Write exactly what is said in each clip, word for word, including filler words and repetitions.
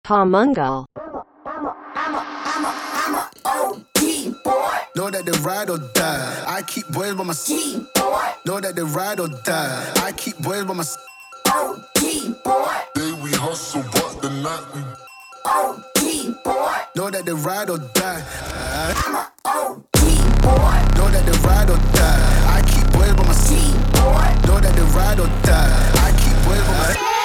Pomungal. Know that they ride or die. I keep boys by my side. Know that they ride or die. I keep boys by my side. Day we hustle, but the night we Know that they ride or die. Know that they ride or die. I keep boys by my side. Know that they ride or die. I keep boys by my side.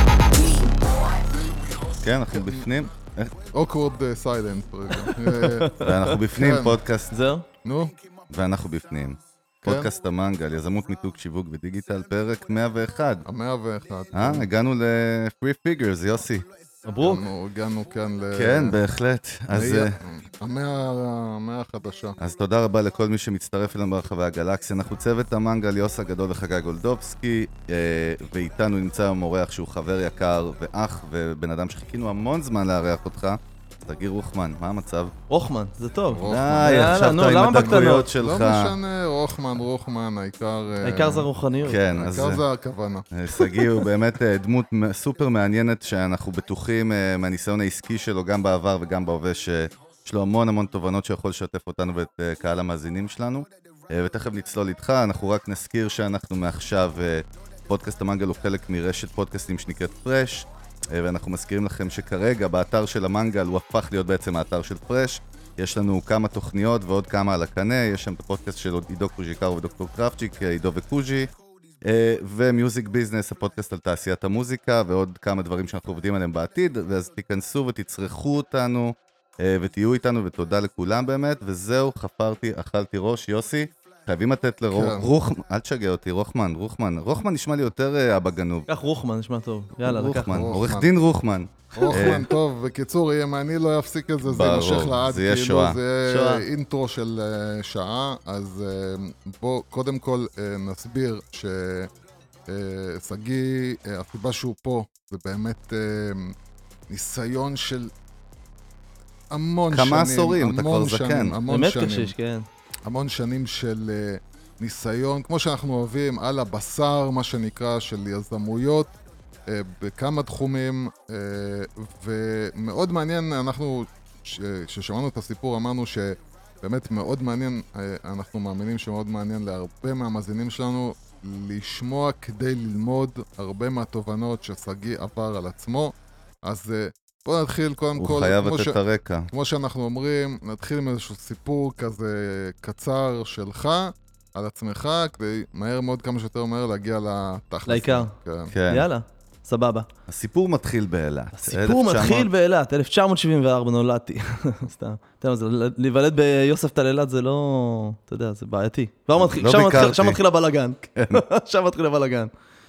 כן, אנחנו בפנים. awkward silence. ואנחנו בפנים, פודקאסט. זהו? נו, ואנחנו בפנים. פודקאסט המנגל, יזמות מיתוג שיווק ודיגיטל, פרק מאה ואחת. המאה ואחת. אה, הגענו ל-Free Figures, יוסי. מברוק. אנחנו הגענו כאן ל... כן, בהחלט. אז... המאה החדשה. אז תודה רבה לכל מי שמצטרף אלינו ברחבי הגלקסיה. אנחנו צוות המנגל, יוס הגדול וחגי גולדובסקי, ואיתנו נמצא המורח שהוא חבר יקר ואח ובן אדם שחיכינו המון זמן לארח אותך. תגיד רוחמן, מה המצב? רוחמן, זה טוב. די, עכשיו אתה עם הדקויות שלך. לא משנה, רוחמן, רוחמן, העיקר... העיקר זה רוחניות. כן, אז... העיקר זה הכוונה. סגי הוא באמת דמות סופר מעניינת שאנחנו בטוחים מהניסיון העסקי שלו גם בעבר וגם בהווה שיש לו המון המון תובנות שיכול לשתף אותנו ואת קהל המאזינים שלנו. ותכף נצלול איתך, אנחנו רק נזכיר שאנחנו מעכשיו, פודקאסט המנגל הוא חלק מרשת פודקאסטים שנקראת פרש, ואנחנו מזכירים לכם שכרגע באתר של המנגל הוא הפך להיות בעצם האתר של פרש. יש לנו כמה תוכניות ועוד כמה על הקנה, יש שם את הפודקאסט של עידו קוז'יקרו ודוקטור קרפצ'יק, עידו וקוז'י, ומיוזיק ביזנס, הפודקאסט על תעשיית המוזיקה, ועוד כמה דברים שאנחנו עובדים עליהם בעתיד, ואז תיכנסו ותצרכו אותנו, ותהיו איתנו, ותודה לכולם באמת, וזהו, חפרתי, אכלתי ראש, יוסי. חייבים לתת לרוחמן, אל תשגע אותי, רוחמן, רוחמן, רוחמן נשמע לי יותר אבא גנוב. קח רוחמן, נשמע טוב. יאללה, לקח. עורך דין רוחמן. רוחמן, טוב, בקיצור, אם אני לא אפסיק את זה, זה יימשך לעד, זה יהיה שואה. זה יהיה אינטרו של שעה, אז בוא קודם כל נסביר שסגי, הסיבה שהוא פה, זה באמת ניסיון של המון שנים. כמה עשורים, אתה כבר זקן. באמת קשיש, כן. המון שנים של uh, ניסיון, כמו שאנחנו אוהבים, על הבשר, מה שנקרא, של יזמויות, uh, בכמה תחומים, uh, ומאוד מעניין, אנחנו, כששמענו את הסיפור, אמרנו שבאמת מאוד מעניין, uh, אנחנו מאמינים שמאוד מעניין להרבה מהמאזינים שלנו, לשמוע כדי ללמוד הרבה מהתובנות שסגי עבר על עצמו, אז... Uh, בוא נתחיל קודם הוא כל, הוא חייב לתת את הרקע. כמו שאנחנו אומרים, נתחיל עם איזשהו סיפור כזה קצר שלך, על עצמך, כדי מהר מאוד כמה שיותר מהר להגיע לתכלס. לעיקר. כן. כן. יאללה, סבבה. הסיפור מתחיל באילת. הסיפור מתחיל באילת, אלף תשע מאות שבעים וארבע נולדתי. סתם. להיוולד ביוסף תל אילת זה לא, אתה יודע, זה בעייתי. לא ביקרתי. שם מתחיל הבלגן. שם מתחיל הבלגן.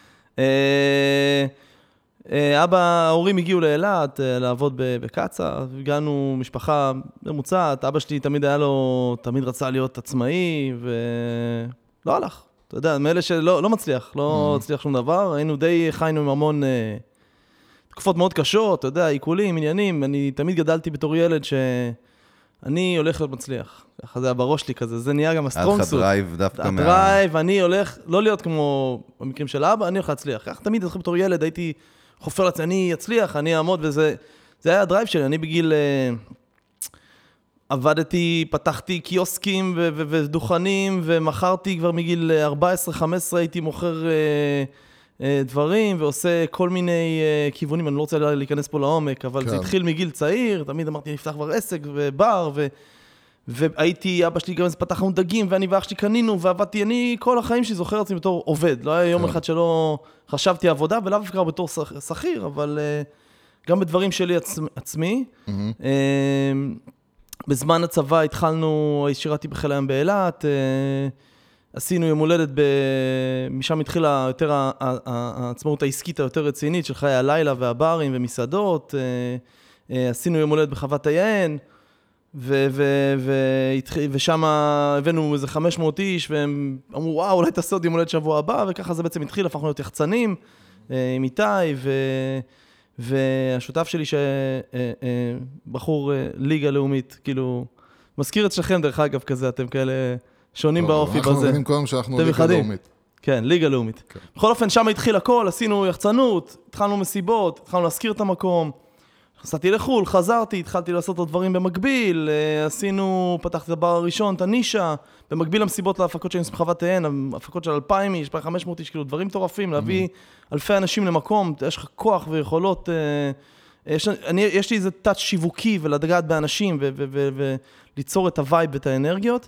אבא, ההורים הגיעו לאילת לעבוד בקצה, הגענו משפחה ממוצעת, אבא שלי תמיד היה לו, תמיד רצה להיות עצמאי, ולא הלך. אתה יודע, מאלה שלא לא מצליח, לא הצליח שום דבר, היינו די חיינו עם המון תקופות מאוד קשות, אתה יודע, עיקולים, עניינים, אני תמיד גדלתי בתור ילד שאני הולך להיות מצליח. ככה זה היה בראש שלי כזה, זה נהיה גם הסטרונג סוט. הדרייב דווקא מה... הדרייב, אני הולך, לא להיות כמו במקרים של אבא, אני הולך להצליח. ככה תמיד בתור ילד הייתי חופר לעצמי, אני אצליח, אני אעמוד, וזה זה היה הדרייב שלי. אני בגיל, עבדתי, פתחתי קיוסקים ו- ו- ודוכנים, ומכרתי כבר מגיל ארבע עשרה חמש עשרה, הייתי מוכר דברים, ועושה כל מיני כיוונים, אני לא רוצה להיכנס פה לעומק, אבל כן. זה התחיל מגיל צעיר, תמיד אמרתי, נפתח כבר עסק ובר, ו... והייתי, אבא שלי גם פתחנו דגים, ואני ואח שלי קנינו, ועבדתי, אני כל החיים שלי זוכר עצמי בתור עובד, לא היה יום אחד שלא חשבתי עבודה, ולאו דווקא בתור שכיר, אבל uh, גם בדברים שלי עצ... עצמי. Mm-hmm. Uh, בזמן הצבא התחלנו, שירתי בחיל הים באילת, uh, עשינו יום הולדת, ב... משם התחילה יותר העצמאות העסקית היותר רצינית, של חיי הלילה והברים ומסעדות, uh, uh, עשינו יום הולדת בחוות היין, ו- ו- ו- ושם הבאנו איזה חמש מאות איש, והם אמרו, וואו, אולי תעשה עוד יום הולדת שבוע הבא, וככה זה בעצם התחיל, הפכנו להיות יחצנים, עם איתי, ו- והשותף שלי שבחור ליגה לאומית, כאילו, מזכיר את שלכם דרך אגב כזה, אתם כאלה שונים באופי בזה. אנחנו מבינים קודם שאנחנו ליגה לאומית. כן, ליגה לאומית. בכל אופן, שם התחיל הכל, עשינו יחצנות, התחלנו מסיבות, התחלנו להזכיר את המקום, נסעתי לחול, חזרתי, התחלתי לעשות את הדברים במקביל, עשינו, פתחתי את הבר הראשון, את הנישה, במקביל למסיבות להפקות שהיינו בחוות העין, הפקות של אלפיים איש, חמש מאות איש, כאילו דברים מטורפים, להביא אלפי אנשים למקום, יש לך כוח ויכולות, יש, אני, יש לי איזה טאץ' שיווקי ולדגעת באנשים וליצור את הווייב ואת האנרגיות.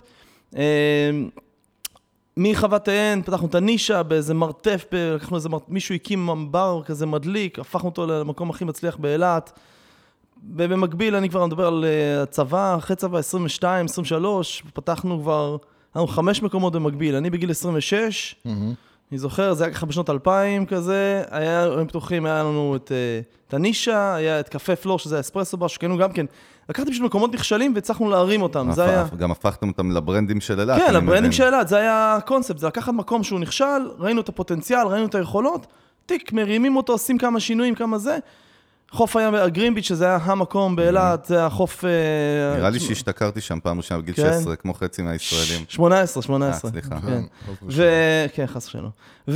מחוות העין, פתחנו את הנישה באיזה מרתף, לקחנו איזה מרתף, מישהו הקים בר כזה מדליק, הפכנו אותו למקום הכי מצליח באילת, ובמקביל אני כבר מדבר על הצבא, אחרי צבא עשרים ושתיים, עשרים ושלוש, פתחנו כבר, לנו חמש מקומות במקביל, אני בגיל עשרים ושש, mm-hmm. אני זוכר, זה היה ככה בשנות אלפיים כזה, היה פתוחים, היה לנו את, את הנישה, היה את קפה פלור, שזה האספרסו בר, שקיינו גם כן, לקחתי בשביל מקומות נכשלים והצלחנו להרים אותם, זה היה... גם הפכתם אותם לברנדים של אילת. כן, לברנדים של אילת, זה היה הקונספט, זה לקחת מקום שהוא נכשל, ראינו את הפוטנציאל, ראינו את היכולות, תיק, מרימים אותו, עושים כמה שינויים, כמה זה, חוף הים הגרינביץ' שזה היה המקום באילת, זה החוף... נראה לי שהשתכרתי שם פעם ראשונה בגיל שש עשרה, כמו חצי מהישראלים. שמונה עשרה, שמונה עשרה. סליחה. כן, חס ושלום.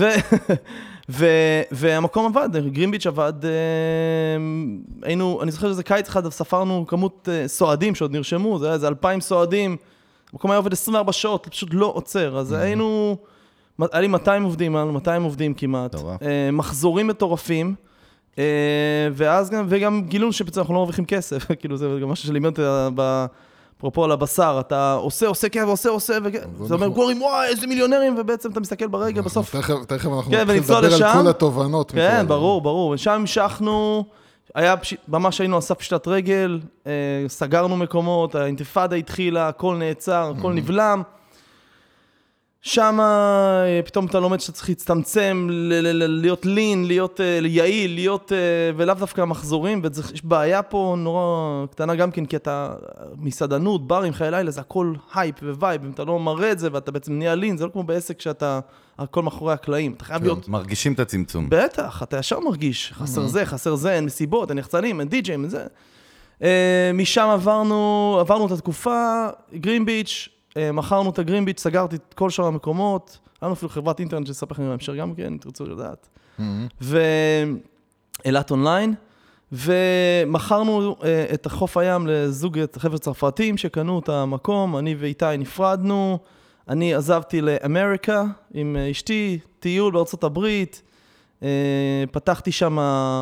והמקום עבד, גרינביץ' עבד, היינו, אני זוכר שזה קיץ אחד, ספרנו כמות סועדים שעוד נרשמו, זה היה איזה אלפיים סועדים, המקום היה עובד עשרים וארבע שעות, פשוט לא עוצר, אז היינו, היה לי מאתיים עובדים, היה לנו מאתיים עובדים כמעט, מחזורים מטורפים, ואז גם, וגם גילון שבצע אנחנו לא מרוויחים כסף, כאילו זה גם משהו שלימד אפרופו על הבשר, אתה עושה, עושה, כן, ועושה, עושה, וזה אומר, גורים, וואי, איזה מיליונרים, ובעצם אתה מסתכל ברגע, בסוף... תכף אנחנו נתחיל לדבר על כל התובנות. כן, ברור, ברור. ושם המשכנו, היה, ממש היינו אסף פשטת רגל, סגרנו מקומות, האינתיפאדה התחילה, הכל נעצר, הכל נבלם. שם פתאום אתה לומד שאתה צריך להצטמצם, להיות לין, להיות יעיל, להיות, ולאו דווקא מחזורים, ויש בעיה פה נורא קטנה גם כן, כי אתה מסעדנות, ברים, חיי לילה, זה הכל הייפ ווייב, אם אתה לא מראה את זה, ואתה בעצם נהיה לין, זה לא כמו בעסק שאתה, הכל מאחורי הקלעים, אתה חייב להיות... מרגישים את הצמצום. בטח, אתה ישר מרגיש, חסר זה, חסר זה, אין מסיבות, אין יחצנים, אין די-ג'ים, אין זה. משם עברנו, עברנו את התקופה, גרינביץ', מכרנו את הגרינביץ', סגרתי את כל שאר המקומות, היה לנו אפילו חברת אינטרנט שספק לכם להמשך גם כן, תרצו לדעת. ואילת אונליין, ומכרנו את חוף הים לזוג חבר'ה צרפתים שקנו את המקום, אני ואיתי נפרדנו, אני עזבתי לאמריקה עם אשתי, טיול בארצות הברית, פתחתי שם...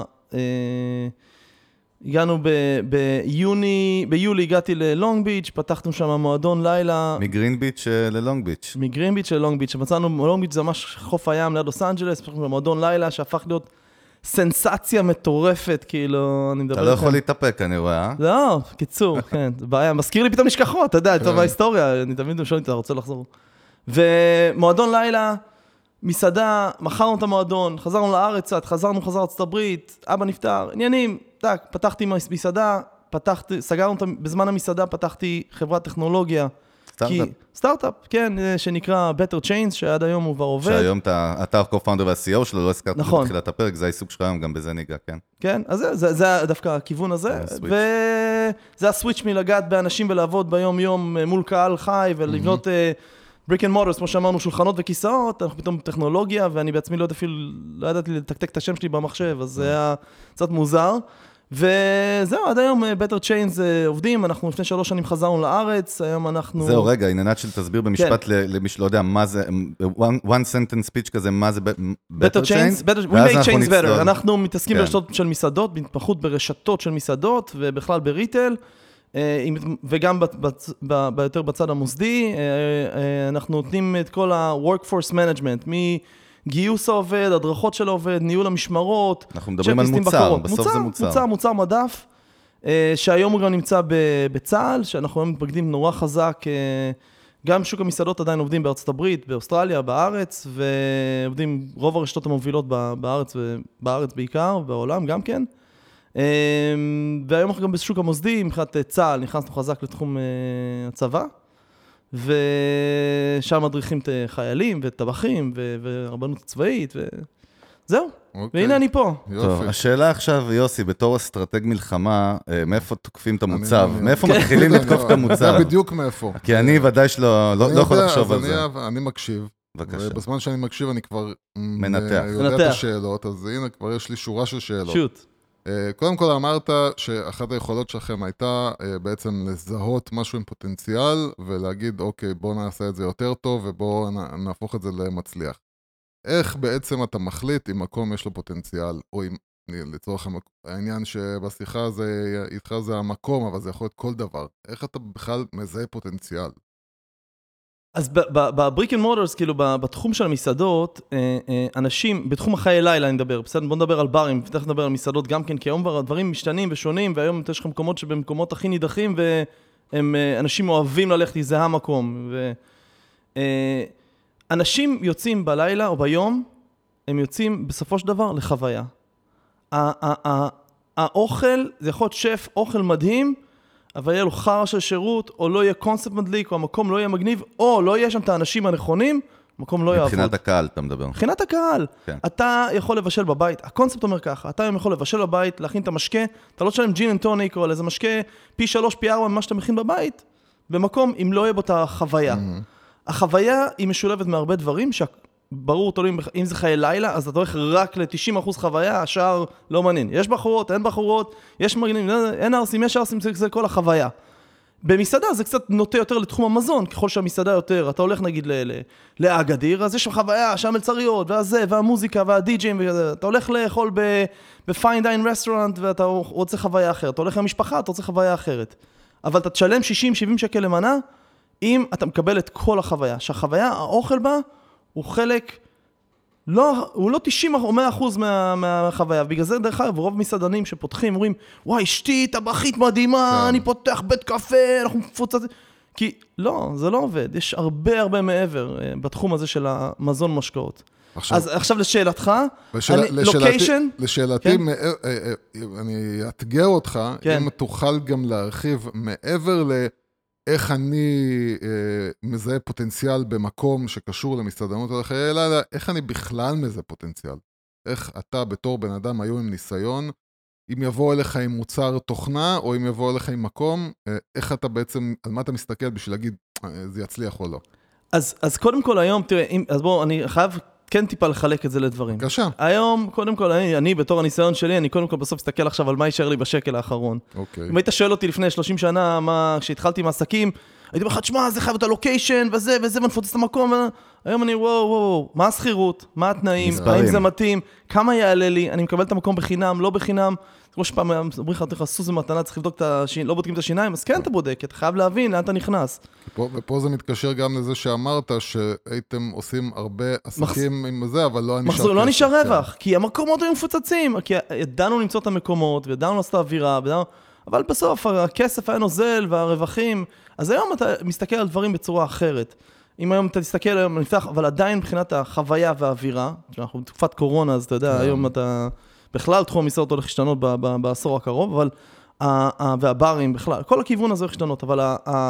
הגענו ביוני, ביולי הגעתי ללונג ביץ', פתחנו שם מועדון לילה. מגרין ביץ' ללונג ביץ'. מגרין ביץ' ללונג ביץ', מצאנו לונג ביץ' זה ממש חוף הים ליד לוס אנג'לס, פתחנו מועדון לילה שהפך להיות סנסציה מטורפת, כאילו, אני מדבר אתה לא יכול להתאפק, אני רואה. לא, קיצור, כן, זה בעיה, מזכיר לי פתאום נשכחות, אתה יודע, טוב ההיסטוריה, אני תמיד שואל, אתה רוצה לחזור. ומועדון לילה, מסעדה, מכרנו את המועדון, חזרנו לארץ, חזרנו חזר ארצות הברית, אבא נפטר, עניינים, טק, פתחתי מסעדה, פתחתי, סגרנו בזמן המסעדה, פתחתי חברת טכנולוגיה. סטארט-אפ. סטארט-אפ, כן, שנקרא Better Chains, שעד היום הוא כבר עובד. שהיום אתה co-founder וה-סי אי או שלו, לא הזכרת נכון. בתחילת הפרק, זה העיסוק שלך היום, גם בזה ניגע, כן. כן, אז זה, זה, זה דווקא הכיוון הזה, וזה הסוויץ' מלגעת באנשים ולעבוד ביום-יום מול קהל חי, ולבנות... בריק אנד מוטורס, כמו שאמרנו, שולחנות וכיסאות, אנחנו פתאום טכנולוגיה, ואני בעצמי לא יודע אפילו, לא ידעתי לתקתק את השם שלי במחשב, אז זה היה קצת מוזר. וזהו, עד היום Better Chains עובדים, אנחנו לפני שלוש שנים חזרנו לארץ, היום אנחנו... זהו, רגע, עניינת של תסביר במשפט למי שלא יודע מה זה, one sentence speech כזה, מה זה Better Chains? We make chains better, אנחנו מתעסקים ברשתות של מסעדות, בהתמחות ברשתות של מסעדות, ובכלל בריטל, וגם ביותר בצד המוסדי, אנחנו נותנים את כל ה-workforce management, מגיוס העובד, הדרכות של העובד, ניהול המשמרות. אנחנו מדברים על מוצר, בסוף זה מוצר. מוצר, מוצר מדף, שהיום הוא גם נמצא בצה"ל, שאנחנו היום מתפקדים נורא חזק, גם שוק המסעדות עדיין עובדים בארצות הברית, באוסטרליה, בארץ, ועובדים רוב הרשתות המובילות בארץ, בארץ בעיקר, בעולם גם כן. והיום אנחנו גם בשוק המוסדי, מבחינת צה"ל, נכנסנו חזק לתחום הצבא, ושם מדריכים את חיילים וטבחים ורבנות צבאית, וזהו, והנה אני פה. טוב, השאלה עכשיו, יוסי, בתור אסטרטג מלחמה, מאיפה תוקפים את המוצב? מאיפה מתחילים לתקוף את המוצב? זה בדיוק מאיפה. כי אני ודאי שלא יכול לחשוב על זה. אני מקשיב. ובזמן שאני מקשיב אני כבר מנתח. יודע את השאלות, אז הנה כבר יש לי שורה של שאלות. שוט. קודם כל אמרת שאחת היכולות שלכם הייתה בעצם לזהות משהו עם פוטנציאל, ולהגיד, אוקיי, בוא נעשה את זה יותר טוב, ובוא נהפוך את זה למצליח. איך בעצם אתה מחליט אם מקום יש לו פוטנציאל, או אם לצורך העניין שבשיחה זה, איתך זה המקום, אבל זה יכול להיות כל דבר. איך אתה בכלל מזהה פוטנציאל? אז בבריק אנד מוטורס, כאילו בתחום של המסעדות, אנשים, בתחום החיי לילה אני מדבר, בסדר, בוא נדבר על ברים, תכף נדבר על מסעדות גם כן, כי היום הדברים משתנים ושונים, והיום יש לך מקומות שבמקומות הכי נידחים, והם אנשים אוהבים ללכת, זה המקום. אנשים יוצאים בלילה או ביום, הם יוצאים בסופו של דבר לחוויה. האוכל, זה יכול להיות שף, אוכל מדהים, אבל יהיה לו חרא של שירות, או לא יהיה קונספט מדליק, או המקום לא יהיה מגניב, או לא יהיה שם את האנשים הנכונים, המקום לא יעבוד. מבחינת הקהל אתה מדבר. מבחינת הקהל. כן. אתה יכול לבשל בבית, הקונספט אומר ככה, אתה יכול לבשל בבית, להכין את המשקה, אתה לא תשלם ג'ין אנד טוניק, או איזה משקה פי שלוש, פי ארבע, ממה שאתה מכין בבית, במקום אם לא יהיה בו את החוויה. Mm-hmm. החוויה היא משולבת מהרבה דברים, ברור, תולים, אם זה חיי לילה, אז אתה הולך רק ל-תשעים אחוז חוויה, השאר לא מעניין. יש בחורות, אין בחורות, יש מגנים, אין ארסים, יש ארסים, זה, זה כל החוויה. במסעדה זה קצת נוטה יותר לתחום המזון, ככל שהמסעדה יותר, אתה הולך נגיד לאגדיר, אז יש שם חוויה, שם מלצריות, והזה, והמוזיקה, והדי-ג'ים, אתה הולך לאכול בפיין דיין רסטורנט, ואתה רוצה חוויה אחרת. אתה הולך למשפחה, אתה רוצה חוויה אחרת. אבל אתה תשלם שישים שבעים שקל למנה, אם אתה מקבל את כל החוויה. שהחוויה, האוכל בה, הוא חלק, לא, הוא לא תשעים או מאה אחוז מה, מהחוויה, ובגלל זה דרך אגב, רוב מסעדנים שפותחים, אומרים, וואי, אשתי, טבחית מדהימה, אני פותח בית קפה, אנחנו מפוצצים, כי לא, זה לא עובד, יש הרבה הרבה מעבר בתחום הזה של המזון משקאות. עכשיו, אז עכשיו לשאלתך, לשאל, אני, לשאלתי, לוקיישן? לשאלתי, כן? אני אתגר אותך, כן. אם תוכל גם להרחיב מעבר ל... איך אני אה, מזהה פוטנציאל במקום שקשור למסעדנות על חיי לילה, איך אני בכלל מזהה פוטנציאל? איך אתה בתור בן אדם היום עם ניסיון, אם יבוא אליך עם מוצר תוכנה, או אם יבוא אליך עם מקום, אה, איך אתה בעצם, על מה אתה מסתכל בשביל להגיד, אה, זה יצליח או לא? אז, אז קודם כל היום, תראה, אם, אז בוא, אני חייב כן טיפה לחלק את זה לדברים. בבקשה. היום, קודם כל, אני, אני בתור הניסיון שלי, אני קודם כל בסוף אסתכל עכשיו על מה יישאר לי בשקל האחרון. אוקיי. אם היית שואל אותי לפני שלושים שנה, מה, כשהתחלתי עם העסקים, הייתי אומר לך, תשמע, זה חייב את הלוקיישן, וזה, וזה, ונפוצץ את המקום, ו... היום אני, וואו, וואו, מה הסחירות? מה התנאים? האם זה מתאים? כמה יעלה לי? אני מקבל את המקום בחינם, לא בחינם? כמו שפעם אומרים לך, אתה סוס במתנה, צריך לבדוק את השיניים, לא בודקים את השיניים, אז כן אתה בודק, אתה חייב להבין לאן אתה נכנס. ופה, ופה זה מתקשר גם לזה שאמרת שהייתם עושים הרבה עסקים עם זה, אבל לא נשאר מחזור, לא נשאר רווח, כי המקומות היו מפוצצים, כי ידענו למצוא את המקומות, וידענו לעשות את האווירה, וידענו... אבל בסוף הכסף היה נוזל והרווחים, אז היום אתה מסתכל על דברים בצורה אחרת. אם היום אתה תסתכל היום נפתח, אבל עדיין מבחינת החוויה והאווירה, שאנחנו בתקופת קורונה, אז אתה יודע, היום אתה... בכלל תחום המסעדות הולך להשתנות בעשור הקרוב, אבל, והברים בכלל, כל הכיוון הזה הולך להשתנות, אבל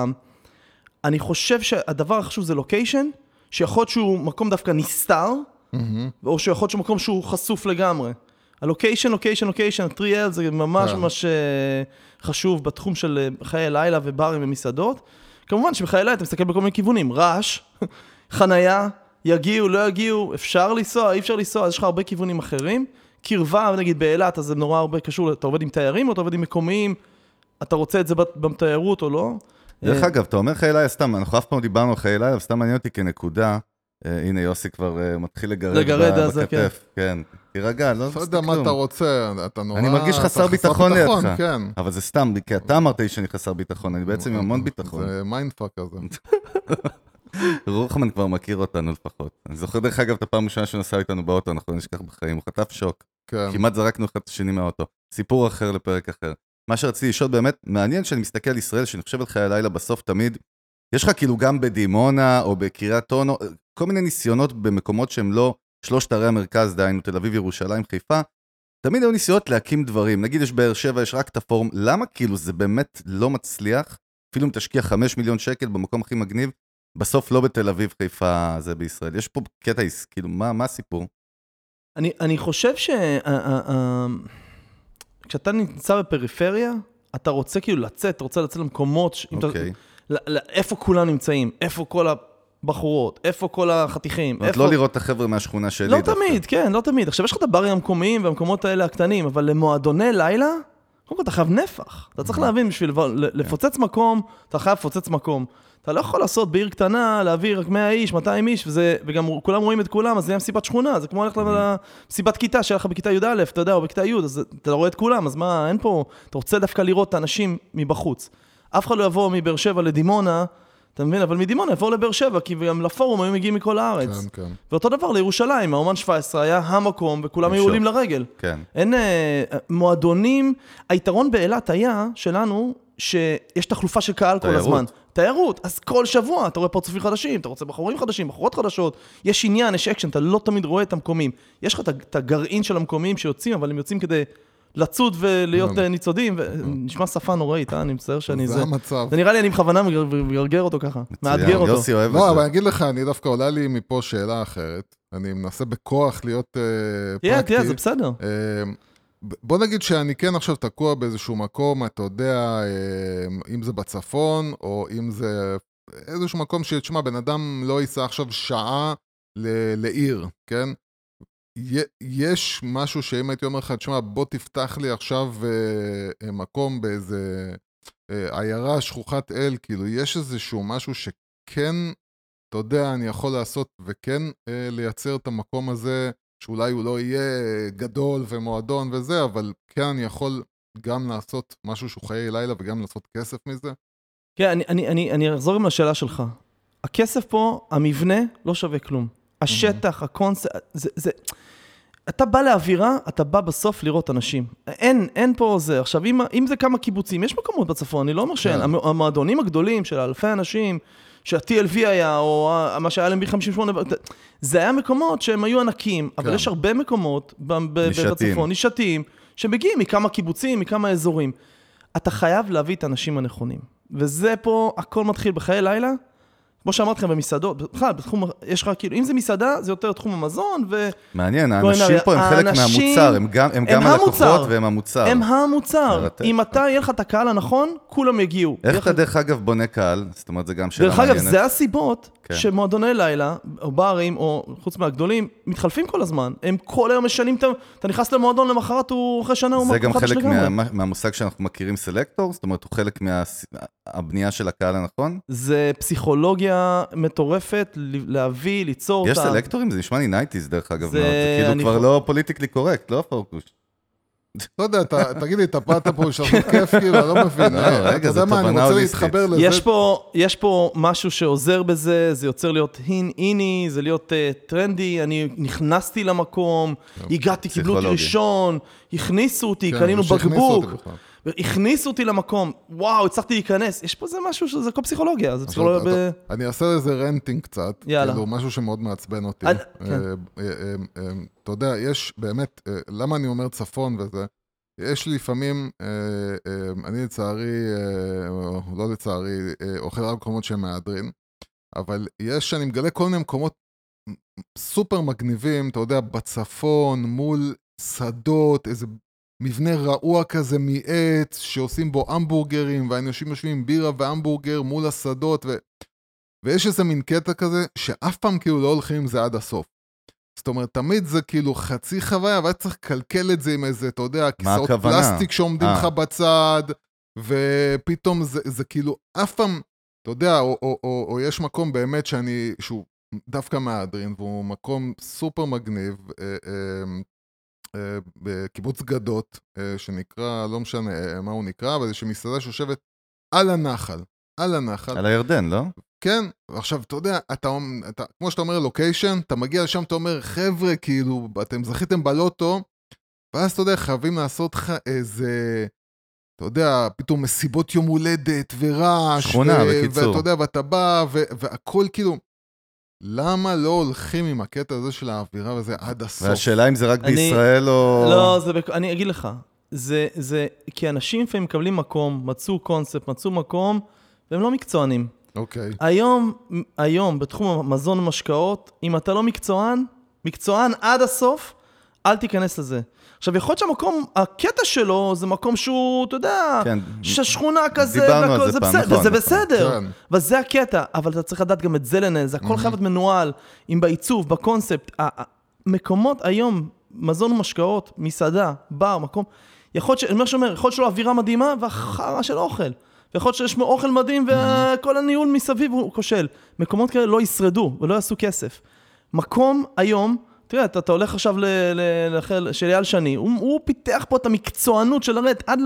אני חושב שהדבר החשוב זה לוקיישן, שיכול להיות שהוא מקום דווקא נסתר, או שיכול להיות שהוא מקום שהוא חשוף לגמרי. הלוקיישן, לוקיישן, לוקיישן, ה-טרי אל זה ממש ממש חשוב בתחום של חיי לילה וברים ומסעדות. כמובן שבחיי לילה אתה מסתכל בכל מיני כיוונים, רעש, חנייה, יגיעו, לא יגיעו, אפשר לנסוע, אי אפשר לנסוע, אז יש לך הרבה כיוונים אחרים. קרבה, נגיד באילת, אז זה נורא הרבה קשור, אתה עובד עם תיירים או אתה עובד עם מקומיים, אתה רוצה את זה בתיירות או לא? דרך אגב, אתה אומר חיי לילה, סתם, אנחנו אף פעם דיברנו על חיי לילה, וסתם מעניין אותי כנקודה, הנה יוסי כבר מתחיל לגרד בכתף, כן, תירגע, לא אתה יודע מה אתה רוצה, אתה נורא... אני מרגיש חסר ביטחון לידך, אבל זה סתם, כי אתה אמרת לי שאני חסר ביטחון, אני בעצם עם המון ביטחון. זה מיינדפאק הזה. רוחמן כבר מכיר אותנו לפחות. אני זוכר דרך אגב את הפעם ראשונה שהוא נסע איתנו באוטו, אנחנו לא נשכח בחיים, הוא חטף שוק. כמעט זרקנו אחד את השני מהאוטו. סיפור אחר לפרק אחר. מה שרציתי לשאול באמת, מעניין שאני מסתכל על ישראל, שאני חושב על חיי הלילה בסוף תמיד, יש לך כאילו גם בדימונה או בקריית אונו, כל מיני ניסיונות במקומות שהם לא שלושת ערי המרכז, דהיינו תל אביב, ירושלים, חיפה, תמיד היו ניסיונות להקים דברים. נגיד יש באר שבע, יש רק את הפורום. למה כאילו זה באמת לא מצליח? אפילו אם תשקיע חמישה מיליון שקל במקום הכי מגניב, בסוף לא בתל אביב, חיפה, זה בישראל. יש פה קטע, כאילו, מה, מה הסיפור? אני, אני חושב ש... כשאתה נמצא בפריפריה, אתה רוצה כאילו לצאת, אתה רוצה לצאת למקומות... אוקיי. איפה כולם נמצאים? איפה כל בחורות? איפה כל החתיכים? איפה... לא לראות את החבר'ה מהשכונה שלי. לא תמיד, כן, לא תמיד. עכשיו, יש לך את הברים המקומיים והמקומות האלה הקטנים, אבל למועדוני לילה, קודם כל אתה חייב נפח. אתה צריך להבין, בשביל לפוצץ מקום, אתה חייב לפוצץ מקום. אתה לא יכול לעשות בעיר קטנה, להביא רק מאה איש, מאתיים איש, וזה, וגם כולם רואים את כולם, אז זה יהיה מסיבת שכונה, זה כמו ללכת למסיבת כיתה, שהיה לך בכיתה י' א', אתה יודע, או בכיתה י', אז אתה רואה את כולם, אז מה, אין פה, אתה רוצה דווקא לראות את האנשים מבחוץ. אף אחד לא יבוא מבאר שבע לדימונה, אתה מבין, אבל מדימונה יבוא לבאר שבע, כי גם לפורום היו מגיעים מכל הארץ. כן, כן. ואותו דבר לירושלים, האומן שבע עשרה היה המקום, וכולם היו עולים לרגל. כן. אין מועדונים, היתרון באילת היה שלנו, שיש תחלופה של קהל כל הזמן. תיירות, אז כל שבוע אתה רואה פרצופים חדשים, אתה רוצה בחורים חדשים, בחורות חדשות, יש עניין, יש אקשן, אתה לא תמיד רואה את המקומים. יש לך את הגרעין של המקומים שיוצאים, אבל הם יוצאים כדי לצוד ולהיות ניצודים, ונשמע שפה נוראית, אני מצטער שאני זה. זה המצב. זה נראה לי אני בכוונה מגרגר אותו ככה, מאתגר אותו. יוסי אוהב את זה. לא, אבל אני אגיד לך, אני דווקא עולה לי מפה שאלה אחרת, אני מנסה בכוח להיות פרקטי. תהיה, זה בסדר. בוא נגיד שאני כן עכשיו תקוע באיזשהו מקום, אתה יודע, אם זה בצפון, או אם זה איזשהו מקום שתשמע, בן אדם לא ייסע עכשיו שעה לעיר, כן? יש משהו שאם הייתי אומר לך, תשמע, בוא תפתח לי עכשיו מקום באיזה עיירה, שכוחת אל, כאילו, יש איזשהו משהו שכן, אתה יודע, אני יכול לעשות וכן לייצר את המקום הזה, שאולי הוא לא יהיה גדול ומועדון וזה, אבל כן אני יכול גם לעשות משהו שהוא חיי לילה וגם לעשות כסף מזה. כן, אני, אני, אני, אני אחזור עם לשאלה שלך. הכסף פה, המבנה, לא שווה כלום. השטח, הקונספט, זה, זה... אתה בא לאווירה, אתה בא בסוף לראות אנשים. אין, אין פה זה. עכשיו, אם, אם זה כמה קיבוצים, יש מקומות בצפון, אני לא אומר שאין. המועדונים הגדולים של אלפי אנשים, שה-טי אל וי היה, או מה שהיה להם בי חמישים ושמונה, זה היה מקומות שהם היו ענקים, אבל יש הרבה מקומות בצפון, נישתיים, שמגיעים מכמה קיבוצים, מכמה אזורים. אתה חייב להביא את האנשים הנכונים. וזה פה, הכל מתחיל בחיי לילה, כמו שאמרתי לכם במסעדות, בכלל, בתחום, יש לך כאילו, אם זה מסעדה, זה יותר תחום המזון, ו... מעניין, האנשים פה הם חלק מהמוצר, הם גם, הם גם הלקוחות והם המוצר. הם המוצר. אם אתה, יהיה לך את הקהל הנכון, כולם יגיעו. איך אתה דרך אגב בונה קהל? זאת אומרת, זה גם שאלה מעניינת. דרך אגב, זה הסיבות שמועדוני לילה, או ברים, או חוץ מהגדולים, מתחלפים כל הזמן. הם כל היום משנים, אתה נכנס למועדון למחרת, הוא אחרי שנה, זה גם חלק מהמושג שאנחנו מכירים סלקטור, זאת אומרת, הוא חלק מהבנייה של הקהל הנכון. זה פסיכולוגיה מטורפת, להביא, ליצור יש סלקטורים? זה נשמע לי נייטיז דרך אגב, זה כאילו כבר לא פוליטיקלי קורקט, לא פורקוש. לא יודע, תגיד לי, אתה פעת פה, יש לנו כיף, כאילו, אני לא מבין. רגע, זו תובנה הוליסטית. יש פה משהו שעוזר בזה, זה יוצר להיות איני, זה להיות טרנדי, אני נכנסתי למקום, הגעתי, קיבלו אותי ראשון, הכניסו אותי, קנינו בקבוק, הכניסו אותי למקום, וואו, הצלחתי להיכנס, יש פה זה משהו, זה כל פסיכולוגיה, זה פסיכולוגיה ב... אני אעשה איזה רנטינג קצת, כאילו, משהו שמאוד מעצבן אותי. אתה יודע, יש באמת, למה אני אומר צפון וזה, יש לי לפעמים, אני לצערי, לא לצערי, אוכל על מקומות שהם מהדרין, אבל יש, אני מגלה כל מיני מקומות סופר מגניבים, אתה יודע, בצפון, מול שדות, איזה מבנה רעוע כזה מעץ, שעושים בו המבורגרים, והאנשים יושבים עם בירה והמבורגר מול השדות, ו... ויש איזה מין קטע כזה, שאף פעם כאילו לא הולכים עם זה עד הסוף. זאת אומרת, תמיד זה כאילו חצי חוויה, אבל צריך לקלקל את זה עם איזה, אתה יודע, כיסאות פלסטיק שעומדים לך בצד, ופתאום זה, זה כאילו, אף פעם, אתה יודע, או, או, או, או יש מקום באמת שאני, שהוא דווקא מהדרין, והוא מקום סופר מגניב, אה, אה, אה, בקיבוץ גדות, אה, שנקרא, לא משנה מה הוא נקרא, אבל זה שמסעדה שיושבת על הנחל, על הנחל. על הירדן, לא? כן, עכשיו, אתה יודע, אתה, אתה, כמו שאתה אומר לוקיישן, אתה מגיע לשם, אתה אומר, חבר'ה, כאילו, אתם זכיתם בלוטו, ואז אתה יודע, חייבים לעשות לך איזה, אתה יודע, פתאום מסיבות יום הולדת, ורעש, שכונה, ו- בקיצור. ואתה יודע, ואתה בא, ו- והכל כאילו, למה לא הולכים עם הקטע הזה של האווירה וזה עד הסוף? והשאלה אם זה רק אני, בישראל או... לא, זה, אני אגיד לך, זה, זה, כי אנשים לפעמים מקבלים מקום, מצאו קונספט, מצאו מקום, והם לא מקצוענים. אוקיי. היום, היום, בתחום המזון ומשקאות, אם אתה לא מקצוען, מקצוען עד הסוף, אל תיכנס לזה. עכשיו, יכול להיות שהמקום, הקטע שלו, זה מקום שהוא, אתה יודע, כן. ששכונה כזה, דיברנו על והכל, זה זה פעם, בסדר, נכון, וזה נכון. בסדר. כן. וזה הקטע, אבל אתה צריך לדעת גם את זה לנהל, זה הכל חייב להיות מנוהל, אם בעיצוב, בקונספט. המקומות היום, מזון ומשקאות, מסעדה, בר, מקום, יכול להיות ש... אני אומר, יכול להיות שלו אווירה מדהימה, והחרה של אוכל. ויכול להיות שיש לו אוכל מדהים, וכל הניהול מסביב הוא כושל. מקומות כאלה לא ישרדו, ולא יעשו כסף. מקום היום, תראה, אתה, אתה הולך עכשיו לאכל של אייל שני, הוא, הוא פיתח פה את המקצוענות של הרט, עד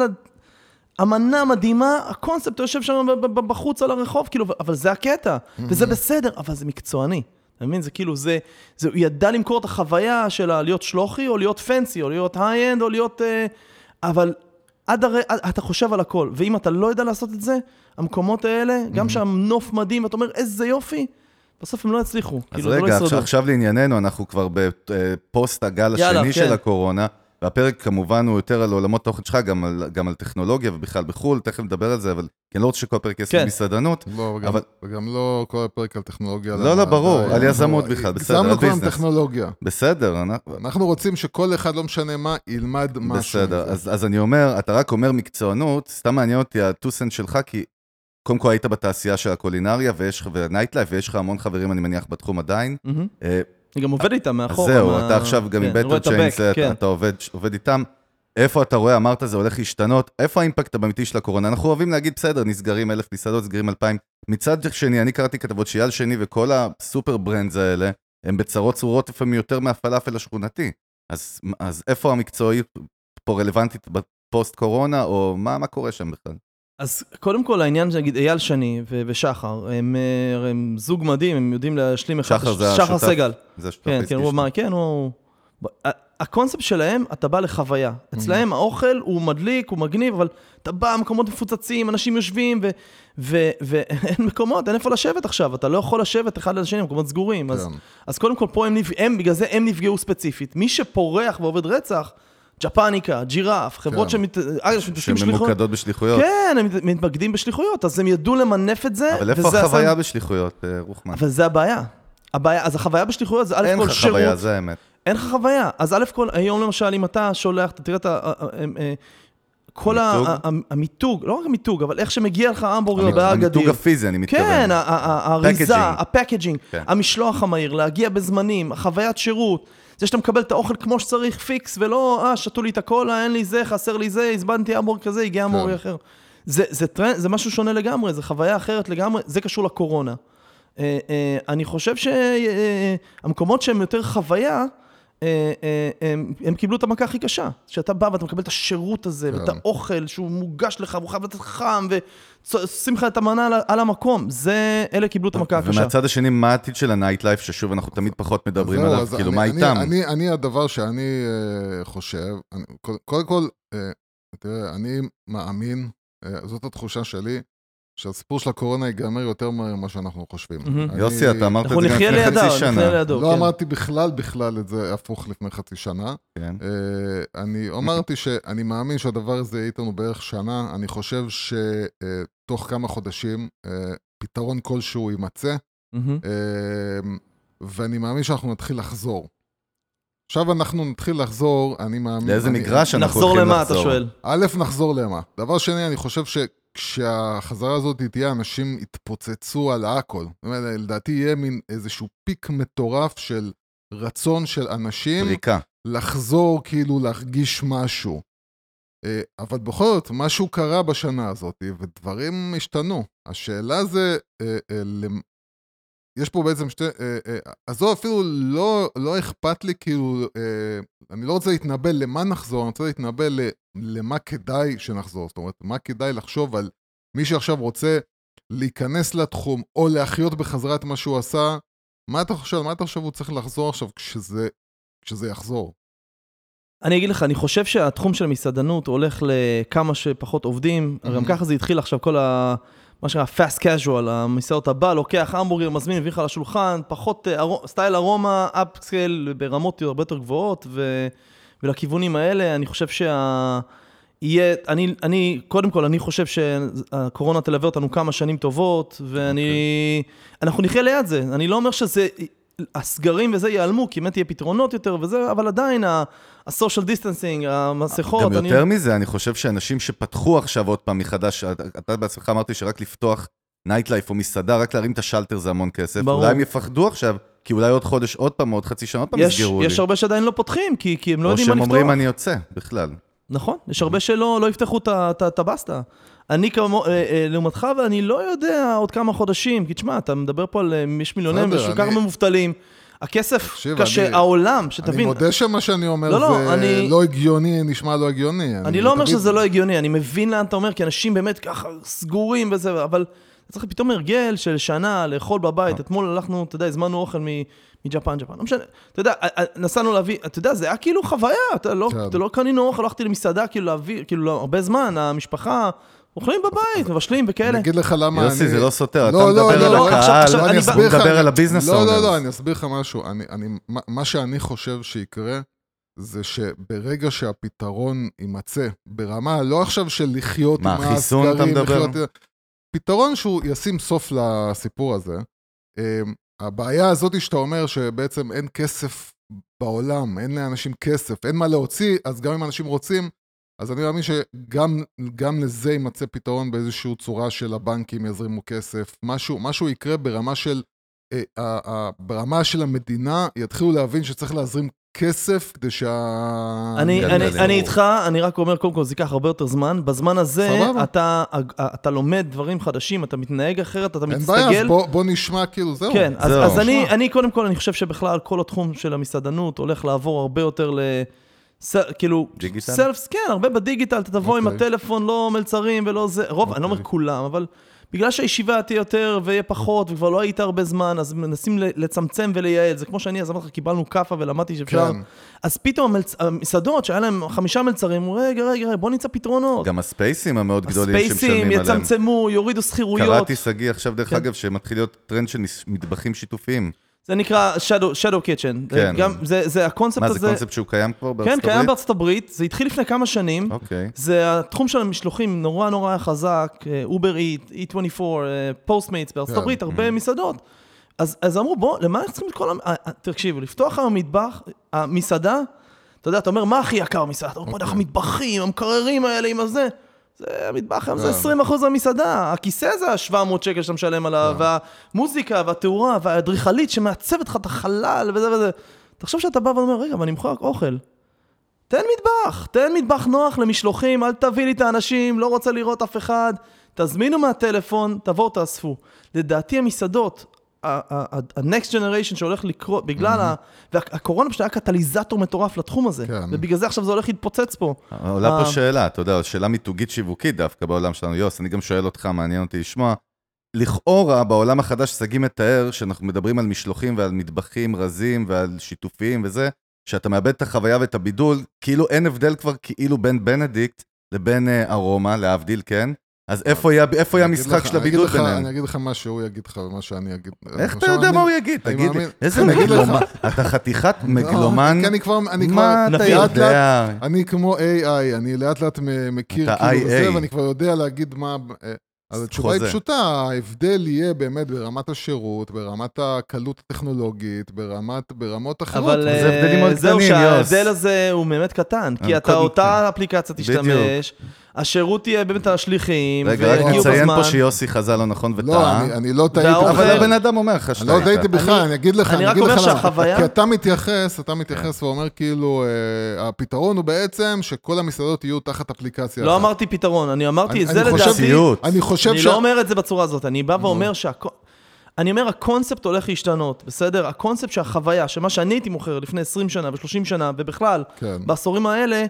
לאמנה מדהימה, הקונספט יושב שם בחוץ על הרחוב, כאילו, אבל זה הקטע, וזה בסדר, אבל זה מקצועני. אתה מבין? זה כאילו, זה, זה, הוא ידע למכור את החוויה שלה, להיות שלוחי, או להיות פנסי, או להיות היי-אנד, או להיות... אבל עד הרי, אתה חושב על הכל, ואם אתה לא יודע לעשות את זה, המקומות האלה, גם שהנוף מדהים, אתה אומר, איזה יופי, בסוף הם לא יצליחו. אז רגע, עכשיו, עכשיו לענייננו, אנחנו כבר בפוסט הגל השני של הקורונה, והפרק כמובן הוא יותר על עולמות תוכן שלך, גם על, גם על טכנולוגיה ובכלל בחול, תכף נדבר על זה, אבל כי אני לא רוצה שכל פרק יעשה כן. מסעדנות. לא, וגם, אבל... וגם לא כל הפרק על טכנולוגיה. לא, לא, ברור, על יזמות בכלל, בסדר, על ביזנס. שמנו טכנולוגיה. בסדר. אנחנו... אנחנו רוצים שכל אחד, לא משנה מה, ילמד משהו. בסדר, אז, אז אני אומר, אתה רק אומר מקצוענות, סתם מעניין אותי הטוסן שלך, כי קודם כל היית בתעשייה של הקולינריה, ויש נייטלייף, ויש לך המון חברים, אני מניח, בתחום עדיין. אני גם עובד איתם מאחור. זהו, אתה עכשיו גם עם בטר צ'יינס, אתה עובד איתם. איפה אתה רואה, אמרת זה הולך להשתנות, איפה האימפקט האמיתי של הקורונה? אנחנו אוהבים להגיד, בסדר, נסגרים אלף מסעדות, נסגרים אלפיים. מצד שני, אני קראתי כתבות שאייל שני וכל הסופר ברנדס האלה, הם בצרות צורות לפעמים יותר מהפלאפל השכונתי. אז, אז איפה המקצועית פה רלוונטית בפוסט קורונה, או מה, מה קורה שם בכלל? אז קודם כל העניין שנגיד אייל שני ו- ושחר, הם, הם זוג מדהים, הם יודעים להשלים אחד. שחר זה שחר השותף. סגל. זה השותף כן, כן, הוא אמר, כן, הוא... הקונספט שלהם, אתה בא לחוויה. אצלהם האוכל הוא מדליק, הוא מגניב, אבל אתה בא, מקומות מפוצצים, אנשים יושבים, ו- ו- ואין מקומות, אין איפה לשבת עכשיו. אתה לא יכול לשבת אחד לשני, מקומות סגורים. אז, אז קודם כל פה הם, הם, בגלל זה הם נפגעו ספציפית. מי שפורח ועובד רצח, ג'פניקה, ג'ירף, חברות כן. שממוקדות בשליחויות. כן, הם מתמקדים בשליחויות, אז הם ידעו למנף את זה. אבל איפה החוויה עשה... בשליחויות, רוחמן? אבל זה הבעיה. הבעיה, אז החוויה בשליחויות זה א' כל שירות. אין לך חוויה, זה האמת. אין לך חוויה. אז א' כל, היום למשל, אם אתה שולח, אתה תראה את ה... כל המיתוג, לא רק המיתוג, אבל איך שמגיע לך המבורגר באגדיר. המיתוג הפיזי, אני מתכוון. כן, האריזה, הפקג'ינג, המשלוח המהיר, להגיע בזמנים, החוויית שירות. זה שאתה מקבל את האוכל כמו שצריך, פיקס, ולא, אה, שתו לי את הקולה, אין לי זה, חסר לי זה, הזבנתי המבורגר כזה, הגיע המבורגר אחר. זה, זה טרנד, זה משהו שונה לגמרי, זה חוויה אחרת לגמרי, זה קשור לקורונה. אני חושב שהמקומות שהם יותר חוויה, הם קיבלו את המכה הכי קשה. שאתה בא ואתה מקבל את השירות הזה, ואת האוכל שהוא מוגש לך, והוא חייב לתת חם, ועושים לך את המנה על המקום. זה, אלה קיבלו את המכה הקשה. ומהצד השני, מה העתיד של הנייטלייף, ששוב אנחנו תמיד פחות מדברים עליו, כאילו מה איתם? אני, הדבר שאני חושב, קודם כל, תראה, אני מאמין, זאת התחושה שלי, שהסיפור של הקורונה ייגמר יותר ממה שאנחנו חושבים. יוסי, אתה אמרת את זה גם לפני חצי שנה. לא אמרתי בכלל, בכלל את זה הפוך לפני חצי שנה. אני אמרתי שאני מאמין שהדבר הזה יהיה איתנו בערך שנה. אני חושב שתוך כמה חודשים פתרון כלשהו יימצא, ואני מאמין שאנחנו נתחיל לחזור. עכשיו אנחנו נתחיל לחזור, אני מאמין... לאיזה מגרש אנחנו נחזור למה, אתה שואל? א', נחזור למה. דבר שני, אני חושב ש... כשהחזרה הזאת תהיה, אנשים יתפוצצו על הכל. זאת אומרת, לדעתי יהיה מין איזשהו פיק מטורף של רצון של אנשים פריקה. לחזור, כאילו להרגיש משהו. אבל בכל זאת, משהו קרה בשנה הזאת, ודברים השתנו. השאלה זה, יש פה בעצם שתי, אז זו אפילו לא, לא אכפת לי, כאילו, אני לא רוצה להתנבא למה נחזור, אני רוצה להתנבא למה כדאי שנחזור. זאת אומרת, מה כדאי לחשוב על מי שעכשיו רוצה להיכנס לתחום, או להחיות בחזרה את מה שהוא עשה, מה אתה חושב, מה אתה חושב הוא צריך לחזור עכשיו כשזה, כשזה יחזור? אני אגיד לך, אני חושב שהתחום של מסעדנות הולך לכמה שפחות עובדים, mm-hmm. גם ככה זה התחיל עכשיו כל ה... מה שנקרא fast casual, המסעדות הבא, לוקח המבורגר, מזמין, מביא לך לשולחן, פחות סטייל ארומה, אפסקייל ברמות הרבה יותר גבוהות, ו, ולכיוונים האלה, אני חושב שה... יהיה, אני, אני, קודם כל, אני חושב שהקורונה תלווה אותנו כמה שנים טובות, ואני, okay. אנחנו נחיה ליד זה. אני לא אומר שזה הסגרים וזה ייעלמו, כי באמת יהיה פתרונות יותר וזה, אבל עדיין ה-social distancing, המסכות... גם יותר מזה, אני חושב שאנשים שפתחו עכשיו עוד פעם מחדש, אתה בעצמך אמרתי שרק לפתוח נייטלייף או מסעדה, רק להרים את השלטר זה המון כסף. אולי הם יפחדו עכשיו, כי אולי עוד חודש, עוד פעם, עוד חצי שנה, עוד פעם יסגרו לי. יש הרבה שעדיין לא פותחים, כי הם לא יודעים מה לפתוח. או שהם אומרים אני יוצא, בכלל. נכון, יש הרבה שלא לא יפתחו את הבסטה. אני כמו, לעומתך, ואני לא יודע עוד כמה חודשים, כי תשמע, אתה מדבר פה על יש מיליונים ושוקר ממובטלים. הכסף קשה, העולם, שתבין. אני מודה שמה שאני אומר זה לא הגיוני, נשמע לא הגיוני. אני לא אומר שזה לא הגיוני, אני מבין לאן אתה אומר, כי אנשים באמת ככה סגורים וזה, אבל צריך פתאום הרגל של שנה לאכול בבית. אתמול הלכנו, אתה יודע, הזמנו אוכל מג'פן, ג'פן. לא משנה, אתה יודע, נסענו להביא, אתה יודע, זה היה כאילו חוויה, אתה לא קנינו אוכל, הלכתי למסעדה, כאילו להביא, כאילו הרבה זמן, המשפחה, אוכלים בבית, מבשלים וכאלה. אני אגיד לך למה אני... יוסי, זה לא סותר, אתה מדבר על הקהל, אני מדבר על הביזנס אונרס. לא, לא, לא, אני אסביר לך משהו. מה שאני חושב שיקרה, זה שברגע שהפתרון יימצא ברמה, לא עכשיו של לחיות עם הסגרים... מה, חיסון אתה מדבר? פתרון שהוא ישים סוף לסיפור הזה. הבעיה הזאת שאתה אומר שבעצם אין כסף בעולם, אין לאנשים כסף, אין מה להוציא, אז גם אם אנשים רוצים, אז אני מאמין שגם גם לזה יימצא פתרון באיזושהי צורה של הבנקים יזרימו כסף, משהו, משהו יקרה ברמה של, אה, אה, ברמה של המדינה, יתחילו להבין שצריך להזרים כסף כדי שה... אני, אני, אני איתך, אני רק אומר, קודם כל, זה ייקח הרבה יותר זמן. בזמן הזה, אתה, אתה לומד דברים חדשים, אתה מתנהג אחרת, אתה מצטגל. אין בעיה, אז בוא, בוא נשמע כאילו, זהו. כן, אז, אז אני, אני, קודם כל, אני חושב שבכלל כל התחום של המסעדנות הולך לעבור הרבה יותר ל... כאילו, סלפס, כן, הרבה בדיגיטל, אתה תבוא עם הטלפון, לא מלצרים ולא זה, רוב, אני לא אומר כולם, אבל בגלל שהישיבה תהיה יותר ויהיה פחות, וכבר לא היית הרבה זמן, אז מנסים לצמצם ולייעל, זה כמו שאני, אז אמרתי לך, קיבלנו קפה ולמדתי שאפשר, אז פתאום המסעדות שהיה להם חמישה מלצרים, רגע, רגע, רגע, בוא נמצא פתרונות. גם הספייסים המאוד גדולים שמשלמים עליהם. הספייסים יצמצמו, יורידו סחירויות. קראתי סגי עכשיו דרך אגב, שמתחיל להיות טרנד של מטבחים שיתופיים. זה נקרא Shadow, Shadow Kitchen. כן. גם, זה, זה הקונספט הזה... מה, זה קונספט שהוא קיים כבר בארצות הברית? כן, קיים בארצות הברית. זה התחיל לפני כמה שנים. אוקיי. זה התחום של המשלוחים נורא נורא חזק. Uber Eat, E עשרים וארבע, Postmates בארצות הברית, הרבה מסעדות. אז, אז אמרו, בוא, למה אנחנו צריכים את כל... תקשיבו, לפתוח המטבח, המסעדה, אתה יודע, אתה אומר, מה הכי יקר מסעדה? אתה אומר, אנחנו מטבחים, המקררים האלה עם הזה. זה המטבח, זה עשרים אחוז המסעדה, הכיסא זה ה-שבע מאות שקל שאתה משלם עליו, והמוזיקה והתאורה והאדריכלית שמעצבת לך את החלל וזה וזה. תחשוב שאתה בא ואומר, רגע, אבל אני מוכר רק אוכל. תן מטבח, תן מטבח נוח למשלוחים, אל תביא לי את האנשים, לא רוצה לראות אף אחד, תזמינו מהטלפון, תבואו תאספו. לדעתי המסעדות, ה-next generation שהולך לקרות, בגלל ה... והקורונה פשוט היה קטליזטור מטורף לתחום הזה, ובגלל זה עכשיו זה הולך להתפוצץ פה. עולה פה שאלה, אתה יודע, שאלה מיתוגית שיווקית דווקא בעולם שלנו, יוס, אני גם שואל אותך, מעניין אותי לשמוע, לכאורה בעולם החדש סגי מתאר, שאנחנו מדברים על משלוחים ועל מטבחים רזים ועל שיתופיים וזה, שאתה מאבד את החוויה ואת הבידול, כאילו אין הבדל כבר כאילו בין בנדיקט לבין ארומה, להבדיל, כן? אז איפה יהיה המשחק של הבידול ביניהם? אני אגיד לך מה שהוא יגיד לך ומה שאני אגיד. איך אתה יודע מה הוא יגיד? תגיד, איזה מגלומן? אתה חתיכת מגלומן? מה אתה יודע? אני כמו איי איי, אני לאט לאט מכיר כאילו זה, ואני כבר יודע להגיד מה... אז התשובה היא פשוטה, ההבדל יהיה באמת ברמת השירות, ברמת הקלות הטכנולוגית, ברמת, ברמות אחרות. אבל זהו שההבדל הזה הוא באמת קטן, כי אתה אותה אפליקציה תשתמש, השירות יהיה באמת השליחים, רגע, רק נציין פה שיוסי חזה לא נכון וטעה. לא, אני לא טעיתי. אבל הבן אדם אומר לך שאתה... אני לא טעיתי בכלל, אני אגיד לך, אני רק אומר שהחוויה... כי אתה מתייחס, אתה מתייחס ואומר כאילו, הפתרון הוא בעצם שכל המסעדות יהיו תחת אפליקציה. לא אמרתי פתרון, אני אמרתי, זה לדעתי... אני חושב אני לא אומר את זה בצורה הזאת, אני בא ואומר שה... אני אומר, הקונספט הולך להשתנות, בסדר? הקונספט שהחוויה, שמה שאני הייתי מוכר לפני עשרים שנה ו-שלושים שנה, ובכלל, בעשורים האלה,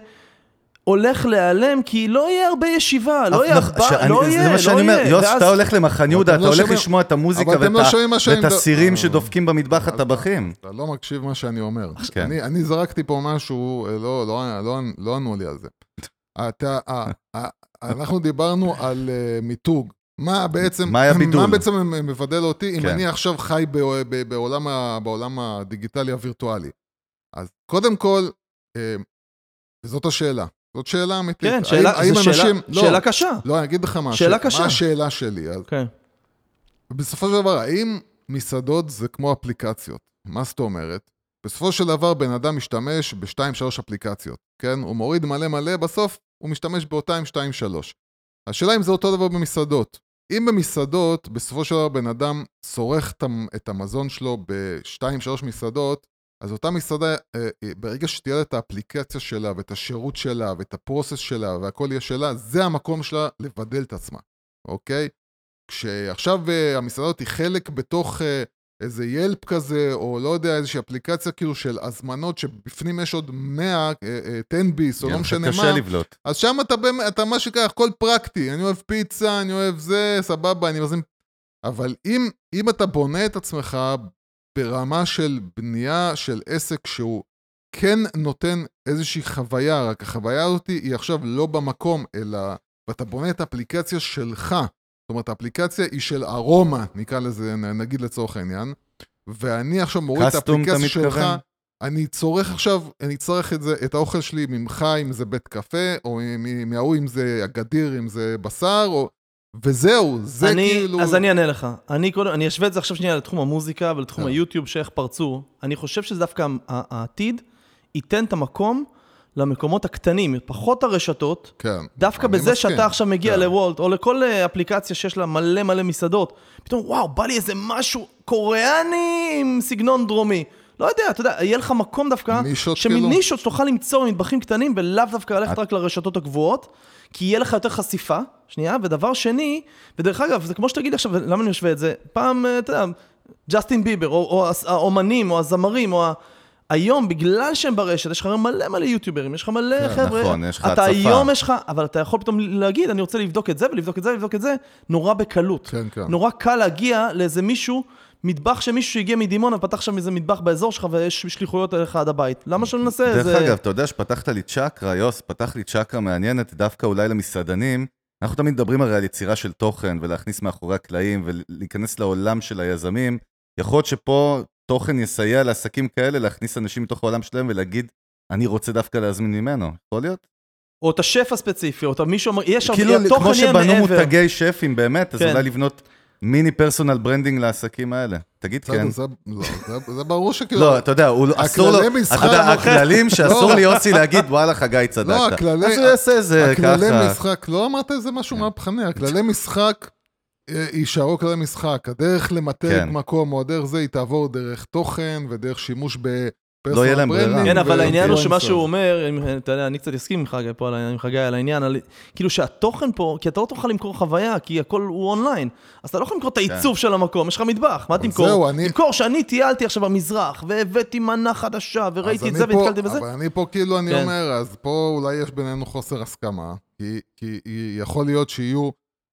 הולך להיעלם, כי לא יהיה הרבה ישיבה, לא יהיה, לא יהיה, זה מה שאני אומר, יוס, אתה הולך למחנה יהודה, אתה הולך לשמוע את המוזיקה ואת הסירים שדופקים במטבח הטבחים. אתה לא מקשיב מה שאני אומר. אני זרקתי פה משהו, לא ענו לי על זה. אנחנו דיברנו על מיתוג. מה בעצם, מה בעצם מבדל אותי, אם אני עכשיו חי בעולם הדיגיטלי הווירטואלי. אז קודם כל, זאת השאלה. זאת שאלה אמיתית. כן, שאלה קשה. לא, אני אגיד לך מה. שאלה קשה. מה השאלה שלי? בסופו של דבר, האם מסעדות זה כמו אפליקציות? מה זאת אומרת? בסופו של דבר בן אדם משתמש ב-שתיים שלוש אפליקציות, כן? הוא מוריד מלא מלא, בסוף הוא משתמש באותם שתיים שלוש. השאלה אם זה אותו דבר במסעדות. אם במסעדות, בסופו של דבר בן אדם צורך את המזון שלו ב-שתיים שלוש מסעדות, אז אותה מסעדה, ברגע שתהיה את האפליקציה שלה ואת השירות שלה ואת הפרוסס שלה והכל יהיה שלה, זה המקום שלה לבדל את עצמה, אוקיי? כשעכשיו המסעדות היא חלק בתוך איזה ילפ כזה, או לא יודע, איזושהי אפליקציה כאילו של הזמנות שבפנים יש עוד מאה, טן ביס, או לא משנה מה. קשה לבלוט. אז שם אתה, אתה מה שכך, הכל פרקטי, אני אוהב פיצה, אני אוהב זה, סבבה, אני מזמין... אבל אם, אם אתה בונה את עצמך ברמה של בנייה של עסק שהוא כן נותן איזושהי חוויה, רק החוויה הזאת היא עכשיו לא במקום, אלא, ואתה בונה את האפליקציה שלך, זאת אומרת, האפליקציה היא של ארומה, נקרא לזה, נגיד לצורך העניין, ואני עכשיו מוריד את האפליקציה שלך, אני צורך עכשיו, אני צריך את זה, את האוכל שלי ממך, אם זה בית קפה, או מההוא, אם זה הגדיר, אם זה בשר, או... וזהו, זה אני, כאילו... אז אני אענה לך. אני, אני אשווה את זה עכשיו שנייה לתחום המוזיקה ולתחום היוטיוב שאיך פרצו. אני חושב שזה דווקא העתיד ייתן את המקום למקומות הקטנים, פחות הרשתות, כן, דווקא בזה מסכים. שאתה עכשיו מגיע כן. לוולט, או לכל אפליקציה שיש לה מלא מלא מסעדות, פתאום וואו, בא לי איזה משהו קוריאני עם סגנון דרומי. לא יודע, אתה יודע, יהיה לך מקום דווקא, שמנישות שתוכל למצוא מטבחים קטנים, ולאו דווקא ללכת רק לרשתות הגבוהות, כי יהיה לך יותר חשיפה, שנייה, ודבר שני, ודרך אגב, זה כמו שתגיד עכשיו, למה אני משווה את זה? פעם, אתה יודע, ג'סטין ביבר, או, או האומנים, או הזמרים, או ה... היום, בגלל שהם ברשת, יש לך מלא מלא יוטיוברים, יש לך מלא כן, חבר'ה, נכון, יש לך אתה הצפה. היום יש לך, אבל אתה יכול פתאום להגיד, אני רוצה לבדוק את זה, ולבדוק את זה, ולבדוק את זה, נורא בקלות. כן, כן. נורא קל להגיע לאיזה מישהו, מטבח שמישהו שהגיע מדימונה, פתח שם איזה מטבח באזור שלך, ויש שליחויות אליך עד הבית. למה שלא ננסה דרך איזה... אגב, אתה יודע שפתחת לי צ'קרה, יוס, פתח לי צ'קרה מעניינת, דווקא אולי למסעדנים. אנחנו תמיד מדברים הרי על יצירה של תוכן, ולהכניס מאחורי הקלעים, ולהיכנס לעולם של היזמים. יכול להיות שפה תוכן יסייע לעסקים כאלה, להכניס אנשים מתוך העולם שלהם, ולהגיד, אני רוצה דווקא להזמין ממנו. יכול להיות? או את השף הספציפי, או את מישהו אומר, יש שם, כאילו, התוכן כמו יהיה שבנו מעבר. מותגי שפים, באמת, אז כן. אולי לבנות מיני פרסונל ברנדינג לעסקים האלה. תגיד כן. זה, לא, זה, זה ברור שכאילו... לא, אתה יודע, הוא אסור לו, אתה יודע, הכללים שאסור לי יוסי להגיד, וואלה, חגי צדקת. לא, הכללי... אז הוא יעשה איזה ככה. הכללי משחק, לא אמרת איזה משהו מהפכני, הכללי משחק יישארו כללי משחק. הדרך למתג מקום, או הדרך זה, היא תעבור דרך תוכן, ודרך שימוש ב... לא יהיה להם ברירה. כן, אבל העניין הוא שמה שהוא אומר, אתה יודע, אני קצת אסכים עם חגי פה, עם חגי על העניין, כאילו שהתוכן פה, כי אתה לא תוכל למכור חוויה, כי הכל הוא אונליין, אז אתה לא יכול למכור את העיצוב של המקום, יש לך מטבח, מה תמכור? תמכור שאני טיילתי עכשיו במזרח, והבאתי מנה חדשה, וראיתי את זה והתקלתי בזה. אבל אני פה כאילו, אני אומר, אז פה אולי יש בינינו חוסר הסכמה, כי יכול להיות שיהיו,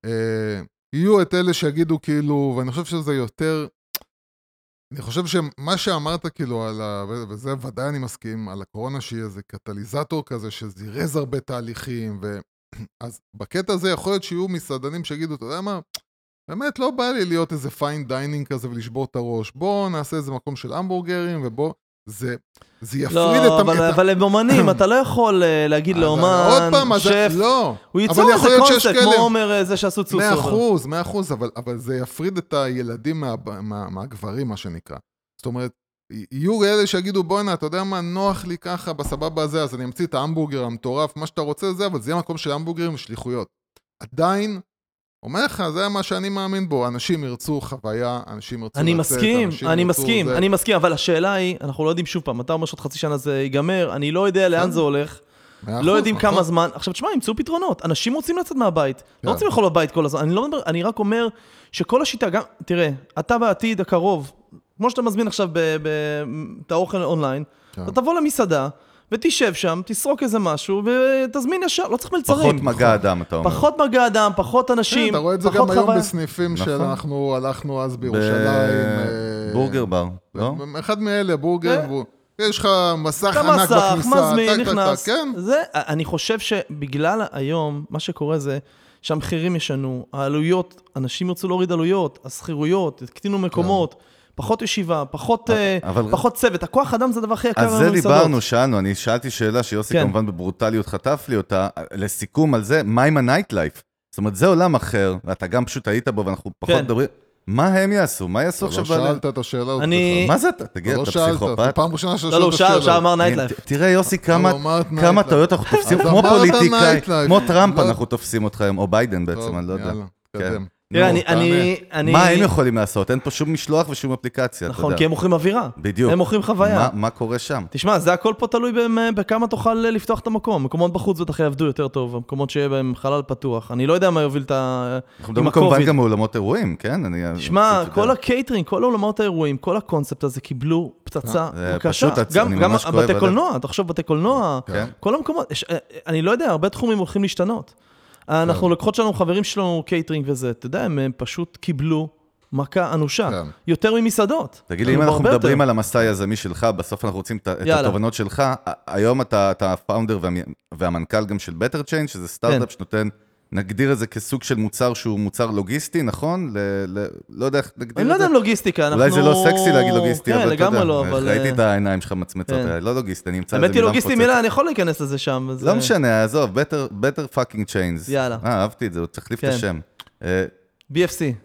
יהיו את אלה שיגידו כאילו, ואני חושב שזה יותר... אני חושב שמה שאמרת כאילו על ה... וזה ודאי אני מסכים, על הקורונה שהיא איזה קטליזטור כזה שזירז הרבה תהליכים, ו... אז בקטע הזה יכול להיות שיהיו מסעדנים שיגידו, אתה יודע מה, באמת לא בא לי להיות איזה פיין דיינינג כזה ולשבור את הראש, בוא נעשה איזה מקום של המבורגרים, ובוא, זה, זה יפריד לא, את... אבל, את... אבל הם אומנים, אתה לא יכול להגיד לאומן, פעם, שף, לא. הוא ייצור איזה קונספט, כמו אומר זה שעשו צוסו. מאה אחוז, מאה אחוז, אבל, אבל זה יפריד את הילדים מה, מה, מהגברים, מה שנקרא. זאת אומרת, יהיו אלה שיגידו, בוא הנה, אתה יודע מה, נוח לי ככה בסבבה הזה, אז אני אמציא את ההמבורגר המטורף, מה שאתה רוצה זה, אבל זה יהיה מקום של המבורגרים ושליחויות. עדיין, אומר לך, זה מה שאני מאמין בו, אנשים ירצו חוויה, אנשים ירצו אני לצאת, מסכים, אנשים אני ירצו מסכים, זה. אני מסכים, אבל השאלה היא, אנחנו לא יודעים שוב פעם, אתה אומר שעוד חצי שנה זה ייגמר, אני לא יודע לאן זה הולך, לא יודעים כמה זמן, עכשיו תשמע, ימצאו פתרונות, אנשים רוצים לצאת מהבית, לא רוצים לאכול בבית כל הזמן, אני לא מדבר, אני רק אומר שכל השיטה, גם, תראה, אתה בעתיד הקרוב, כמו שאתה מזמין עכשיו את האוכל אונליין, אתה תבוא למסעדה, ותשב שם, תסרוק איזה משהו, ותזמין ישר, לא צריך מלצרים. פחות מגע אדם, אתה אומר. פחות מגע אדם, פחות אנשים, אתה רואה את זה גם היום בסניפים שאנחנו הלכנו אז בירושלים. בורגר בר, לא? אחד מאלה, בורגר, יש לך מסך ענק בכניסה. בכניסה. מזמין, נכנס. אני חושב שבגלל היום, מה שקורה זה, שהמחירים ישנו, העלויות, אנשים ירצו להוריד עלויות, הסחירויות, הקטינו מקומות, פחות ישיבה, פחות, אבל... פחות צוות. הכוח אדם זה הדבר הכי יקר. אז זה דיברנו, שאלנו, אני שאלתי שאלה שיוסי כן. כמובן בברוטליות חטף לי אותה, לסיכום על זה, מה עם הנייט לייף? זאת אומרת, זה עולם אחר, ואתה גם פשוט היית בו, ואנחנו פחות כן. מדברים, מה הם יעשו? מה יעשו אתה עכשיו? לא שאלת את השאלה הזאת אני- בכלל. מה זה אתה? תגיד, לא אתה שאלת, פסיכופת? זה פעם ראשונה שאתה לא, לא, הוא שואל את שאל, הוא השאלה. שאל, אמר אני- נייטלייף. תראה יוסי, כמה הוא אמר את כמה נייטלייף. טעויות אנחנו תופסים, אז כמו אמרת פוליטיקאי, נייטלייף. כמו טראמפ לא. אנחנו תופסים אותך היום, או ביידן בעצם, טוב, אני לא יודע. יאללה, כן. תקדם. תראה, נו, אני- תענה. אני... אני- מה הם יכולים לעשות? אין פה שום משלוח ושום אפליקציה, אתה נכון, יודע. כי הם מוכרים אווירה. בדיוק. הם מוכרים חוויה. מה- מה קורה שם? תשמע, זה הכל פה תלוי במ- בכמה תוכל לפתוח את המקום. מקומות בחוץ בטח יעבדו יותר טוב, המקומות שיהיה בהם חלל פתוח. אני לא יודע מה יוביל את ה... אנחנו עם מדברים כמובן הקוביד. גם מאולמות אירועים, כן? אני- תשמע, פשוט כל יודע. הקייטרינג, כל העולמות האירועים, כל הקונספט הזה קיבלו פצצה זה קשה. פשוט, גם אני גם ממש כואב בתי עליך. קולנוע, תחשוב בתי קולנוע, כן. כל המקומות, יש- אני לא יודע, הרבה תחומים הולכים להשתנות. אנחנו לקוחות שלנו, חברים שלנו, קייטרינג וזה, אתה יודע, הם הם פשוט קיבלו מכה אנושה, כן. יותר ממסעדות. תגיד לי, אם הרבה אנחנו יותר. מדברים על המסע היזמי שלך, בסוף אנחנו רוצים את ה- את יאללה. התובנות שלך. ה- היום אתה אתה הפאונדר והמ- והמנכ"ל גם של Better Change, שזה סטארט-אפ כן. שנותן, נגדיר את זה כסוג של מוצר שהוא מוצר לוגיסטי, נכון? ל- ל- לא יודע איך נגדיר אני לא את זה. יודע אם לוגיסטיקה, אנחנו... אולי זה לא סקסי להגיד לוגיסטי, כן, אבל אתה לגמרי יודע, לא, אבל... ראיתי את העיניים שלך מצמצות, כן. לא לוגיסטי, אני אמצא איזה האמת היא מילה לוגיסטי מפוצצת. מילה, אני יכול להיכנס לזה שם. אז, לא אה, משנה, עזוב, better, better fucking chains. יאללה. אה, אהבתי את זה, הוא צריך להחליף את כן. השם. אה, בי אף סי.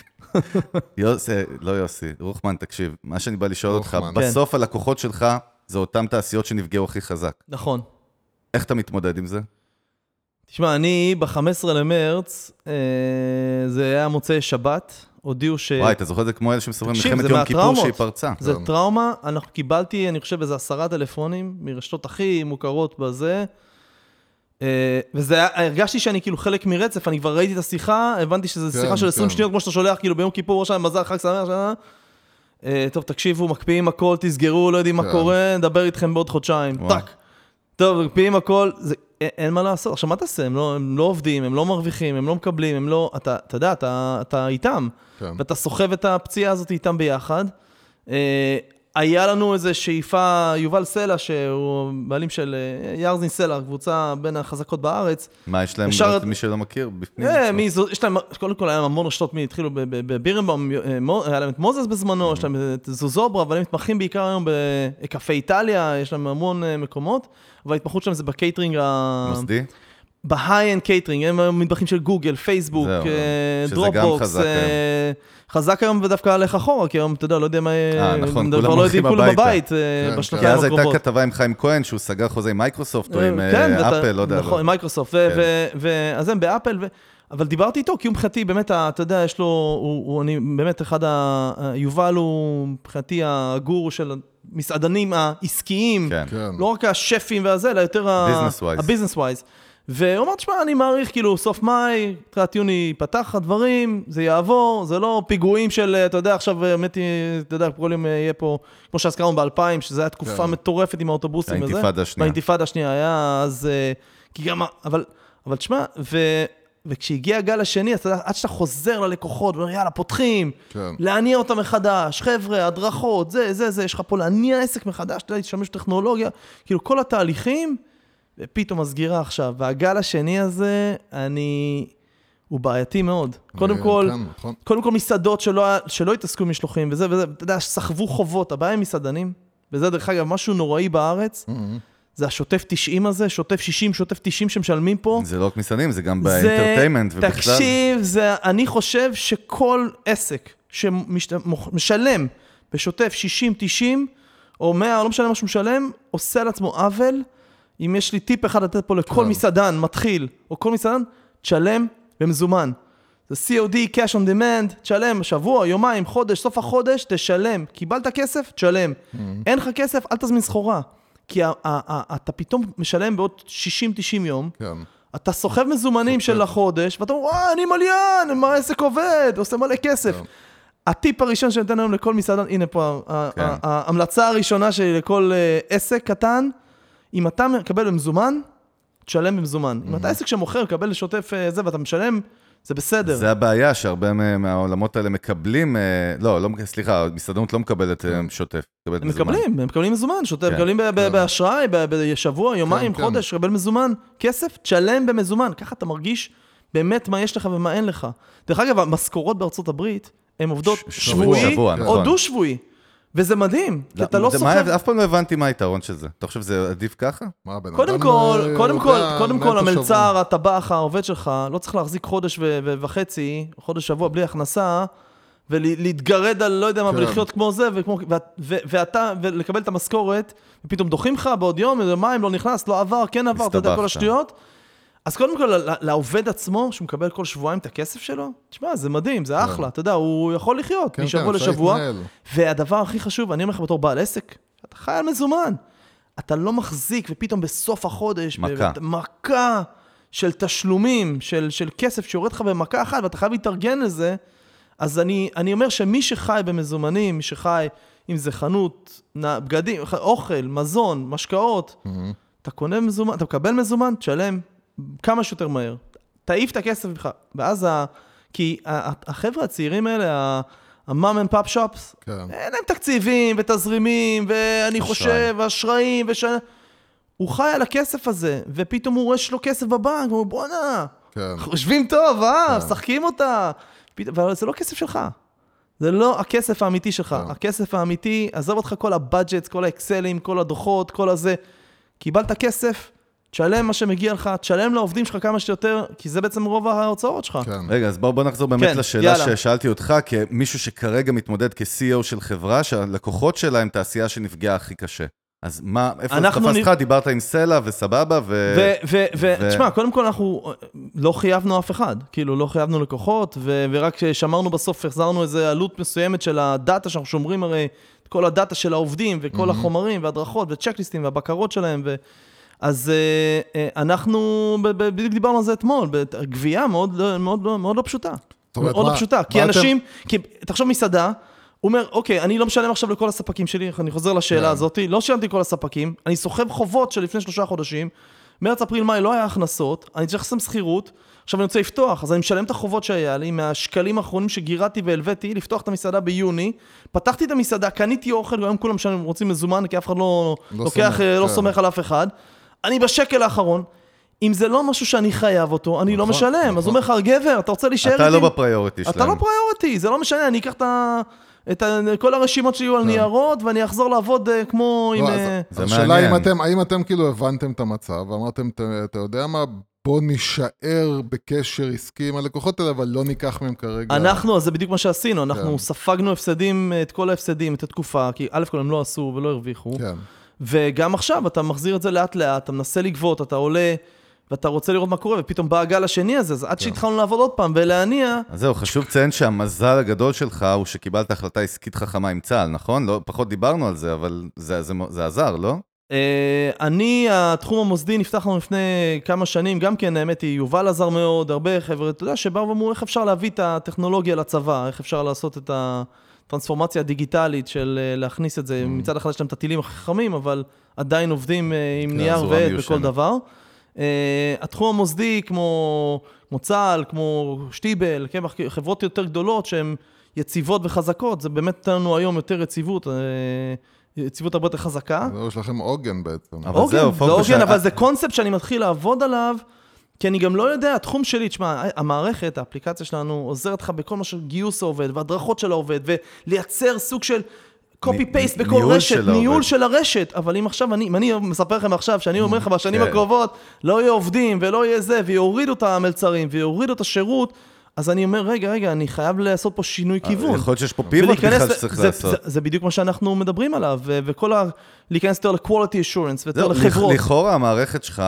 יוסי, לא יוסי, רוחמן, תקשיב, מה שאני בא לשאול אותך, רוחמן. בסוף הלקוחות שלך, זה אותם תעשיות שנפגעו הכי חזק. נכון. איך אתה מתמודד עם זה? תשמע, אני ב-חמישה עשר למרץ, אה, זה היה מוצאי שבת, הודיעו ש... וואי, אתה זוכר את זה כמו אלה שמספרים תקשיב, מלחמת זה יום כיפור מהטראומות. שהיא פרצה. זה כן. טראומה, אנחנו קיבלתי, אני חושב, איזה עשרה טלפונים, מרשתות הכי מוכרות בזה, אה, וזה היה, הרגשתי שאני כאילו חלק מרצף, אני כבר ראיתי את השיחה, הבנתי שזו כן, שיחה של עשרים כן. שניות, כמו שאתה שולח, כאילו ביום כיפור, ראש המזל, חג שמח, שנה. אה, טוב, תקשיבו, מקפיאים הכל, תסגרו, לא יודעים מה כן. קורה, נדבר איתכם בעוד חודשיים, וואו. טק. טוב, מקפיאים הכל, זה, אין, אין מה לעשות. עכשיו, מה תעשה? הם לא, הם לא עובדים, הם לא מרוויחים, הם לא מקבלים, הם לא, אתה, אתה יודע, אתה, אתה איתם, כן. ואתה סוחב את הפציעה הזאת איתם ביחד. אה, היה לנו איזו שאיפה, יובל סלע, שהוא בעלים של אה, ירזין סלע, קבוצה בין החזקות בארץ. מה, יש להם, אפשר- רק מי שלא מכיר, בפנים? אה, מי זו- יש להם, קודם כל היה המון רשתות, מי התחילו ב- ב- בבירנבאום, אה, מו- היה להם את מוזס בזמנו, יש להם את זוזוברה, אבל הם מתמחים בעיקר היום בקפה איטליה, יש להם המון אה, מקומות, אבל ההתמחות שלהם זה בקייטרינג ה... מוסדי? בהיי-אנד קייטרינג, הם היום מטבחים של גוגל, פייסבוק, זהו, אה, שזה גם דרופבוקס, חזק אה, חזק היום ודווקא הלך אחורה, כי היום, אתה יודע, לא יודע מה... אה, נכון, כבר כולם לא יודעים, הולכים כולם הביתה. בבית אה, כן, כי בשנתיים אז הייתה הקרובות. כתבה עם חיים כהן, שהוא סגר חוזה עם מייקרוסופט או עם כן, אה, ואתה- אפל, לא יודע. נכון, לא. עם מייקרוסופט, ו- כן. ו- ו- אז הם באפל, ו- אבל דיברתי איתו, כי הוא מבחינתי, באמת, ה- אתה יודע, יש לו, הוא, הוא, אני באמת אחד ה... יובל הוא מבחינתי הגורו של המסעדנים העסקיים, כן. כן. לא רק השפים והזה, אלא יותר ה- Business wise. ה-business wise. והוא אמר, תשמע, אני מעריך, כאילו, סוף מאי, תחילת יוני ייפתח הדברים, זה יעבור, זה לא פיגועים של, אתה יודע, עכשיו, האמת היא, אתה יודע, כל יום יהיה פה, כמו שהזכרנו ב-אלפיים, שזו הייתה תקופה כן. מטורפת עם האוטובוסים וזה. האינתיפאדה השנייה. באינתיפאדה השנייה היה, אז, אה, כי גם, אבל, אבל תשמע, ו... וכשהגיע הגל השני, אתה יודע, עד שאתה חוזר ללקוחות, ואומר, יאללה, פותחים, כן. להניע אותם מחדש, חבר'ה, הדרכות, זה, זה, זה, יש לך פה להניע עסק מחדש, אתה יודע, להשתמש בטכנולוגיה, כאילו כל התהליכים, ופתאום הסגירה עכשיו, והגל השני הזה, אני... הוא בעייתי מאוד. קודם אה, כל, כן, נכון. קודם כל מסעדות שלא, שלא התעסקו עם משלוחים, וזה, וזה, אתה יודע, סחבו חובות, הבעיה עם מסעדנים, וזה דרך אגב, משהו נוראי בארץ, זה השוטף תשעים הזה, שוטף שישים, שוטף תשעים שמשלמים פה. זה לא רק מסעדים, זה גם זה- באינטרטיימנט ובכלל. תקשיב, זה, אני חושב שכל עסק שמשלם בשוטף שישים תשעים, או מאה, לא משנה מה שהוא משלם, עושה על עצמו עוול. אם יש לי טיפ אחד לתת פה לכל כן. מסעדן מתחיל, או כל מסעדן, תשלם במזומן. זה סי או די, cash on demand, תשלם שבוע, יומיים, חודש, סוף החודש, תשלם. קיבלת כסף, תשלם. אין לך כסף, אל תזמין סחורה. כי ה- ה- ה- אתה פתאום משלם בעוד שישים תשעים יום, כן. אתה סוחב מזומנים של החודש, ואתה אומר, וואי, אני מליין, מה העסק עובד, עושה מלא כסף. כן. הטיפ הראשון שנתן היום לכל מסעדן, הנה פה, ה- כן. ה- ההמלצה הראשונה שלי לכל אה, עסק קטן, אם אתה מקבל במזומן, תשלם במזומן. אם אתה עסק שמוכר, מקבל לשוטף אה, זה, ואתה משלם, זה בסדר. זה הבעיה שהרבה מה- מהעולמות האלה מקבלים, אה, לא, לא, סליחה, מסעדנות לא מקבלת אה, שוטף. מקבלת הם מזומן. מקבלים, הם מקבלים מזומן, שוטף, כן. מקבלים ב- ב- באשראי, ב- בשבוע, יומיים, כן. חודש, קבל מזומן, כסף, תשלם במזומן, ככה אתה מרגיש באמת מה יש לך ומה אין לך. דרך אגב, המשכורות בארצות הברית, הן עובדות ש- שבועי שבוע, או נכון. דו-שבועי, וזה מדהים, כי אתה לא זה מה- סוחב... אף פעם לא הבנתי מה היתרון של זה. אתה חושב שזה עדיף ככה? מה, הבן קודם אדם, כל, אה, קודם כל, יודע קודם לנהל כל, את השבוע. המלצר, הטבח, העובד שלך, לא צריך להחזיק חודש ו- ו- וחצי, חודש שבוע בלי הכנסה, ולהתגרד על לא יודע מה, כן. ולחיות כמו זה, וכמו, ו, ו, ואתה, ולקבל את המשכורת, ופתאום דוחים לך בעוד יום, יומיים, לא נכנס, לא עבר, כן עבר, אתה יודע כל השטויות. אז קודם כל, לעובד עצמו, שהוא מקבל כל שבועיים את הכסף שלו, תשמע, זה מדהים, זה אחלה, אתה יודע, הוא יכול לחיות כן, משבוע כן, לשבוע, להתנהל. והדבר הכי חשוב, אני אומר לך בתור בעל עסק, אתה חי על מזומן, אתה לא מחזיק, ופתאום בסוף החודש, מכה. מכה של תשלומים, של, של כסף שיורד לך במכה אחת, ואתה חייב להתארגן לזה, אז אני, אני אומר שמי שחי במזומנים, מי שחי, אם זה חנות, בגדים, אוכל, מזון, משקאות, mm-hmm. אתה קונה מזומן, אתה מקבל מזומן, תשלם כמה שיותר מהר. תעיף את הכסף ממך. ואז, ה, כי החבר'ה הצעירים האלה, המאם אנד פאפ שופס, כן. אין להם תקציבים ותזרימים, ואני חושב, אשראים, וש... הוא חי על הכסף הזה, ופתאום הוא רואה שלו כסף בבנק, הוא אומר, בוא נע, כן. חושבים טוב, אה, משחקים אותה. אבל זה לא כסף שלך. זה לא הכסף האמיתי שלך. כן. הכסף האמיתי, עזוב אותך כל הבאדג'טס, כל האקסלים, כל הדוחות, כל הזה. קיבלת כסף, תשלם מה שמגיע לך, תשלם לעובדים שלך כמה שיותר, כי זה בעצם רוב ההוצאות שלך. כן. רגע, אז בואו בוא נחזור באמת כן, לשאלה יאללה. ששאלתי אותך, כמישהו שכרגע מתמודד כ-סי אי או של חברה, שהלקוחות שלה הם תעשייה שנפגעה הכי קשה. אז מה, איפה אנחנו תפסתך? נ- דיברת עם סלע וסבבה, ו... ו- ו- ו- ו- תשמע, קודם כל אנחנו לא חייבנו אף אחד, כאילו לא חייבנו לקוחות, ו- ורק שמרנו בסוף, החזרנו איזו עלות מסוימת של הדאטה, שאנחנו שומרים הרי את כל הדאטה של העובדים, וכל החומרים, והדרכות, וצ'קליסטים, והבקרות שלהם, ו... אז uh, אנחנו, ב- ב- בדיוק דיברנו על זה אתמול, גבייה מאוד, מאוד, מאוד, מאוד לא פשוטה. אומרת, מאוד מה- לא פשוטה, כי מה אנשים, כי, תחשוב מסעדה, הוא אומר, אוקיי, אני לא משלם עכשיו לכל הספקים שלי, אני חוזר לשאלה הזאת, לא שילמתי לכל הספקים, אני סוחב חובות של לפני שלושה חודשים, מרץ, אפריל, מאי לא היה הכנסות, אני צריך לשים שכירות, עכשיו אני רוצה לפתוח, אז אני משלם את החובות שהיה לי, מהשקלים האחרונים שגירתי והלוויתי, לפתוח את המסעדה ביוני, פתחתי את המסעדה, קניתי אוכל, והיום כולם שאני רוצים מזומן, כי אף אחד לא, לא לוקח, סומך, לא כן. סומך על אף אחד, אני בשקל האחרון, אם זה לא משהו שאני חייב אותו, אני לא נכון, משלם, נכון. אז הוא אומר לך, גבר, אתה רוצה להישאר אתה איתי? לא בפריוריטי שלהם. אתה לא פריוריטי, זה לא משנה, אני אקח את ה... את ה... כל הרשימות שלי על ניירות, ואני אחזור לעבוד uh, כמו עם... לא, אז- אה, זה אז השאלה מעניין. אם אתם, האם אתם כאילו הבנתם את המצב, ואמרתם, "אתה- אתה יודע מה, בוא נשאר בקשר עסקי עם הלקוחות האלה, אבל לא ניקח מהם כרגע. אנחנו, אז זה בדיוק מה שעשינו, אנחנו כן. ספגנו הפסדים, את כל ההפסדים, את התקופה, כי א' כל הם לא עשו ולא הרוויחו, כן, וגם עכשיו אתה מחזיר את זה לאט לאט, אתה מנסה לגבות, אתה עולה, ואתה רוצה לראות מה קורה, ופתאום בא הגל השני הזה, אז עד שהתחלנו לעבוד עוד פעם, ולהניע, אז זהו, חשוב לציין שהמזל הגדול שלך הוא שקיבלת החלטה עסקית חכמה עם צה"ל, נכון? לא, פחות דיברנו על זה, אבל זה, זה, זה עזר, לא? אה, אני, התחום המוסדי נפתח לנו לפני כמה שנים, גם כן, האמת היא, יובל עזר מאוד, הרבה חבר'ה, אתה יודע, שבאו ואמרו איך אפשר להביא את הטכנולוגיה לצבא, איך אפשר לעשות את הטרנספורמציה הדיגיטלית של אה, להכניס את זה, מצד אחד יש להם את הטילים החכמים, אבל עדיין עובדים אה, עם נייר זרוע ועד מיושנת. בכל דבר. Uh, התחום המוסדי, כמו, כמו צה"ל, כמו שטיבל, כן, חברות יותר גדולות שהן יציבות וחזקות, זה באמת נתן לנו היום יותר יציבות, uh, יציבות הרבה יותר חזקה. זהו, יש לכם עוגן בעצם. אבל עוגן, זהו, זה פוקוס עוגן, שה- אבל זה קונספט שאני מתחיל לעבוד עליו, כי אני גם לא יודע, התחום שלי, תשמע, המערכת, האפליקציה שלנו, עוזרת לך בכל מה שגיוס העובד, והדרכות של העובד, ולייצר סוג של קופי פייסט בכל ניהול רשת, של העובד. ניהול של הרשת, אבל אם עכשיו, אני, אם אני מספר לכם עכשיו, שאני אומר לך בשנים כן. הקרובות, לא יהיה עובדים ולא יהיה זה, ויורידו את המלצרים, ויורידו את השירות, אז אני אומר, רגע, רגע, אני חייב לעשות פה שינוי כיוון. יכול להיות שיש פה פיבוט ולהיכנס בכלל ל- שצריך זה- לעשות. זה- זה בדיוק מה שאנחנו מדברים עליו, ו- וכל ה... להיכנס יותר ל-quality assurance, ויותר זהו, לחברות. לכאורה המערכת שלך,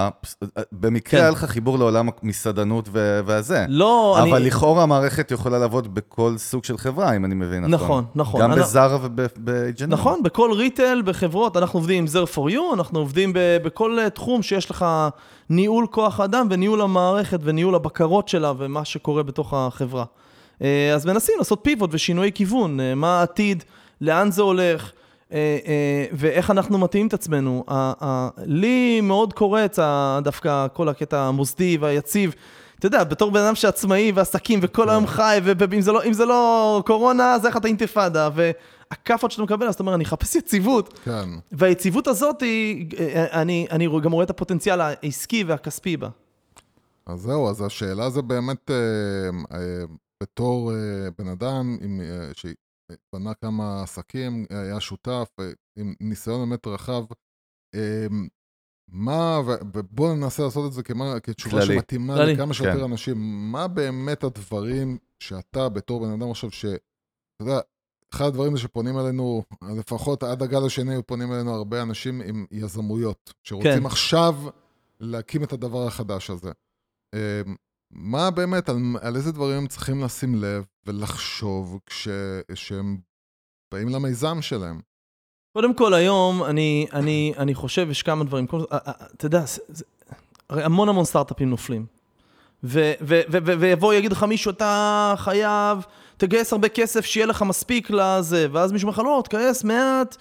במקרה כן. היה לך חיבור לעולם המסעדנות ו- והזה. לא, אני... אבל לכאורה המערכת יכולה לעבוד בכל סוג של חברה, אם אני מבין נכון. נכון, נכון. גם אני- בזארה וב-H and M. נכון, בכל ריטל, בחברות, אנחנו עובדים עם זר פור יו, אנחנו עובדים ב- בכל אה, תחום שיש לך ניהול כוח אדם וניהול המערכת וניהול הבקרות שלה ומה שקורה בתוך החברה. אה, אז מנסים לעשות פיבוט ושינוי כיוון, אה, מה העתיד, לאן זה הולך, אה, אה, ואיך אנחנו מתאים את עצמנו. ה- ה- לי מאוד קורץ ה- דווקא כל הקטע המוסדי והיציב, אתה יודע, בתור בן אדם שעצמאי ועסקים וכל היום חי, ואם זה לא, אם זה לא קורונה, אז איך אתה אינתיפאדה, והכאפות שאתה מקבל, אז אתה אומר, אני אחפש יציבות. כן. והיציבות הזאת, היא, אני, אני גם רואה את הפוטנציאל העסקי והכספי בה. אז זהו, אז השאלה זה באמת, אה, אה, בתור אה, בן אדם עם, אה, שבנה כמה עסקים, אה, היה שותף, אה, עם ניסיון באמת רחב, אה, מה, ו- ובואו ננסה לעשות את זה כמה, כתשובה כללי. שמתאימה כללי. לכמה שיותר כן. אנשים, מה באמת הדברים שאתה בתור בן אדם עכשיו אתה יודע, אחד הדברים זה שפונים אלינו, לפחות עד הגל השני, פונים אלינו הרבה אנשים עם יזמויות, שרוצים כן. עכשיו להקים את הדבר החדש הזה. מה באמת, על, על איזה דברים הם צריכים לשים לב ולחשוב כשהם באים למיזם שלהם? קודם כל, היום אני, אני, אני חושב, יש כמה דברים. כל, אתה יודע, זה, הרי המון המון סטארט-אפים נופלים. ו, ו, ו, ו, ויבוא, יגיד לך מישהו, אתה חייב, תגייס הרבה כסף, שיהיה לך מספיק לזה, ואז מישהו אומר, לא, תגייס מעט,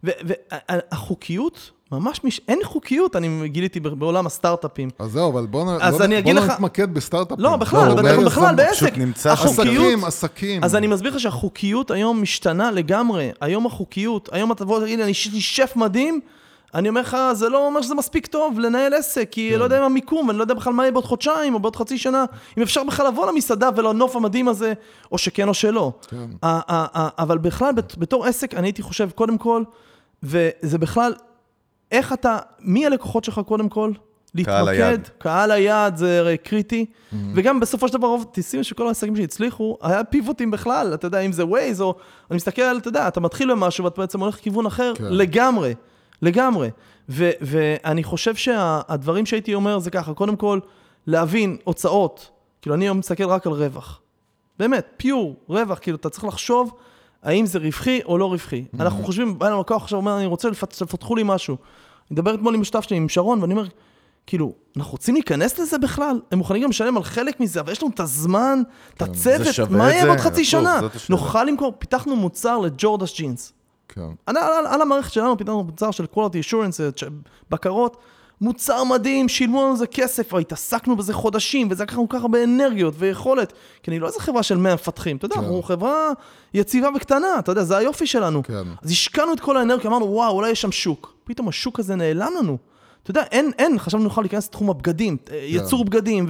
והחוקיות, ממש, מש... אין חוקיות, אני גיליתי בעולם הסטארט-אפים. אז זהו, אבל בוא, אז בוא, אני בוא לך... נתמקד בסטארט-אפים. לא, בכלל, לא, בכלל, בכלל בעסק. עסקים, עסקים. אז אני מסביר לך שהחוקיות היום משתנה לגמרי. היום החוקיות, היום אתה תבוא, תגיד, אני שף מדהים, אני אומר לך, זה לא אומר שזה מספיק טוב לנהל עסק, כי כן. לא יודע מה המיקום, ואני לא יודע בכלל מה יהיה בעוד חודשיים, או בעוד חצי שנה, אם אפשר בכלל לבוא למסעדה ולנוף המדהים הזה, או שכן או שלא. כן. אבל בכלל, בתור עסק, אני הייתי חושב, קודם כל, וזה בכלל, איך אתה, מי הלקוחות שלך קודם כל? להתמקד, קהל היעד זה הרי קריטי, mm-hmm. וגם בסופו של דבר, רוב, תשימו שכל העסקים שהצליחו, היה פיבוטים בכלל, אתה יודע, אם זה ווייז, או אני מסתכל על, אתה יודע, אתה מתחיל במשהו, ואתה בעצם הולך לכיוון אחר, כן. לגמרי, לגמרי. ו- ואני חושב שהדברים שהייתי אומר זה ככה, קודם כל, להבין הוצאות, כאילו אני מסתכל רק על רווח. באמת, פיור, רווח, כאילו אתה צריך לחשוב, האם זה רווחי או לא רווחי. Mm-hmm. אנחנו חושבים, בא לנו לקוח עכשיו, אומר, אני רוצה לפתחו לי משהו. אני מדבר אתמול עם משותף שלי, עם שרון, ואני אומר, כאילו, אנחנו רוצים להיכנס לזה בכלל? הם מוכנים גם לשלם על חלק מזה, אבל יש לנו את הזמן, את הצוות, מה יהיה בעוד חצי שנה? נוכל למכור, פיתחנו מוצר לג'ורדס ג'ינס. על, על, על המערכת שלנו, פיתחנו מוצר של quality assurance, בקרות, מוצר מדהים, שילמו לנו זה כסף, התעסקנו בזה חודשים, וזה לקחנו ככה באנרגיות ויכולת, כי אני לא איזה חברה של מאה מפתחים, אתה יודע, אנחנו חברה יציבה וקטנה, אתה יודע, זה היופי שלנו. אז השקענו את כל האנרגיה, אמרנו, וואו, אולי יש שם שוק. פתאום השוק הזה נעלם לנו. אתה יודע, אין, אין, חשבנו נוכל להיכנס לתחום הבגדים, יצור בגדים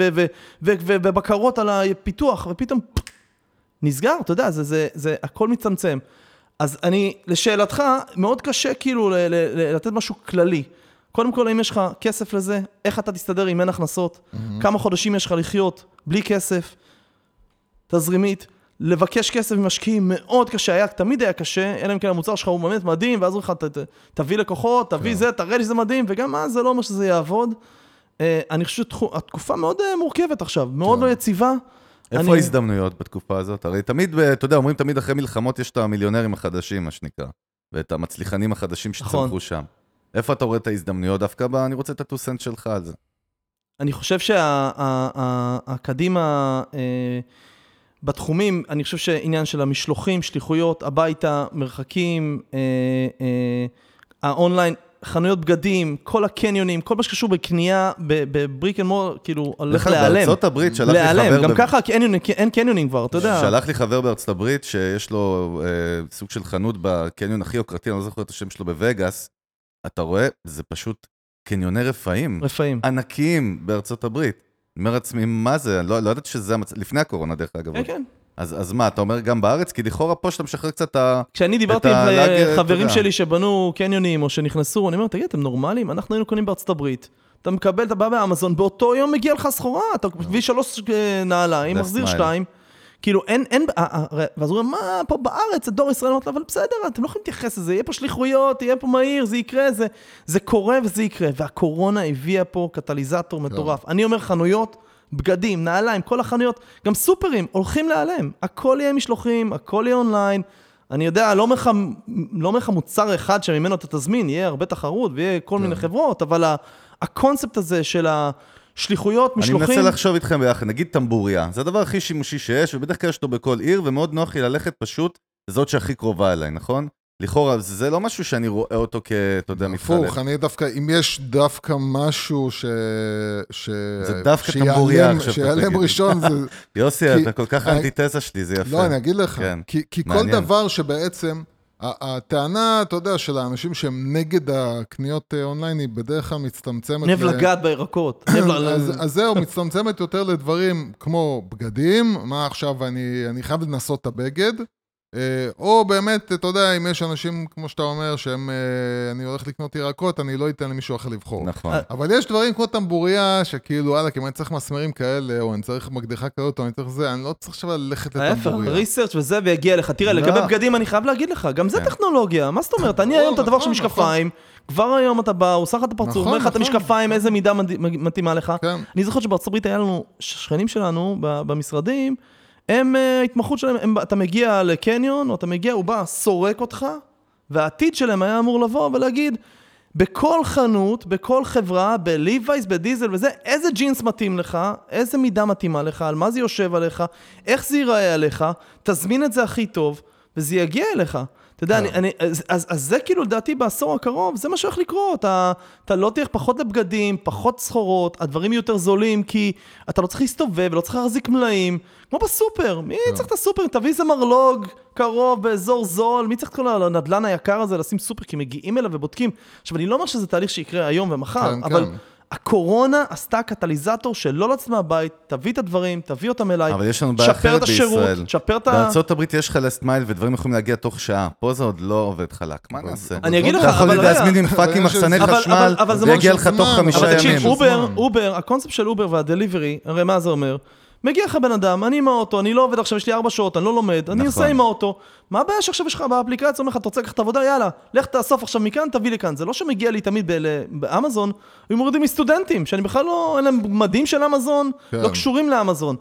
ובקרות על הפיתוח, ופתאום נסגר, אתה יודע, זה, זה, זה, הכל מצמצם. אז אני, לשאלתך, מאוד קשה כאילו לתת משהו כללי. קודם כל, אם יש לך כסף לזה, איך אתה תסתדר אם אין הכנסות, mm-hmm. כמה חודשים יש לך לחיות בלי כסף, תזרימית, לבקש כסף ממשקיעים מאוד קשה, היה, תמיד היה קשה, אלא אם כן המוצר שלך הוא באמת מדהים, ואז לך ת, ת, תביא לקוחות, תביא כן. זה, תראה לי שזה מדהים, וגם אז זה לא אומר שזה יעבוד. אה, אני חושב שהתקופה מאוד אה, מורכבת עכשיו, מאוד כן. לא יציבה. איפה אני... ההזדמנויות בתקופה הזאת? הרי תמיד, אתה יודע, אומרים תמיד אחרי מלחמות יש את המיליונרים החדשים, מה שנקרא, ואת המצליחנים החדשים שצמחו שם. איפה אתה רואה את ההזדמנויות דווקא בה? אני רוצה את הטוסנט שלך על זה. אני חושב שהקדימה בתחומים, אני חושב שעניין של המשלוחים, שליחויות, הביתה, מרחקים, האונליין, חנויות בגדים, כל הקניונים, כל מה שקשור בקנייה, בבריק אנד מור, כאילו, הולך להיעלם. בארצות הברית שלח לי חבר... להיעלם, גם ככה אין קניונים כבר, אתה יודע. שלח לי חבר בארצות הברית, שיש לו סוג של חנות בקניון הכי יוקרתי, אני לא זוכר את השם שלו בווגאס, אתה רואה, זה פשוט קניוני רפאים. רפאים. ענקיים בארצות הברית. אני אומר עצמי, מה זה? אני לא, לא יודעת שזה המצ... לפני הקורונה, דרך אגב. כן, כן. אז, אז מה, אתה אומר גם בארץ? כי לכאורה פה שאתה משחרר קצת ה... כשאני דיברתי עם הלאג... חברים שלי שבנו קניונים או שנכנסו, אני אומר, תגיד, אתם נורמליים? אנחנו היינו קונים בארצות הברית. אתה מקבל, אתה בא באמזון, באותו יום מגיע לך סחורה, אתה מביא שלוש נעליים, מחזיר שתיים. כאילו, אין, אין, ואז הוא אומר, מה, פה בארץ, הדור ישראל, אבל בסדר, אתם לא יכולים להתייחס לזה, יהיה פה שליחויות, יהיה פה מהיר, זה יקרה, זה, זה קורה וזה יקרה, והקורונה הביאה פה קטליזטור מטורף. אני אומר, חנויות, בגדים, נעליים, כל החנויות, גם סופרים, הולכים להיעלם, הכל יהיה משלוחים, הכל יהיה אונליין, אני יודע, לא מח, לא מח מוצר אחד שממנו אתה תזמין, יהיה הרבה תחרות, ויהיה כל מיני חברות, אבל הקונספט הזה של ה... שליחויות, משלוחים. אני מנסה לחשוב איתכם ביחד, נגיד טמבוריה, זה הדבר הכי שימושי שיש, ובדרך כלל יש אותו בכל עיר, ומאוד נוח לי ללכת פשוט, זאת שהכי קרובה אליי, נכון? לכאורה, זה לא משהו שאני רואה אותו כ... אתה יודע, מתחלק. הפוך, אני דווקא, אם יש דווקא משהו ש... ש... זה דווקא טמבוריה עכשיו. שיעלם ראשון זה... יוסי, אתה כל כך אנטיתזה שלי, זה יפה. לא, אני אגיד לך, כי כל דבר שבעצם... הטענה, אתה יודע, של האנשים שהם נגד הקניות אונליין היא בדרך כלל מצטמצמת... נב לגעת בירקות. אז זהו, מצטמצמת יותר לדברים כמו בגדים, מה עכשיו אני, אני חייב לנסות את הבגד, או באמת, אתה יודע, אם יש אנשים, כמו שאתה אומר, שהם, אני הולך לקנות ירקות, אני לא אתן למישהו אחר לבחור. נכון. אבל יש דברים כמו טמבוריה, שכאילו, וואלה, כי אם אני צריך מסמרים כאלה, או אני צריך מקדחה כזאת, או אני צריך זה, אני לא צריך עכשיו ללכת לטמבוריה. ריסרצ' וזה ויגיע לך. תראה, לגבי בגדים אני חייב להגיד לך, גם זה טכנולוגיה. מה זאת אומרת? אני היום את הדבר של משקפיים, כבר היום אתה בא, הוא עושה לך את הפרצוף, אומר לך את המשקפיים, איזה מידה מתאימה לך. אני זוכר שבארצות הברית היה לנו, שכנים שלנו במשרדים, הם, ההתמחות שלהם, הם, אתה מגיע לקניון, או אתה מגיע, הוא בא, סורק אותך, והעתיד שלהם היה אמור לבוא ולהגיד, בכל חנות, בכל חברה, בליווייס, בדיזל וזה, איזה ג'ינס מתאים לך, איזה מידה מתאימה לך, על מה זה יושב עליך, איך זה ייראה עליך, תזמין את זה הכי טוב, וזה יגיע אליך. אתה יודע, אני, אני, אז, אז, אז זה כאילו, לדעתי, בעשור הקרוב, זה מה שהולך לקרות. אתה, אתה לא תלך פחות לבגדים, פחות סחורות, הדברים יהיו יותר זולים, כי אתה לא צריך להסתובב, ולא צריך להחזיק מלאים, כמו בסופר. מי צריך את הסופר? תביא איזה מרלוג קרוב, באזור זול, מי צריך את כל הנדלן היקר הזה לשים סופר, כי מגיעים אליו ובודקים. עכשיו, אני לא אומר שזה תהליך שיקרה היום ומחר, כן, אבל... כן. הקורונה עשתה קטליזטור שלא לצאת מהבית, תביא את הדברים, תביא אותם אליי, אבל יש לנו בעיה אחרת בישראל. תשפר את ה... בארצות הברית יש לך last mile ודברים יכולים להגיע תוך שעה. פה זה עוד לא עובד חלק. מה נעשה? אני אגיד לך, אתה יכול אבל להזמין עם פאקינג מחסני חשמל, זה יגיע לך תוך חמישה ימים. תקשיב, אובר, אובר, הקונספט של אובר והדליברי, הרי מה זה אומר? מגיע לך בן אדם, אני עם האוטו, אני לא עובד עכשיו, יש לי ארבע שעות, אני לא לומד, אני עושה עם האוטו. מה הבעיה שעכשיו יש לך באפליקציה, אומר לך, אתה רוצה לקחת עבודה, יאללה, לך תאסוף עכשיו מכאן, תביא לי כאן. זה לא שמגיע לי תמיד באמזון, הם מורידים מסטודנטים, שאני בכלל לא, אין להם מדים של אמזון, לא קשורים לאמזון.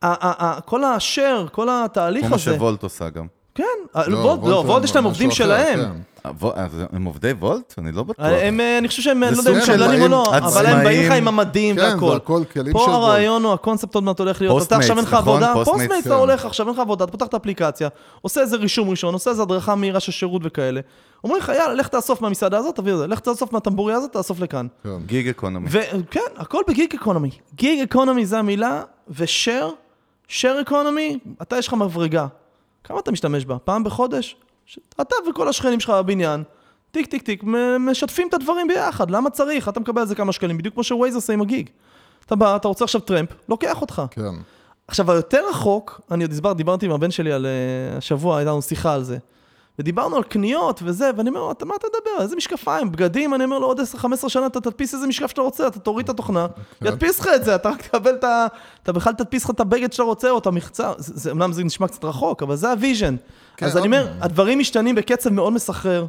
כל השאר, כל התהליך הזה... כמו מה שוולט עושה גם. כן, לא, וולט יש להם עובדים שלהם. הם עובדי וולט? אני לא בטוח. אני חושב שהם, לא יודע אם קבלנים או לא, אבל הם באים לך עם המדים והכל. פה הרעיון הוא, הקונספט עוד מעט הולך להיות, אתה עכשיו אין לך עבודה, פוסטמייטס אתה הולך, עכשיו אין לך עבודה, אתה פותח את האפליקציה, עושה איזה רישום ראשון, עושה איזה הדרכה מהירה של שירות וכאלה. אומרים לך, יאללה, לך תאסוף מהמסעדה הזאת, תביא את זה, לך תאסוף מהטמבוריה הזאת, תאסוף לכאן. גיג אקונומי. כן, הכל בגיג אקונומי. גיג אקונומי זה המילה, ושאר, שאר אקונומי, אתה יש לך מברגה. כמה אתה משתמש בה? פעם בחודש? אתה וכל השכנים שלך בבניין, טיק טיק טיק, משתפים את הדברים ביחד. למה צריך? אתה מקבל על זה כמה שקלים, בדיוק כמו שווייז עושה עם הגיג. אתה בא, אתה רוצה עכשיו טרמפ, לוקח אותך. כן. עכשיו, היותר רחוק, אני עוד הסבר, דיברתי עם הבן שלי על השבוע, הייתה לנו שיחה על זה. ודיברנו על קניות וזה, ואני אומר, מה אתה מדבר? איזה משקפיים, בגדים, אני אומר לו, עוד עשר חמש עשרה שנה, אתה תדפיס איזה משקף שאתה רוצה, אתה תוריד את התוכנה, ידפיס לך את זה, אתה רק תקבל את ה... אתה בכלל תדפיס לך את הבגד שאתה רוצה, או את המחצה, אמנם זה נשמע קצת רחוק, אבל זה הוויז'ן. אז אני אומר, הדברים משתנים בקצב מאוד מסחרר.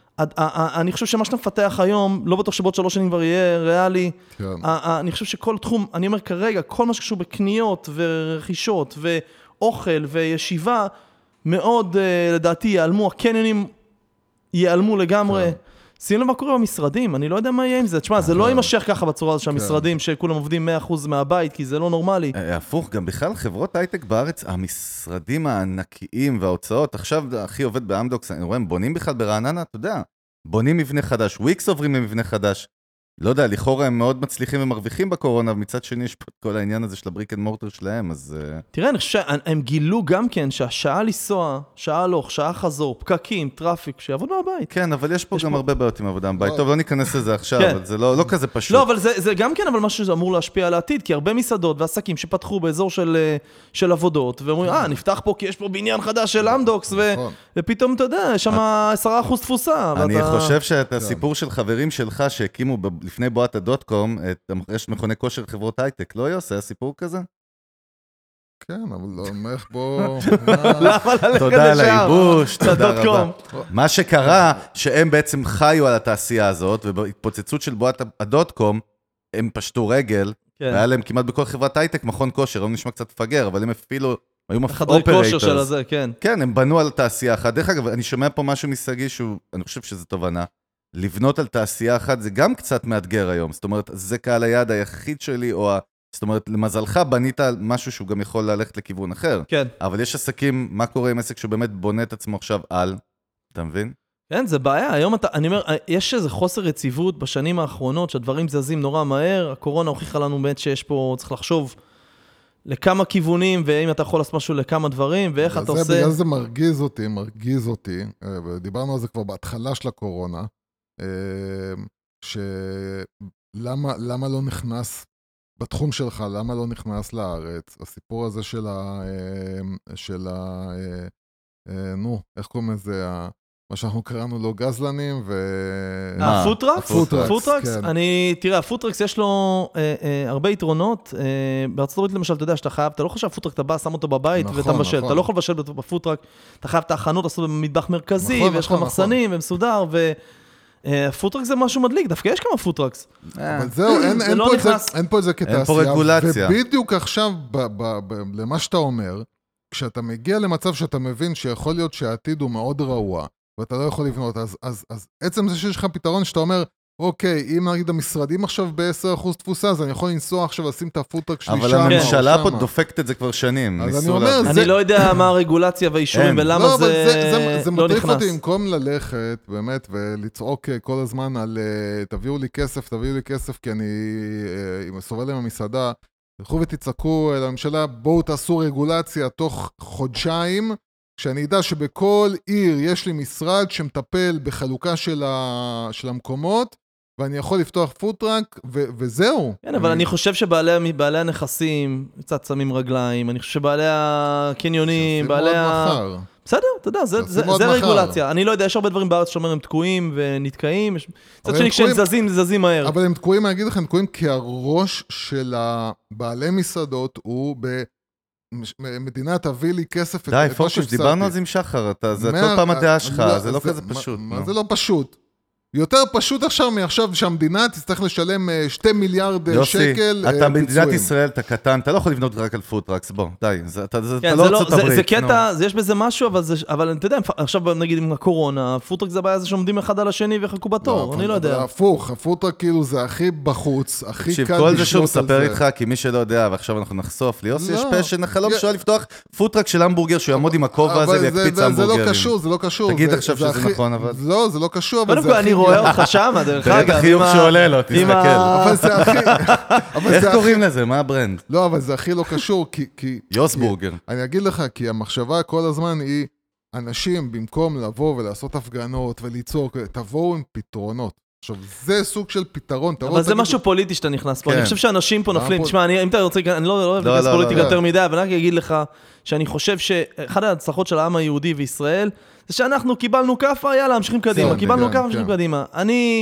אני חושב שמה שאתה מפתח היום, לא בטוח שבעוד שלוש שנים כבר יהיה ריאלי. אני חושב שכל תחום, אני אומר כרגע, כל מה שקשור בקניות ורכישות ואוכל וישיבה, מאוד, לדעתי, ייעלמו, הקניונים ייעלמו לגמרי. שים לב מה קורה במשרדים, אני לא יודע מה יהיה עם זה. תשמע, זה לא יימשך ככה בצורה הזו שהמשרדים, שכולם עובדים מאה אחוז מהבית, כי זה לא נורמלי. הפוך, גם בכלל חברות הייטק בארץ, המשרדים הענקיים וההוצאות, עכשיו הכי עובד באמדוקס, אני רואה, הם בונים בכלל ברעננה, אתה יודע, בונים מבנה חדש, וויקס עוברים למבנה חדש. לא יודע, לכאורה הם מאוד מצליחים ומרוויחים בקורונה, ומצד שני יש פה את כל העניין הזה של הבריק אנד מורטר שלהם, אז... תראה, אני חושב שהם גילו גם כן שהשעה לנסוע, שעה הלוך, שעה חזור, פקקים, טראפיק, שיעבוד מהבית. כן, אבל יש פה גם הרבה בעיות עם עבודה מהבית. טוב, לא ניכנס לזה עכשיו, אבל זה לא כזה פשוט. לא, אבל זה גם כן, אבל משהו שאמור להשפיע על העתיד, כי הרבה מסעדות ועסקים שפתחו באזור של עבודות, ואומרים, אה, נפתח פה כי יש פה בניין חדש של אמדוקס, ופתאום, אתה יודע, יש שם עשרה אחוז תפוסה. אני חושב שאת הסיפור של חברים שלך שהקימו לפני בועת הדוט קום, את רשת מכוני כושר חברות הייטק, לא יעשה הסיפור כזה? כן, אבל לא, איך בוא... תודה על הייבוש, תודה רבה. מה שקרה, שהם בעצם חיו על התעשייה הזאת, ובהתפוצצות של בועת הדוט קום, הם פשטו רגל, והיה להם כמעט בכל חברת הייטק מכון כושר, הם נשמע קצת פגר, אבל הם אפילו... היו אופרייטורס. כן. כן, הם בנו על תעשייה אחת. דרך אגב, אני שומע פה משהו מסגי שהוא, אני חושב שזה תובנה. לבנות על תעשייה אחת זה גם קצת מאתגר היום. זאת אומרת, זה קהל היעד היחיד שלי, או זאת אומרת, למזלך בנית על משהו שהוא גם יכול ללכת לכיוון אחר. כן. אבל יש עסקים, מה קורה עם עסק שהוא באמת בונה את עצמו עכשיו על, אתה מבין? כן, זה בעיה. היום אתה, אני אומר, יש איזה חוסר יציבות בשנים האחרונות, שהדברים זזים נורא מהר. הקורונה הוכיחה לנו באמת שיש פה, צריך לחשוב לכמה כיוונים, ואם אתה יכול לעשות משהו לכמה דברים, ואיך אתה עושה... בגלל זה מרגיז אותי, מרגיז אותי, ודיברנו על זה כבר בהתחלה של הקורונה, שלמה למה לא נכנס בתחום שלך, למה לא נכנס לארץ, הסיפור הזה של ה... של ה... נו, איך קוראים לזה, מה שאנחנו קראנו לו גזלנים ו... הפוטרקס? הפוטרקס, הפוטרקס? כן. אני, תראה, הפוטרקס יש לו אה, אה, הרבה יתרונות. אה, בארצות הברית למשל, אתה יודע שאתה חייב, אתה לא חושב שהפוטרק, אתה בא, שם אותו בבית נכון, ואתה מבשל. נכון. אתה לא יכול לבשל בפוטרק, אתה חייב את ההכנות, לעשות במטבח מרכזי, נכון, ויש לך נכון, מחסנים ומסודר, ו... הפוטרקס זה משהו מדליק, דווקא יש כמה פוטרקס. אבל זהו, אין, זה אין, לא פה את זה, נכנס. אין פה את זה כתעשייה. אין פה רגולציה. ובדיוק עכשיו, ב, ב, ב, למה שאתה אומר, כשאתה מגיע למצב שאתה מבין שיכול להיות שהעתיד הוא מאוד רעוע, ואתה לא יכול לבנות, אז, אז, אז עצם זה שיש לך פתרון שאתה אומר, אוקיי, אם נגיד המשרדים עכשיו ב-עשרה אחוז תפוסה, אז אני יכול לנסוע עכשיו לשים את הפוטרק שלי אבל שם. הממשלה פה דופקת את זה כבר שנים. אז ניסו אני אומר, להביא. זה- אני לא יודע מה הרגולציה והאישורים אין. ולמה לא, אבל זה זה, זה, זה לא מטריף נכנס. אותי במקום ללכת, באמת, ולצעוק אה, כל הזמן על אה, תביאו לי כסף, תביאו לי כסף, כי אני אה, סובל עם המסעדה. תלכו ותצעקו לממשלה, בואו תעשו רגולציה תוך חודשיים, כשאני יודע שבכל עיר יש לי משרד שמטפל בחלוקה של, ה, של המקומות, ואני יכול לפתוח פוטרק, ו- וזהו. כן, אבל אני חושב שבעלי בעלי הנכסים קצת שמים רגליים, אני חושב שבעלי הקניונים, שעשינו בעלי עוד ה... מחר. בסדר, אתה יודע, זה, זה, שעשינו עוד זה מחר. רגולציה. אני לא יודע, יש הרבה דברים בארץ שאומרים הם תקועים ונתקעים. יש- מצד אבל שני, הם כשהם תקועים- זזים, זזים מהר. אבל הם תקועים, אני אגיד לכם, תקועים כי הראש של בעלי מסעדות הוא במדינה תביא לי כסף את די, את מה פוקוס, שהפסדתי. דיברנו על זה עם שחר, אתה- זה מה- כל פעם הדעה שלך, לא, זה לא כזה מה- פשוט. מה נו. זה לא פשוט? יותר פשוט עכשיו מעכשיו שהמדינה תצטרך לשלם אה, שתי מיליארד אה, יוסי, שקל אה, אתה במדינת פיצויים. ישראל, אתה קטן, אתה לא יכול לבנות רק על פוטרקס, בוא, די, זה- אתה זה- כן, אתה זה לא לא- ארצות זה- הברית. זה נו. קטע, זה- יש בזה משהו, אבל זה- אבל אתה יודע, עכשיו נגיד עם הקורונה, הפוטרק זה הבעיה זה שעומדים אחד על השני ויחכו בתור, אני לא אבל יודע. הפוך, הפוטרק כאילו זה הכי בחוץ, הכי תקשיב, קל כל זה שהוא לשלוט על מספר זה. איתך, כי מי שלא יודע, ועכשיו אנחנו נחשוף, ליוסי יש לא. פשן, החלום יא- שלו לפתוח פוטרק של המבורגר, שהוא יעמוד עם הכובע הזה אבל זה- ויקפיץ זה- זה המבורגרים. לא קשור, זה לא קשור. תגיד זה- עכשיו זה שזה הכי- נכון, אבל- לא, זה לא קשור, אבל קודם זה כל, הכי... אני רואה אותך שם, דרך תראה את אגב. החיוך עם ה- שעולה לו, עם תסתכל. ה- אבל זה הכי... אבל איך זה הכי... קוראים לזה? מה הברנד? לא, אבל זה הכי לא קשור, כי... כי- יוסבורגר. אני אגיד לך, כי המחשבה כל הזמן היא, אנשים במקום לבוא ולעשות הפגנות ולצעוק, תבואו עם פתרונות. עכשיו, זה סוג של פתרון, תבואו... אבל זה תגידו- משהו פוליטי שאתה נכנס פה, כן. אני חושב שאנשים פה מה נופלים, פה- תשמע, אני- אם אתה רוצה, אני לא לא אוהב לא, להיכנס לא, פוליטיקה לא. יותר מדי, אבל אני רק אגיד לך שאני חושב שאחת ההצלחות של העם היהודי וישראל, זה שאנחנו קיבלנו כאפה, יאללה, ממשיכים קדימה, כן, קיבלנו כן, כאפה, ממשיכים כן. קדימה. אני...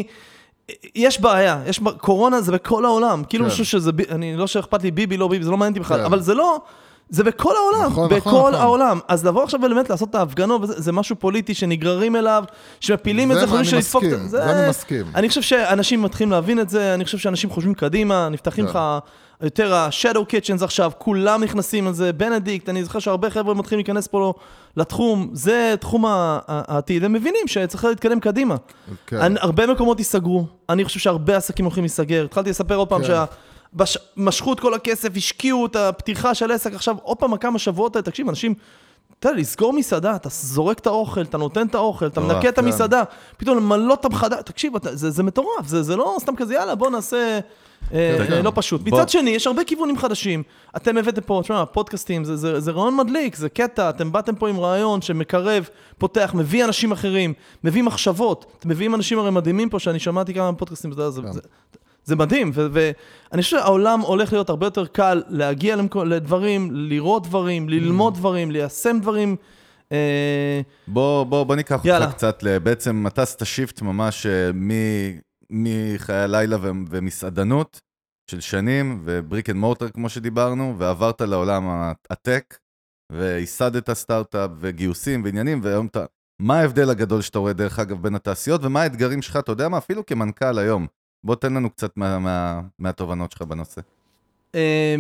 יש בעיה, יש ב- קורונה זה בכל העולם, כאילו כן. אני חושב שזה, ב- אני לא שאכפת לי ביבי, לא ביבי, זה לא מעניין אותי בכלל, כן. אבל זה לא, זה בכל העולם, נכון, בכל נכון, נכון. העולם. אז לבוא עכשיו באמת לעשות את ההפגנות, וזה- זה משהו פוליטי שנגררים אליו, שמפילים את זה זה, מה חושבים אני שלדפוק את מסכים, זה אני מסכים. אני חושב שאנשים מתחילים להבין את זה, אני חושב שאנשים חושבים קדימה, נפתחים כן. לך יותר ה-shadow kitchens עכשיו, כולם נכנסים על זה, בנדיקט, אני זוכר שהרבה חבר'ה מתחילים להיכנס פה לתחום, זה תחום ה- ה- העתיד, הם מבינים שצריך להתקדם קדימה. כן. אני- הרבה מקומות ייסגרו, אני חושב שהרבה עסקים הולכים להיסגר, התחלתי לספר עוד פעם כן. שה... בש... משכו את כל הכסף, השקיעו את הפתיחה של עסק, עכשיו עוד פעם כמה שבועות, תקשיב, אנשים, אתה יודע, לסגור מסעדה, אתה זורק את האוכל, אתה נותן את האוכל, אתה מטורף, מנקה את כן. המסעדה, פתאום למלא את המחדה, תקשיב, אתה, זה, זה מטורף, זה, זה לא סתם כזה, יאללה, בוא נעשה, אה, כן. אה, לא פשוט. בוא. מצד שני, יש הרבה כיוונים חדשים, אתם הבאתם פה, תשמע, הפודקאסטים, זה, זה, זה רעיון מדליק, זה קטע, אתם באתם פה עם רעיון שמקרב, פותח, מביא אנשים אחרים, מביא מחשבות, אתם מביאים אנשים הרי מדהימים פה, שאני שמעתי כמה פודקאסטים, זה, זה, זה, זה מדהים, ו- ואני חושב שהעולם הולך להיות הרבה יותר קל להגיע למקו- לדברים, לראות דברים, ללמוד דברים, ליישם דברים. אה, בוא, בוא, בוא ניקח יאללה. אותך קצת, ל- בעצם אתה עשית שיפט ממש אה, מ- מחיי הלילה ו- ומסעדנות של שנים, ובריק אנד מורטר כמו שדיברנו, ועברת לעולם ה- הטק, וייסדת סטארט-אפ וגיוסים ועניינים, והיום אתה, מה ההבדל הגדול שאתה רואה דרך אגב בין התעשיות, ומה האתגרים שלך, אתה יודע מה, אפילו כמנכ"ל היום, בוא תן לנו קצת מה, מה, מהתובנות שלך בנושא. אה,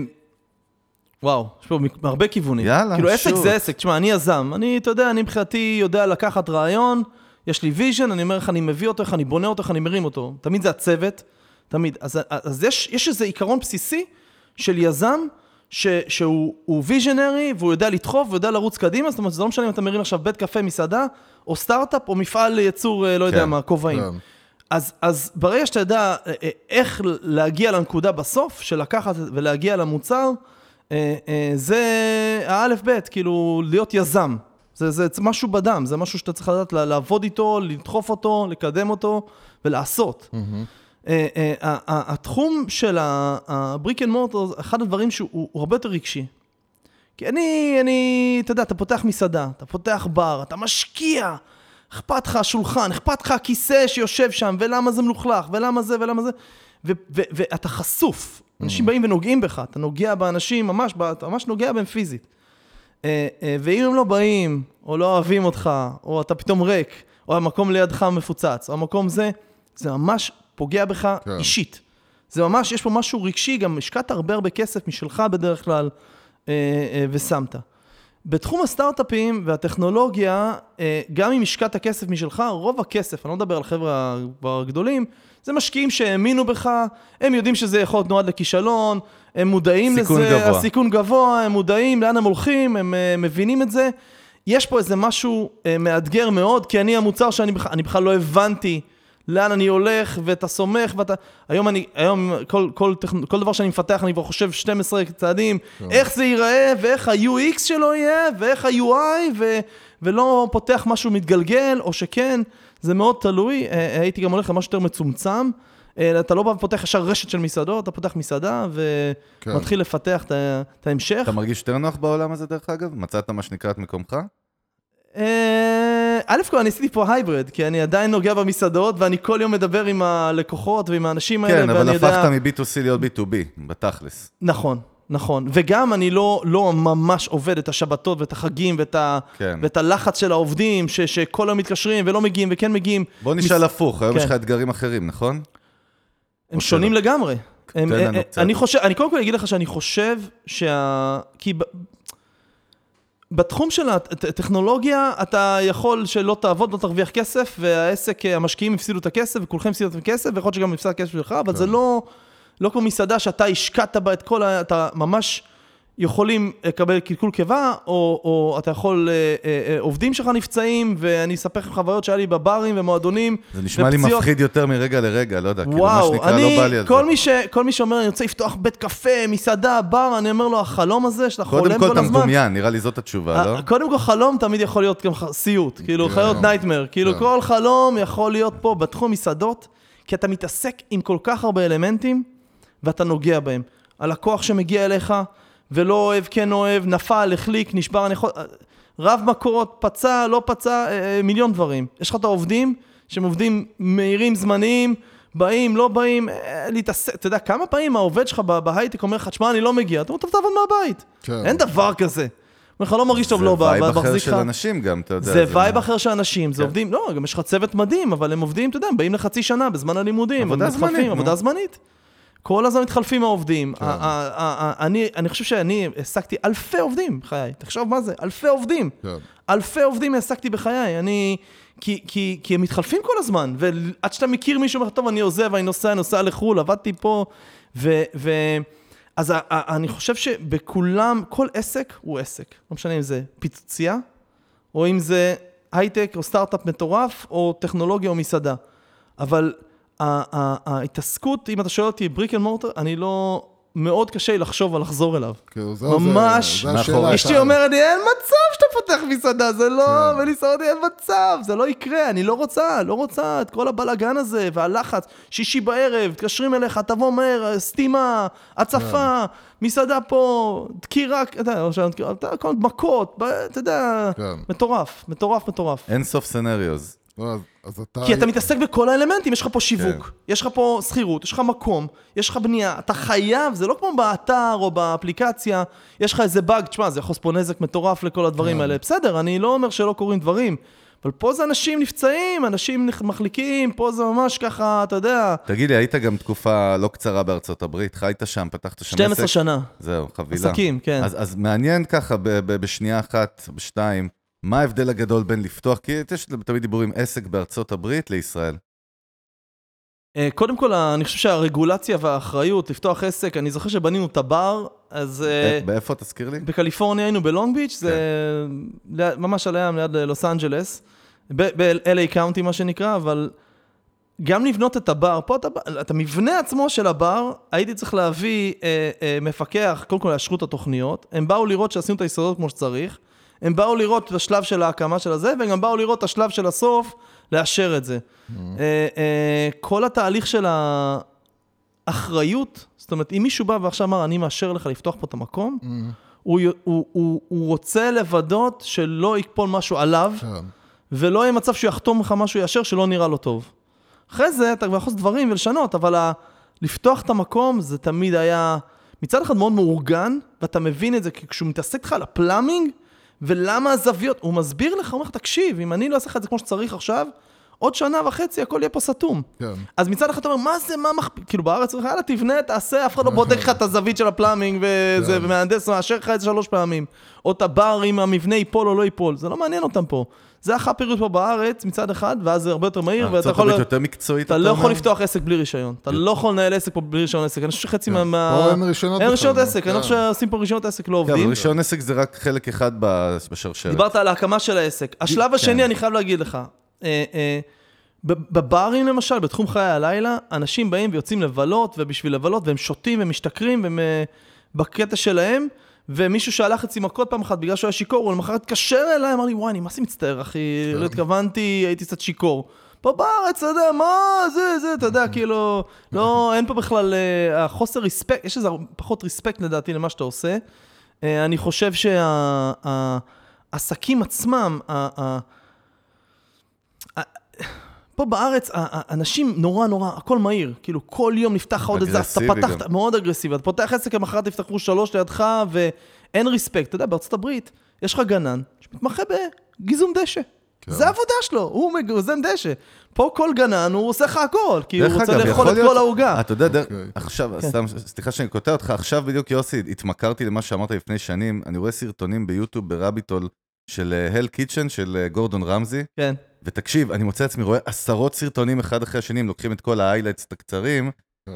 וואו, יש פה מ- הרבה כיוונים. יאללה, כאילו עסק שוט. זה עסק, תשמע, אני יזם, אני, אתה יודע, אני מבחינתי יודע לקחת רעיון, יש לי ויז'ן, אני אומר איך אני מביא אותו, איך אני בונה אותו, איך אני מרים אותו. תמיד זה הצוות, תמיד. אז, אז יש, יש איזה עיקרון בסיסי של יזם, ש, שהוא הוא ויז'נרי, והוא יודע לדחוף, והוא יודע לרוץ קדימה, זאת אומרת, זה לא משנה אם אתה מרים עכשיו בית קפה, מסעדה, או סטארט-אפ, או מפעל לייצור, לא יודע כן, מה, כובעים. כן. אז, אז ברגע שאתה יודע אה, אה, איך להגיע לנקודה בסוף, של לקחת ולהגיע למוצר, אה, אה, זה האלף בית, כאילו להיות יזם. זה, זה משהו בדם, זה משהו שאתה צריך לדעת לעבוד איתו, לדחוף אותו, לקדם אותו ולעשות. אה, אה, ה- ה- התחום של הבריק אנד מורטר, אחד הדברים שהוא הוא הרבה יותר רגשי. כי אני, אני, אתה יודע, אתה פותח מסעדה, אתה פותח בר, אתה משקיע, אכפת לך השולחן, אכפת לך הכיסא שיושב שם, ולמה זה מלוכלך, ולמה זה, ולמה זה, ו- ו- ואתה חשוף. אנשים באים ונוגעים בך, אתה נוגע באנשים, ממש, אתה ממש נוגע בהם פיזית. ואם הם לא באים, או לא אוהבים אותך, או אתה פתאום ריק, או המקום לידך מפוצץ, או המקום זה, זה ממש פוגע בך כן. אישית. זה ממש, יש פה משהו רגשי, גם השקעת הרבה הרבה כסף משלך בדרך כלל, אה, אה, ושמת. בתחום הסטארט-אפים והטכנולוגיה, אה, גם אם השקעת כסף משלך, רוב הכסף, אני לא מדבר על חבר'ה הגדולים, זה משקיעים שהאמינו בך, הם יודעים שזה יכול להיות נועד לכישלון, הם מודעים סיכון לזה, גבוה. הסיכון גבוה, הם מודעים לאן הם הולכים, הם אה, מבינים את זה. יש פה איזה משהו אה, מאתגר מאוד, כי אני המוצר שאני בכ... אני בכלל לא הבנתי לאן אני הולך, ואתה סומך, ואתה... היום אני, היום כל, כל, כל דבר שאני מפתח, אני כבר חושב שנים עשר צעדים, איך זה ייראה, ואיך ה-יו אקס שלו יהיה, ואיך ה-יו איי, ו... ולא פותח משהו מתגלגל, או שכן, זה מאוד תלוי, הייתי גם הולך למשהו יותר מצומצם, אתה לא פותח ישר רשת של מסעדות, אתה פותח מסעדה, ומתחיל לפתח את ההמשך. אתה מרגיש יותר נוח בעולם הזה דרך אגב? מצאת מה שנקרא את מקומך? א' כל, אני עשיתי פה הייבריד, כי אני עדיין נוגע במסעדות, ואני כל יום מדבר עם הלקוחות ועם האנשים האלה, כן, אבל הפכת מ-בי טו סי להיות בי טו בי, בתכלס. נכון, נכון. וגם אני לא, לא ממש עובד את השבתות ואת החגים ואת, ה, כן. ואת הלחץ של העובדים, ש, שכל היום מתקשרים ולא מגיעים וכן מגיעים. בוא נשאל מס... הפוך, היום כן. יש לך אתגרים אחרים, נכון? הם שונים לא? לגמרי. הם, תן לנו קצת. אני חושב, אני קודם כל אגיד לך שאני חושב שה... כי ב... בתחום של הטכנולוגיה, אתה יכול שלא תעבוד, לא תרוויח כסף, והעסק, המשקיעים הפסידו את הכסף, וכולכם הפסידו את הכסף, ויכול להיות שגם הפסיד הכסף שלך, אבל זה לא, לא כמו מסעדה שאתה השקעת בה את כל ה... אתה ממש יכולים לקבל קלקול קיבה, או, או אתה יכול, עובדים שלך נפצעים, ואני אספר לך חוויות שהיה לי בברים ומועדונים. זה נשמע לי מפחיד יותר מרגע לרגע, לא יודע, כאילו מה וואו, שנקרא אני, לא בא לי על כל זה. מי ש, כל מי שאומר, אני רוצה לפתוח בית קפה, מסעדה, בר, אני אומר לו, החלום הזה שאתה חולם כל הזמן. קודם כל אתה מדומיין, נראה לי זאת התשובה, לא? קודם כל חלום תמיד יכול להיות גם סיוט, כאילו חיות נייטמר, כאילו כל חלום יכול להיות פה בתחום מסעדות, כי אתה מתעסק עם כל כך הרבה אלמנטים, ואתה נוגע בהם. הלקוח שמגיע אליך, ולא אוהב, כן אוהב, נפל, החליק, נשבר, אני יכול... רב מכות, פצע, לא פצע, מיליון דברים. יש לך את העובדים, שהם עובדים מהירים, זמניים, באים, לא באים, להתעסק, אתה יודע, כמה פעמים העובד שלך בהייטק אומר לך, תשמע, אני לא מגיע, אתה אומר, טוב, תעבוד מהבית. אין דבר כזה. אומר לך, לא מרגיש טוב, לא בא, זה וייב אחר של אנשים גם, אתה יודע. זה וייב אחר של אנשים, זה עובדים, לא, גם יש לך צוות מדהים, אבל הם עובדים, אתה יודע, הם באים לחצי שנה בזמן הלימודים, עבודה זמנית, עבודה זמנית. כל הזמן מתחלפים העובדים. אני, אני חושב שאני העסקתי אלפי עובדים בחיי. תחשוב מה זה, אלפי עובדים. אלפי עובדים העסקתי בחיי. אני, כי, כי, כי הם מתחלפים כל הזמן. ועד שאתה מכיר מישהו, אומר, טוב, אני עוזב, אני נוסע, נוסע לחול, עבדתי פה. ו, ו, אז אני חושב שבכולם, כל עסק הוא עסק. לא משנה אם זה פיצוצייה, או אם זה הייטק, או סטארט-אפ מטורף, או טכנולוגיה, או מסעדה. אבל ההתעסקות, אם אתה שואל אותי, בריק אנד מורטר, אני לא... מאוד קשה לחשוב על לחזור אליו. ממש. אשתי אומרת לי, אין מצב שאתה פותח מסעדה, זה לא, וניסה אותי, אין מצב, זה לא יקרה, אני לא רוצה, לא רוצה את כל הבלגן הזה, והלחץ, שישי בערב, תקשרים אליך, תבוא מהר, סתימה, הצפה, מסעדה פה, דקירה, אתה יודע, מכות, אתה יודע, מטורף, מטורף, מטורף. אין סוף סנריוז. כי אתה מתעסק בכל האלמנטים, יש לך פה שיווק, יש לך פה שכירות, יש לך מקום, יש לך בנייה, אתה חייב, זה לא כמו באתר או באפליקציה, יש לך איזה באג, תשמע, זה יכול פה נזק מטורף לכל הדברים האלה, בסדר, אני לא אומר שלא קורים דברים, אבל פה זה אנשים נפצעים, אנשים מחליקים, פה זה ממש ככה, אתה יודע. תגיד לי, היית גם תקופה לא קצרה בארצות הברית, חיית שם, פתחת שם עסק? שתים עשרה שנה. זהו, חבילה. עסקים, כן. אז, אז מעניין ככה, בשנייה אחת, בשתיים, מה ההבדל הגדול בין לפתוח? כי יש תמיד דיבורים עסק בארצות הברית לישראל. קודם כל, אני חושב שהרגולציה והאחריות לפתוח עסק, אני זוכר שבנינו את הבר, אז... באיפה תזכיר לי? בקליפורניה היינו בלונג ביץ', זה ממש על הים ליד לוס אנג'לס, ב-אל איי קאונטי מה שנקרא, אבל גם לבנות את הבר, פה את המבנה עצמו של הבר, הייתי צריך להביא מפקח, קודם כל להשרות התוכניות, הם באו לראות שעשינו את היסודות כמו שצריך, הם באו לראות את השלב של ההקמה של הזה, והם גם באו לראות את השלב של הסוף, לאשר את זה. כל התהליך של האחריות, זאת אומרת, אם מישהו בא ועכשיו אמר, אני מאשר לך לפתוח פה את המקום, הוא, הוא, הוא, הוא רוצה לוודות שלא יקפול משהו עליו, כן. ולא יהיה מצב שהוא יחתום לך משהו ישר שלא נראה לו טוב. אחרי זה אתה כבר יכול לעשות דברים ולשנות, אבל ה... לפתוח את המקום זה תמיד היה מצד אחד מאוד מאורגן, ואתה מבין את זה, כי כשהוא מתעסק לך על הפלאמינג, ולמה הזוויות, הוא מסביר לך, הוא אומר לך, תקשיב, אם אני לא אעשה לך את זה כמו שצריך עכשיו, עוד שנה וחצי הכל יהיה פה סתום. כן. אז מצד אחד אתה אומר, מה זה, מה מחפ... כאילו בארץ צריך, יאללה, תבנה, תעשה, אף אחד לא בודק לך את הזווית של הפלאמינג, וזה, ומהנדס, מאשר לך את זה שלוש פעמים. או את הבר, אם המבנה ייפול או לא ייפול. זה לא מעניין אותם פה. זה החפירות פה בארץ, מצד אחד, ואז זה הרבה יותר מהיר, ואתה יכול... יותר מקצועית, אתה לא יכול לפתוח עסק בלי רישיון. אתה לא יכול לנהל עסק פה בלי רישיון עסק. אני חושב שחצי מה... פה אין רישיונות אין רישיונות עסק. אני חושב שעושים פה רישיונות עסק, לא עובדים. רישיון עסק זה רק חלק אחד בשרשרת. דיברת על ההקמה של העסק. השלב השני, אני חייב להגיד לך, בברים למשל, בתחום חיי הלילה, אנשים באים ויוצאים לבלות, ובשביל לבלות, והם שותים ומשתכרים, והם בקטע שלהם, ומישהו שהלך אצלי מכות פעם אחת, בגלל שהוא היה שיקור, הוא למחרת התקשר אליי, אמר לי, וואי, אני מה זה מצטער, אחי, לא התכוונתי, הייתי קצת שיקור. פה בארץ, אתה יודע, מה, זה, זה, אתה יודע, כאילו, לא, אין פה בכלל, החוסר ריספקט, יש איזה פחות ריספקט לדעתי למה שאתה עושה. אני חושב שהעסקים עצמם, פה בארץ, אנשים נורא נורא, הכל מהיר, כאילו כל יום נפתח עוד איזה, אתה פתחת, מאוד אגרסיבי, אתה פותח עסק, מחר תפתחו שלוש לידך, ואין ריספקט, אתה יודע, בארצות הברית, יש לך גנן, שמתמחה בגיזום דשא, זה העבודה שלו, הוא מגוזם דשא, פה כל גנן, הוא עושה לך הכל, כי הוא רוצה לאכול את כל ההוגה. אתה יודע, עכשיו, סליחה שאני קוטע אותך, עכשיו בדיוק יוסי, התמכרתי למה שאמרת לפני שנים, אני רואה סרטונים ביוטיוב ברביטול, של הל קיצ'ן, של גורדון רמזי, כן. ותקשיב, אני מוצא עצמי, רואה עשרות סרטונים אחד אחרי השני, הם לוקחים את כל האיילייטס הקצרים,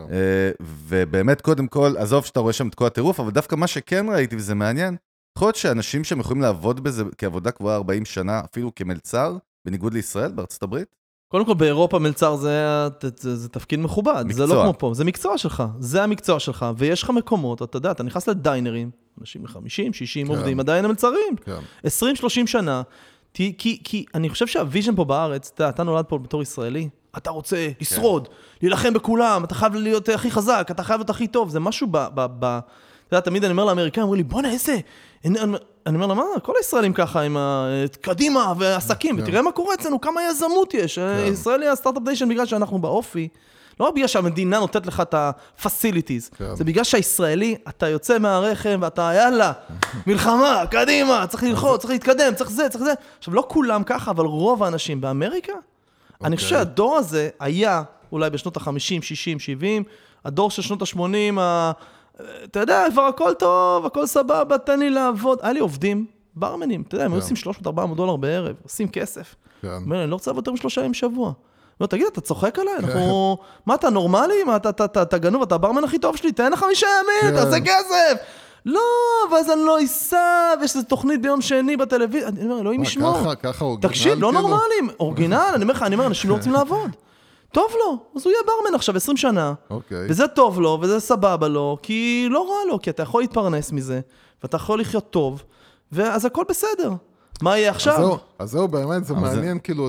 ובאמת קודם כל, עזוב שאתה רואה שם את כל הטירוף, אבל דווקא מה שכן ראיתי, וזה מעניין, יכול להיות שאנשים שהם יכולים לעבוד בזה כעבודה כבר ארבעים שנה, אפילו כמלצר, בניגוד לישראל, בארצות הברית? קודם כל, באירופה מלצר זה, זה, זה תפקיד מכובד, מקצוע. זה לא כמו פה, זה מקצוע שלך, זה המקצוע שלך, ויש לך מקומות, אתה יודע, אתה נכנס לדיינרים, אנשים ל-חמישים, שישים כן. עובדים, עדיין המלצרים, כן. עשרים שלושים שנה, כי, כי, כי אני חושב שהוויז'ן פה בארץ, אתה, אתה נולד פה בתור ישראלי, אתה רוצה לשרוד, כן. להילחם בכולם, אתה חייב להיות הכי חזק, אתה חייב להיות הכי טוב, זה משהו ב... ב, ב אתה יודע, תמיד אני אומר לאמריקאים, אמרו לי, בוא נעשה, אני, אני אומר לה, מה, כל הישראלים ככה, עם קדימה ועסקים, כן. ותראה מה קורה אצלנו, כמה יזמות יש, כן. ישראל היא הסטארט-אפ ניישן בגלל שאנחנו באופי, לא רק בגלל שהמדינה נותנת לך את ה-facilities, כן. זה בגלל שהישראלי, אתה יוצא מהרחם, ואתה, יאללה, מלחמה, קדימה, צריך ללחוץ, צריך להתקדם, צריך זה, צריך זה. עכשיו, לא כולם ככה, אבל רוב האנשים באמריקה, okay. אני חושב שהדור הזה היה, אולי בשנות ה-חמישים, שישים, שבעים, הדור של שנות ה-שמונים, ה... אתה יודע, כבר הכל טוב, הכל סבבה, תן לי לעבוד. היה לי עובדים, ברמנים, אתה יודע, הם עושים שלוש מאות ארבע מאות דולר בערב, עושים כסף. אומר, אני לא רוצה לעבוד יותר משלושה ימים שבוע. לא, תגיד, אתה צוחק עליי? אנחנו... מה, אתה נורמלי? מה, אתה גנוב? אתה הברמן הכי טוב שלי? תן לך חמישה ימים, תעשה כסף! לא, ואז אני לא אסע, ויש איזו תוכנית ביום שני בטלוויזיה. אני אומר, אלוהים ישמור. ככה, ככה אורגינל. תקשיב, לא נורמליים. אורגינל, אני אומר לך, אני אומר, אנשים לא רוצים לעבוד. טוב לו, אז הוא יהיה ברמן עכשיו עשרים שנה, וזה טוב לו, וזה סבבה לו, כי לא רע לו, כי אתה יכול להתפרנס מזה, ואתה יכול לחיות טוב, ואז הכל בסדר. מה יהיה עכשיו? אז זהו, באמת, זה מעניין, כאילו,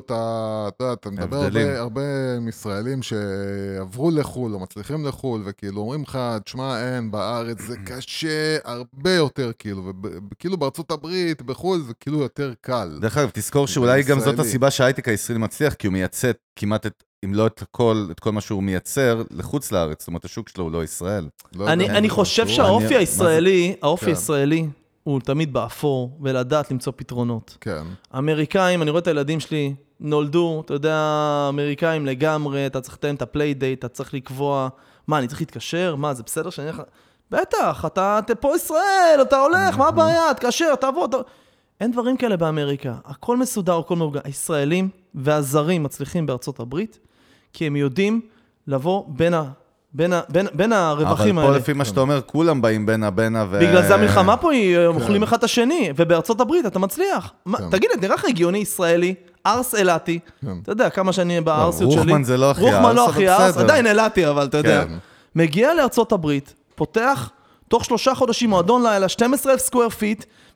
אתה מדבר הרבה ישראלים שעברו לחול, או מצליחים לחול, וכאילו אומרים לך, תשמע, אין, בארץ זה קשה הרבה יותר, כאילו, וכאילו בארצות הברית, בחול, זה כאילו יותר קל. דרך אגב, תזכור שאולי גם זאת הסיבה שההייטק הישראלי מצליח, כי הוא מייצא כמעט את אם לא את הכל, את כל מה שהוא מייצר לחוץ לארץ, זאת אומרת, השוק שלו הוא לא ישראל. אני חושב שהאופי הישראלי, האופי הישראלי, הוא תמיד באפור, ולדעת למצוא פתרונות. כן. אמריקאים, אני רואה את הילדים שלי, נולדו, אתה יודע, אמריקאים לגמרי, אתה צריך לתאם את הפליידייט, אתה צריך לקבוע, מה, אני צריך להתקשר? מה, זה בסדר שאני... בטח, אתה, אתה פה ישראל, אתה הולך, מה הבעיה? תקשר, תעבוד. אין דברים כאלה באמריקה. הכל מסודר, הכל מאורגן. הישראלים והזרים מצליחים בארצות הברית, כי הם יודעים לבוא בין ה... בין, בין, בין הרווחים האלה. אבל פה לפי מה שאתה אומר, כולם באים בין הבינה ו... בגלל זה המלחמה פה היא אוכלים אחד את השני, ובארצות הברית אתה מצליח. תגיד, נראה לך הגיוני ישראלי, ארס אלאתי, אתה יודע כמה שאני בארסיות שלי. רוחמן זה לא הכי ארס, רוחמן לא הכי ארס, עדיין אלאתי, אבל אתה יודע. מגיע לארצות הברית, פותח תוך שלושה חודשים מועדון לילה, שנים עשר אלף סקוואר פיט,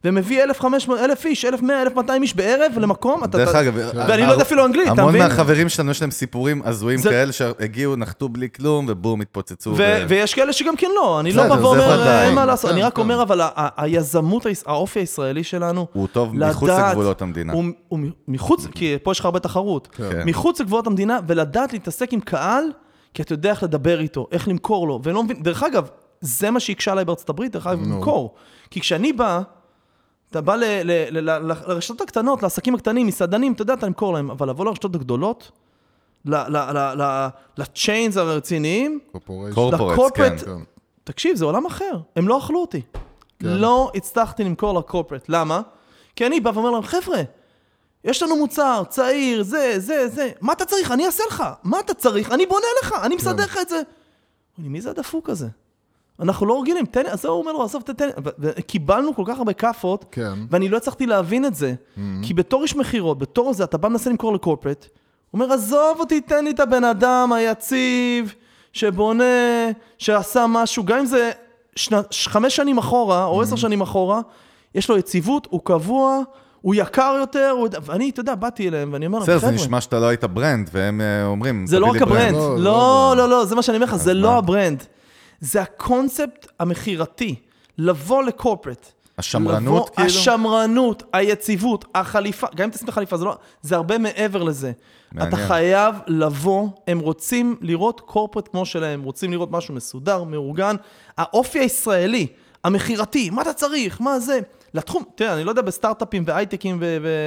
ומביא אלף וחמש מאות, אלף איש, אלף ומאה, אלף ומאתיים איש בערב למקום, אתה, דרך אתה, אגב, ואני לא יודע אפילו אנגלית, אתה המון מבין? מהחברים שלנו יש להם סיפורים הזויים זה- כאלה שהגיעו, נחתו בלי כלום, ובום, התפוצצו. ו- ו- ויש כאלה שגם כן לא, אני בסדר, לא בא זה ואומר, ודאי. אין מה לעשות, כן, אני רק כן. אומר, אבל ה- ה- היזמות, היש- האופי הישראלי שלנו, הוא טוב מחוץ לדעת- לגבולות המדינה. הוא הוא מחוץ, כי פה יש לך הרבה תחרות, כן. מחוץ לגבולות המדינה, ולדעת להתעסק עם קהל, כי אתה יודע איך לדבר איתו, איך למכור לו, ולא מבין, דרך אגב, זה מה שהקשה עליי בארצות הברית, דרך אגב, נו. למכור. כי כשאני בא, אתה בא ל- ל- ל- ל- לרשתות הקטנות, לעסקים הקטנים, מסעדנים, אתה יודע, אתה למכור להם, אבל לבוא לרשתות הגדולות, ל- ל- ל- ל- לצ'יינס הרציניים, קורפוריישן. קורפורט, לקורפרט, כן. כן. תקשיב, זה עולם אחר, הם לא אכלו אותי. לא הצלחתי למכור לקורפרט, למה? כי אני בא ואומר להם, חבר'ה, יש לנו מוצר, צעיר, זה, זה, זה, מה אתה צריך? אני אעשה לך. מה אתה צריך? אני בונה לך, אני מסדר לך את זה. אני, מי זה הדפוק הזה? אנחנו לא רגילים, תן, אז הוא אומר לו, עזוב, תתן, וקיבלנו כל כך הרבה קפות, כן. ואני לא הצלחתי להבין את זה, כי בתור איש מחירות, בתור זה, אתה בא מנסה למכור לקורפרט, הוא אומר, עזוב אותי, תן לי את הבן אדם היציב, שבונה, שעשה משהו, גם אם זה שנה, חמש שנים אחורה, או עשר שנים אחורה, יש לו יציבות, הוא קבוע, הוא יקר יותר, הוא... ואני, אתה יודע, באתי אליהם, ואני אומר להם, בסדר, זה חבר'ה, נשמע שאתה לא היית ברנד, והם אה, אומרים, זה לא תביא רק לי הברנד, לא, לא, לא, לא, לא, זה מה שאני אומר לך, זה מה? לא הברנד, זה הקונספט המחירתי, לבוא לקורפרט. השמרנות, לבוא- כאילו? השמרנות, היציבות, החליפה, גם אם תשים את החליפה, זה לא, זה הרבה מעבר לזה. מעניין. אתה חייב לבוא, הם רוצים לראות קורפרט כמו שלהם, רוצים לראות משהו מסודר, מאורגן, האופי הישראלי, המחירתי, מה אתה צריך, מה זה? לתחום, תראה, אני לא יודע בסטארט-אפים והייטקים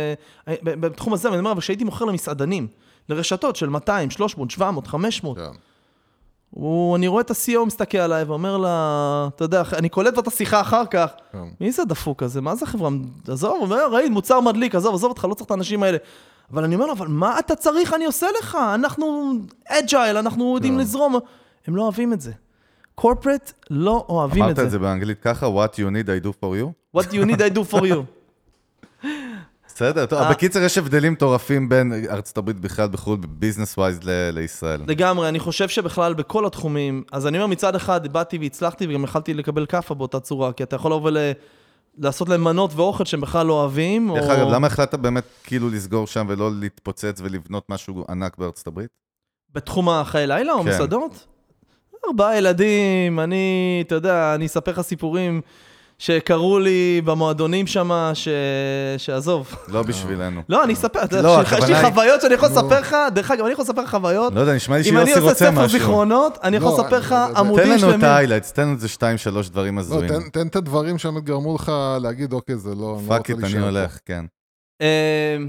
ובתחום הזה, אני אומר, אבל כשהייתי מוכר למסעדנים, לרשתות של מאתיים, שלוש מאות, שבע מאות, חמש מאות, כן. הוא, אני רואה את ה-סי או מסתכל עליי ואומר לה, אתה יודע, אני קולט את השיחה אחר כך, כן. מי זה הדפוק הזה? מה זה חברה? עזוב, הוא אומר, ראית, מוצר מדליק, עזוב, עזוב אותך, לא צריך את האנשים האלה. אבל אני אומר לו, אבל מה אתה צריך, אני עושה לך, אנחנו אג'ייל, אנחנו יודעים לזרום. הם לא אוהבים את זה. קורפרט לא אוהבים את אמרת זה. את זה באנגלית ככה, what you need I do for you? What you need I do for you. בסדר, טוב, אה. בקיצר יש הבדלים מטורפים בין ארצות הברית בכלל בחו"ל, ביזנס ווייז לישראל. לגמרי, אני חושב שבכלל בכל התחומים, אז אני אומר מצד אחד, באתי והצלחתי וגם יכלתי לקבל קפה באותה צורה, כי אתה יכול לבוא ל... לעשות להם מנות ואוכל שהם בכלל לא אוהבים. דרך או... אגב, למה החלטת באמת כאילו לסגור שם ולא להתפוצץ ולבנות משהו ענק בארצות הברית? בתחום החיי לילה או כן. מסעדות? ארבעה ילדים, אני, אתה יודע, אני אספר לך סיפורים שקרו לי במועדונים שם, ש... שעזוב. לא בשבילנו. לא, אני אספר, אתה יודע, לא, יש לי הכוונה היא- חוויות שאני יכול לספר לך, דרך אגב, אני יכול לספר לך חוויות. לא יודע, נשמע לי אם אני שיוסי עושה רוצה ספר משהו. זיכרונות, אני יכול לא, לספר לך זה- זה- עמודים תן לנו שלמים. את ההיילייטס, תן לנו איזה שתיים, שלוש דברים לא, הזויים. תן- תן את הדברים שהם גרמו לך להגיד, אוקיי, זה לא... אני לא פאק רוצה איט, אני להישאר פה." הולך, כן. אה,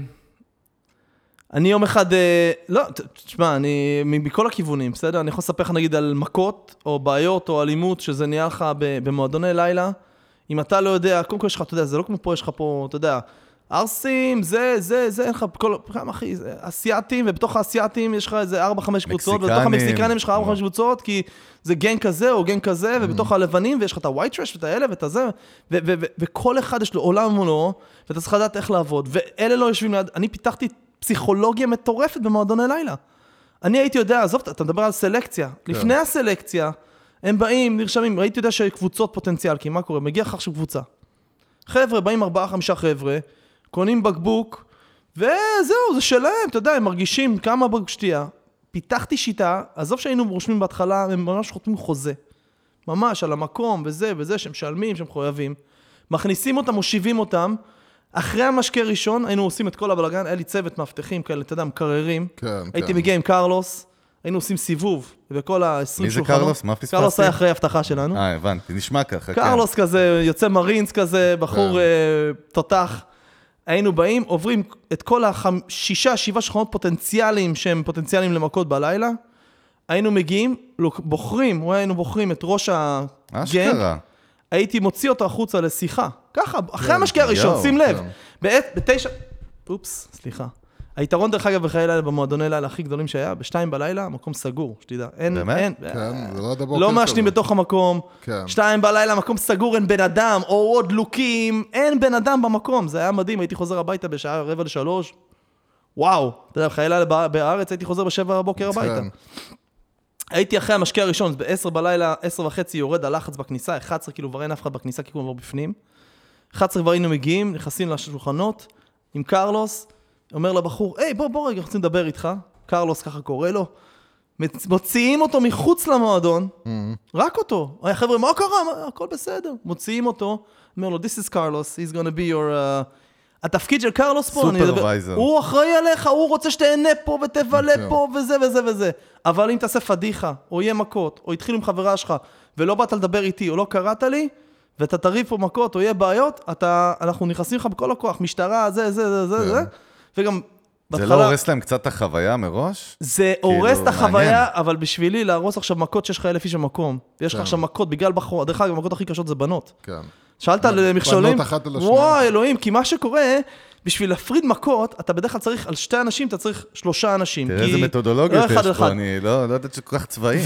אני יום אחד, אה, לא, ת- תשמע, אני מכל הכיוונים, בסדר? אני יכול לספר לך נגיד על מכות, או בעיות, או אלימות, שזה נהיה לך ב- במועדוני לילה. אם אתה לא יודע, קודם כל יש לך, אתה יודע, זה לא כמו פה, יש לך פה, אתה יודע, ארסים, זה, זה, זה, אין לך, כל, כמה אחי, זה אסייתים, ובתוך האסייתים יש לך איזה ארבע, חמש קבוצות, ובתוך מקסיקנים. המקסיקנים יש לך ארבע, חמש קבוצות, כי זה גן כזה או גן כזה, ובתוך הלבנים, ויש לך את הווייט טרש ואת האלה ואת הזה, ו- ו- ו- וכל אחד יש לו עולם מולו, ואתה צריך לדעת איך לעבוד, ואלה לא יושבים ליד, אני פיתחתי פסיכולוגיה מטורפת במועדוני לילה. אני הייתי יודע, עזוב, אתה מדבר על סלקציה. לפני הסלקציה, הם באים, נרשמים, ראיתי יודע שקבוצות פוטנציאל, כי מה קורה? מגיע אחר של קבוצה. חבר'ה, באים ארבעה, חמישה חבר'ה, קונים בקבוק, וזהו, זה שלהם, אתה יודע, הם מרגישים כמה בקבוק שתייה. פיתחתי שיטה, עזוב שהיינו רושמים בהתחלה, הם ממש חותמים חוזה. ממש, על המקום, וזה, וזה, שהם משלמים, שהם חויבים. מכניסים אותם, מושיבים אותם. אחרי המשקה ראשון, היינו עושים את כל הבלגן, היה לי צוות מאבטחים כאלה, אתה יודע, מקררים. כן, הייתי כן. מגיע עם קרלוס, היינו עושים סיבוב, ובכל ה-עשרים מי זה שולחנות. קרלוס? מה פספסתי? קרלוס היה אחרי הבטחה שלנו. אה, הבנתי, נשמע ככה, כן. קרלוס כזה, יוצא מרינס כזה, בחור כן. אה, תותח. היינו באים, עוברים את כל השישה, שבעה שכונות פוטנציאליים שהם פוטנציאליים למכות בלילה. היינו מגיעים, לוק- בוחרים, או היינו בוחרים את ראש הגן. אשכרה. הייתי מוציא אותו החוצה לשיחה. ככה, אחרי המשקה הראשון, יואו, שים לב. כן. בעת, בתשע... אופס, סליחה. היתרון דרך אגב בחיי לילה, במועדוני לילה הכי גדולים שהיה, בשתיים בלילה, מקום סגור, שתדע. אין, באמת? אין. כן, זה לא עד הבוקר לא מעשנים כזה. בתוך המקום. כן. שתיים בלילה, מקום סגור, אין בן אדם, או עוד לוקים, אין בן אדם במקום. זה היה מדהים, הייתי חוזר הביתה בשעה רבע לשלוש. וואו, אתה יודע, חיי לילה בא- בארץ, הייתי חוזר בשבע בבוקר הביתה. כן. הייתי אחרי המשקה הראשון, בעשר בלילה, עשר וחצי יורד הלחץ בכניסה, אחת עשרה כאילו כבר אין אף אחד בכניסה, כי כולם כבר בפנים. אחת עשרה כבר היינו מגיעים, נכנסים לשולחנות, עם קרלוס, אומר לבחור, היי, בוא, בוא רגע, אנחנו רוצים לדבר איתך. קרלוס ככה קורא לו, מוציאים אותו מחוץ למועדון, רק אותו. חבר'ה, מה קרה? הכל בסדר. מוציאים אותו, אומר לו, this is Carlos, he's gonna be your... Uh... התפקיד של קרלוס פה, סופרוויזר. הוא אחראי עליך, הוא רוצה שתהנה פה ותבלה פה וזה וזה וזה. אבל אם תעשה פדיחה, או יהיה מכות, או יתחיל עם חברה שלך, ולא באת לדבר איתי, או לא קראת לי, ואתה תריב פה מכות, או יהיה בעיות, אתה, אנחנו נכנסים לך בכל הכוח, משטרה, זה, זה, זה, זה, וגם... זה לא הורס להם קצת החוויה מראש? זה הורס את החוויה, אבל בשבילי להרוס עכשיו מכות שיש לך אלף איש במקום. ויש לך עכשיו מכות בגלל בחור, דרך אגב, המכות הכי קשות זה בנות. כן. שאלת על מכשולים? בנות אחת על השנייה. וואי, אלוהים, כי מה שקורה, בשביל להפריד מכות, אתה בדרך כלל צריך, על שתי אנשים, אתה צריך שלושה אנשים. תראה איזה מתודולוגיות יש פה, אני לא יודעת שכל כך צבאיים.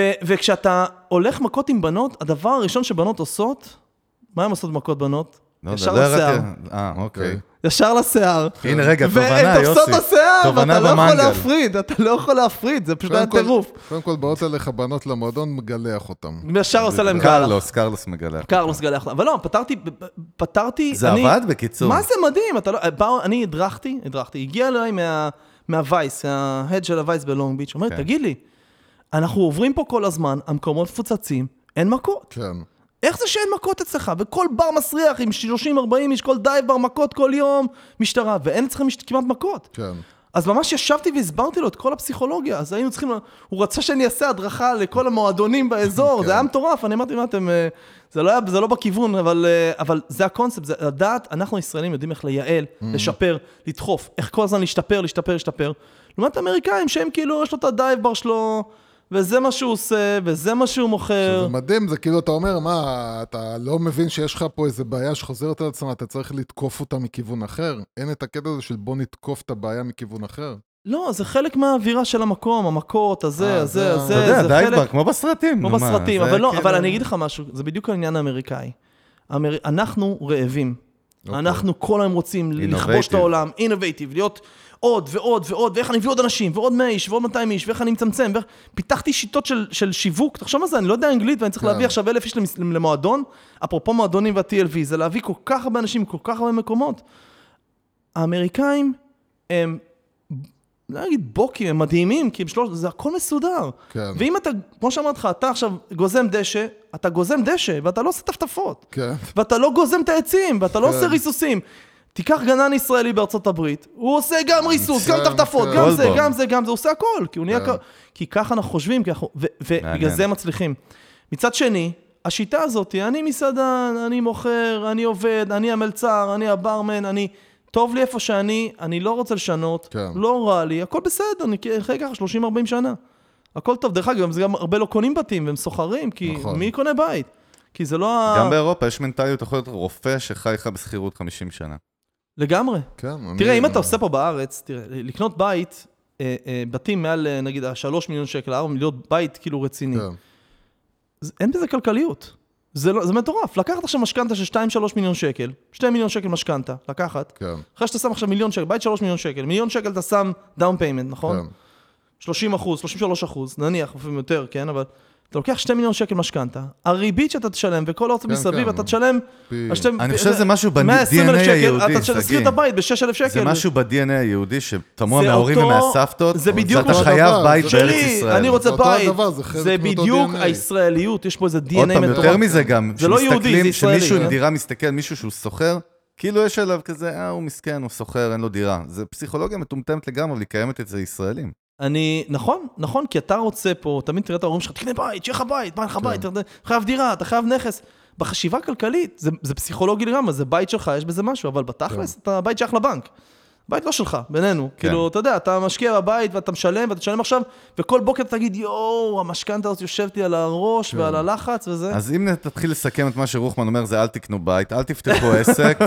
וכשאתה הולך מכות עם בנות, הדבר הראשון שבנות עושות, מה הן עושות מכות בנות? ישר לשיער. אה, אוקיי. ישר לשיער. הנה רגע, תובנה, יוסי. והן תופסות השיער, ואתה לא יכול להפריד, אתה לא יכול להפריד, זה פשוט היה טירוף. קודם כל, באות אליך בנות למועדון, מגלח אותם. ישר עושה להם גלח. קרלוס, קרלוס מגלח. קרלוס גלח. אבל לא, פתרתי, פתרתי... זה עבד בקיצור. מה זה מדהים? אני הדרכתי, הדרכתי. הגיע אליי מהווייס, ההד של הווייס בלונג ביץ', אומר, תגיד לי, אנחנו עוברים פה כל הזמן, המקומות מפוצצים, אין מכות. כן. איך זה שאין מכות אצלך? וכל בר מסריח עם שלושים ארבעים איש, כל דייב בר מכות כל יום, משטרה, ואין אצלכם כמעט מכות. כן. אז ממש ישבתי והסברתי לו את כל הפסיכולוגיה, אז היינו צריכים, הוא רצה שאני אעשה הדרכה לכל המועדונים באזור, זה היה מטורף, אני אמרתי, מה אתם, זה לא היה, זה לא בכיוון, אבל, אבל זה הקונספט, זה לדעת, אנחנו ישראלים יודעים איך לייעל, לשפר, לדחוף, איך כל הזמן להשתפר, להשתפר, להשתפר. לעומת האמריקאים שהם כאילו, יש לו את הדייב בר שלו, וזה מה שהוא עושה, וזה מה שהוא מוכר. זה מדהים, זה כאילו אתה אומר, מה, אתה לא מבין שיש לך פה איזה בעיה שחוזרת על עצמה, אתה צריך לתקוף אותה מכיוון אחר? אין את הקטע הזה של בוא נתקוף את הבעיה מכיוון אחר? לא, זה חלק מהאווירה של המקום, המכות, הזה, הזה, הזה. אתה יודע, דייבר, כמו בסרטים. כמו בסרטים, אבל לא, אבל אני אגיד לך משהו, זה בדיוק העניין האמריקאי. אנחנו רעבים. אנחנו כל היום רוצים לכבוש את העולם, אינובייטיב, להיות עוד ועוד ועוד, ואיך אני מביא עוד אנשים, ועוד מאה איש, ועוד מאתיים איש, ואיך אני מצמצם, פיתחתי שיטות של, של שיווק, תחשוב מה זה, אני לא יודע אנגלית, ואני צריך להביא עכשיו אלף איש למועדון, אפרופו מועדונים וה-טי אל וי, זה להביא כל כך הרבה אנשים, כל כך הרבה מקומות. האמריקאים הם, לא אגיד בוקים, הם מדהימים, כי הם שלוש, זה הכל מסודר. כן. ואם אתה, כמו שאמרת לך, אתה עכשיו גוזם דשא, אתה גוזם דשא, ואתה לא עושה טפטפות. כן. ואתה לא גוזם את העצים, ואתה לא עושה ריסוסים. תיקח גנן ישראלי בארצות הברית, הוא עושה גם ריסוס, גם טפטפות, גם זה, גם זה, גם זה, הוא עושה הכל, כי הוא נהיה כ... כי ככה אנחנו חושבים, ובגלל זה מצליחים. מצד שני, השיטה הזאת, אני מסעדן, אני מוכר, אני עובד, אני המלצר, אני הברמן, אני... טוב לי איפה שאני, אני לא רוצה לשנות, לא רע לי, הכל בסדר, אני אחרי ככה שלושים ארבעים שנה. הכל טוב, דרך אגב, זה גם הרבה לא קונים בתים, והם סוחרים, כי מי קונה בית? כי זה לא... גם באירופה יש מנטליות, יכול להיות רופא שחי לך בסחירות חמישים שנה. לגמרי. כן, תראה, אני... אם אתה עושה פה בארץ, תראה, לקנות בית, אה, אה, בתים מעל, נגיד, שלוש מיליון שקל, ארבע מיליון, בית כאילו רציני. כן. זה, אין בזה כלכליות. זה, לא, זה מטורף. לקחת עכשיו משכנתה של שתיים שלוש מיליון שקל, שתי מיליון שקל משכנתה, לקחת. כן. אחרי שאתה שם עכשיו מיליון שקל, בית שלוש מיליון שקל, מיליון שקל אתה שם דאון פיימנט, נכון? כן. שלושים אחוז, שלושים ושלושה אחוז, נניח, לפעמים יותר, כן, אבל... אתה לוקח שתי מיליון שקל משכנתה, הריבית שאתה תשלם, וכל האוטו מסביב, אתה תשלם... אני חושב שזה משהו ב-די אן איי היהודי, אתה תשכיר את הבית ב-שישה אלף שקל. זה משהו ב-די אן איי היהודי, שתמוע מההורים ומהסבתות, זה בדיוק אתה חייב בית בארץ ישראל. אני רוצה בית, זה בדיוק הישראליות, יש פה איזה די אן איי מטורף. יותר מזה גם, זה לא יהודי, זה ישראלי. שמישהו עם דירה מסתכל, מישהו שהוא סוחר, כאילו יש עליו כזה, אה, הוא מסכן, הוא סוחר, אין לו דירה. זה פסיכולוגיה מטומטמת לגמרי, אבל היא קיימת אצל ישראלים. אני, נכון, נכון, כי אתה רוצה פה, תמיד תראה את ההורים שלך, תקנה בית, שיהיה לך בית, בא לך בית, אתה חייב דירה, אתה חייב נכס. בחשיבה כלכלית, זה, זה פסיכולוגי לגמרי, זה בית שלך, יש בזה משהו, אבל בתכלס, אתה בית שייך לבנק. בית לא שלך, בינינו. כאילו, אתה יודע, אתה משקיע בבית, ואתה משלם, ואתה תשלם עכשיו, וכל בוקר אתה תגיד, יואו, המשכנתה הזאת יושבתי על הראש, ועל הלחץ, וזה. אז אם תתחיל לסכם את מה שרוחמן אומר, זה אל תקנו בית, אל תפתחו עסק,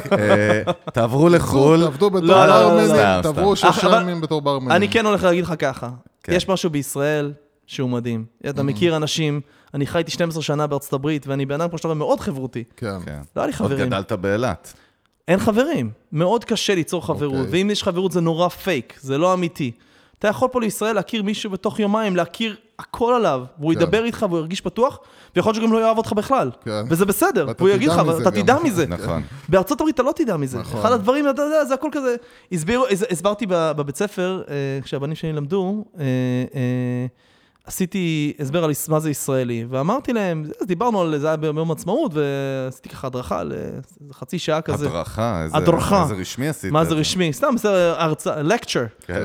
תעברו לחול. תעבדו בתור ברמנים, תעברו שלושה ימים בתור ברמנים. אני כן הולך להגיד לך ככה, יש משהו בישראל שהוא מדהים. אתה מכיר אנשים, אני חייתי שתים עשרה שנה בארצות הברית, ואני בעיניים כמו שאתה רואה מאוד חברותי. כן. לא היה לי חברים. עוד גדלת באילת. אין חברים. מאוד קשה ליצור חברות, ואם יש חברות זה נורא פייק, זה לא אמיתי. אתה יכול פה לישראל להכיר מישהו בתוך יומיים, להכיר הכל עליו, והוא כן. ידבר איתך והוא ירגיש פתוח, ויכול להיות שגם לא יאהב אותך בכלל. כן. וזה בסדר, ואתה והוא יגיד תדע לך, מזה אתה גם. תדע מזה. נכון. בארצות הברית אתה לא תדע מזה. נכון. אחד הדברים, אתה יודע, זה הכל כזה. הסבירו, הסברתי בבית ספר, אה, כשהבנים שלי למדו, אה, אה, עשיתי הסבר על מה זה ישראלי, ואמרתי להם, אז דיברנו על זה היה ביום עצמאות, ועשיתי ככה הדרכה לחצי שעה כזה. הדרכה, איזה, הדרכה. איזה רשמי עשית. מה זה רשמי? סתם, זה הרצאה, lecture. כן.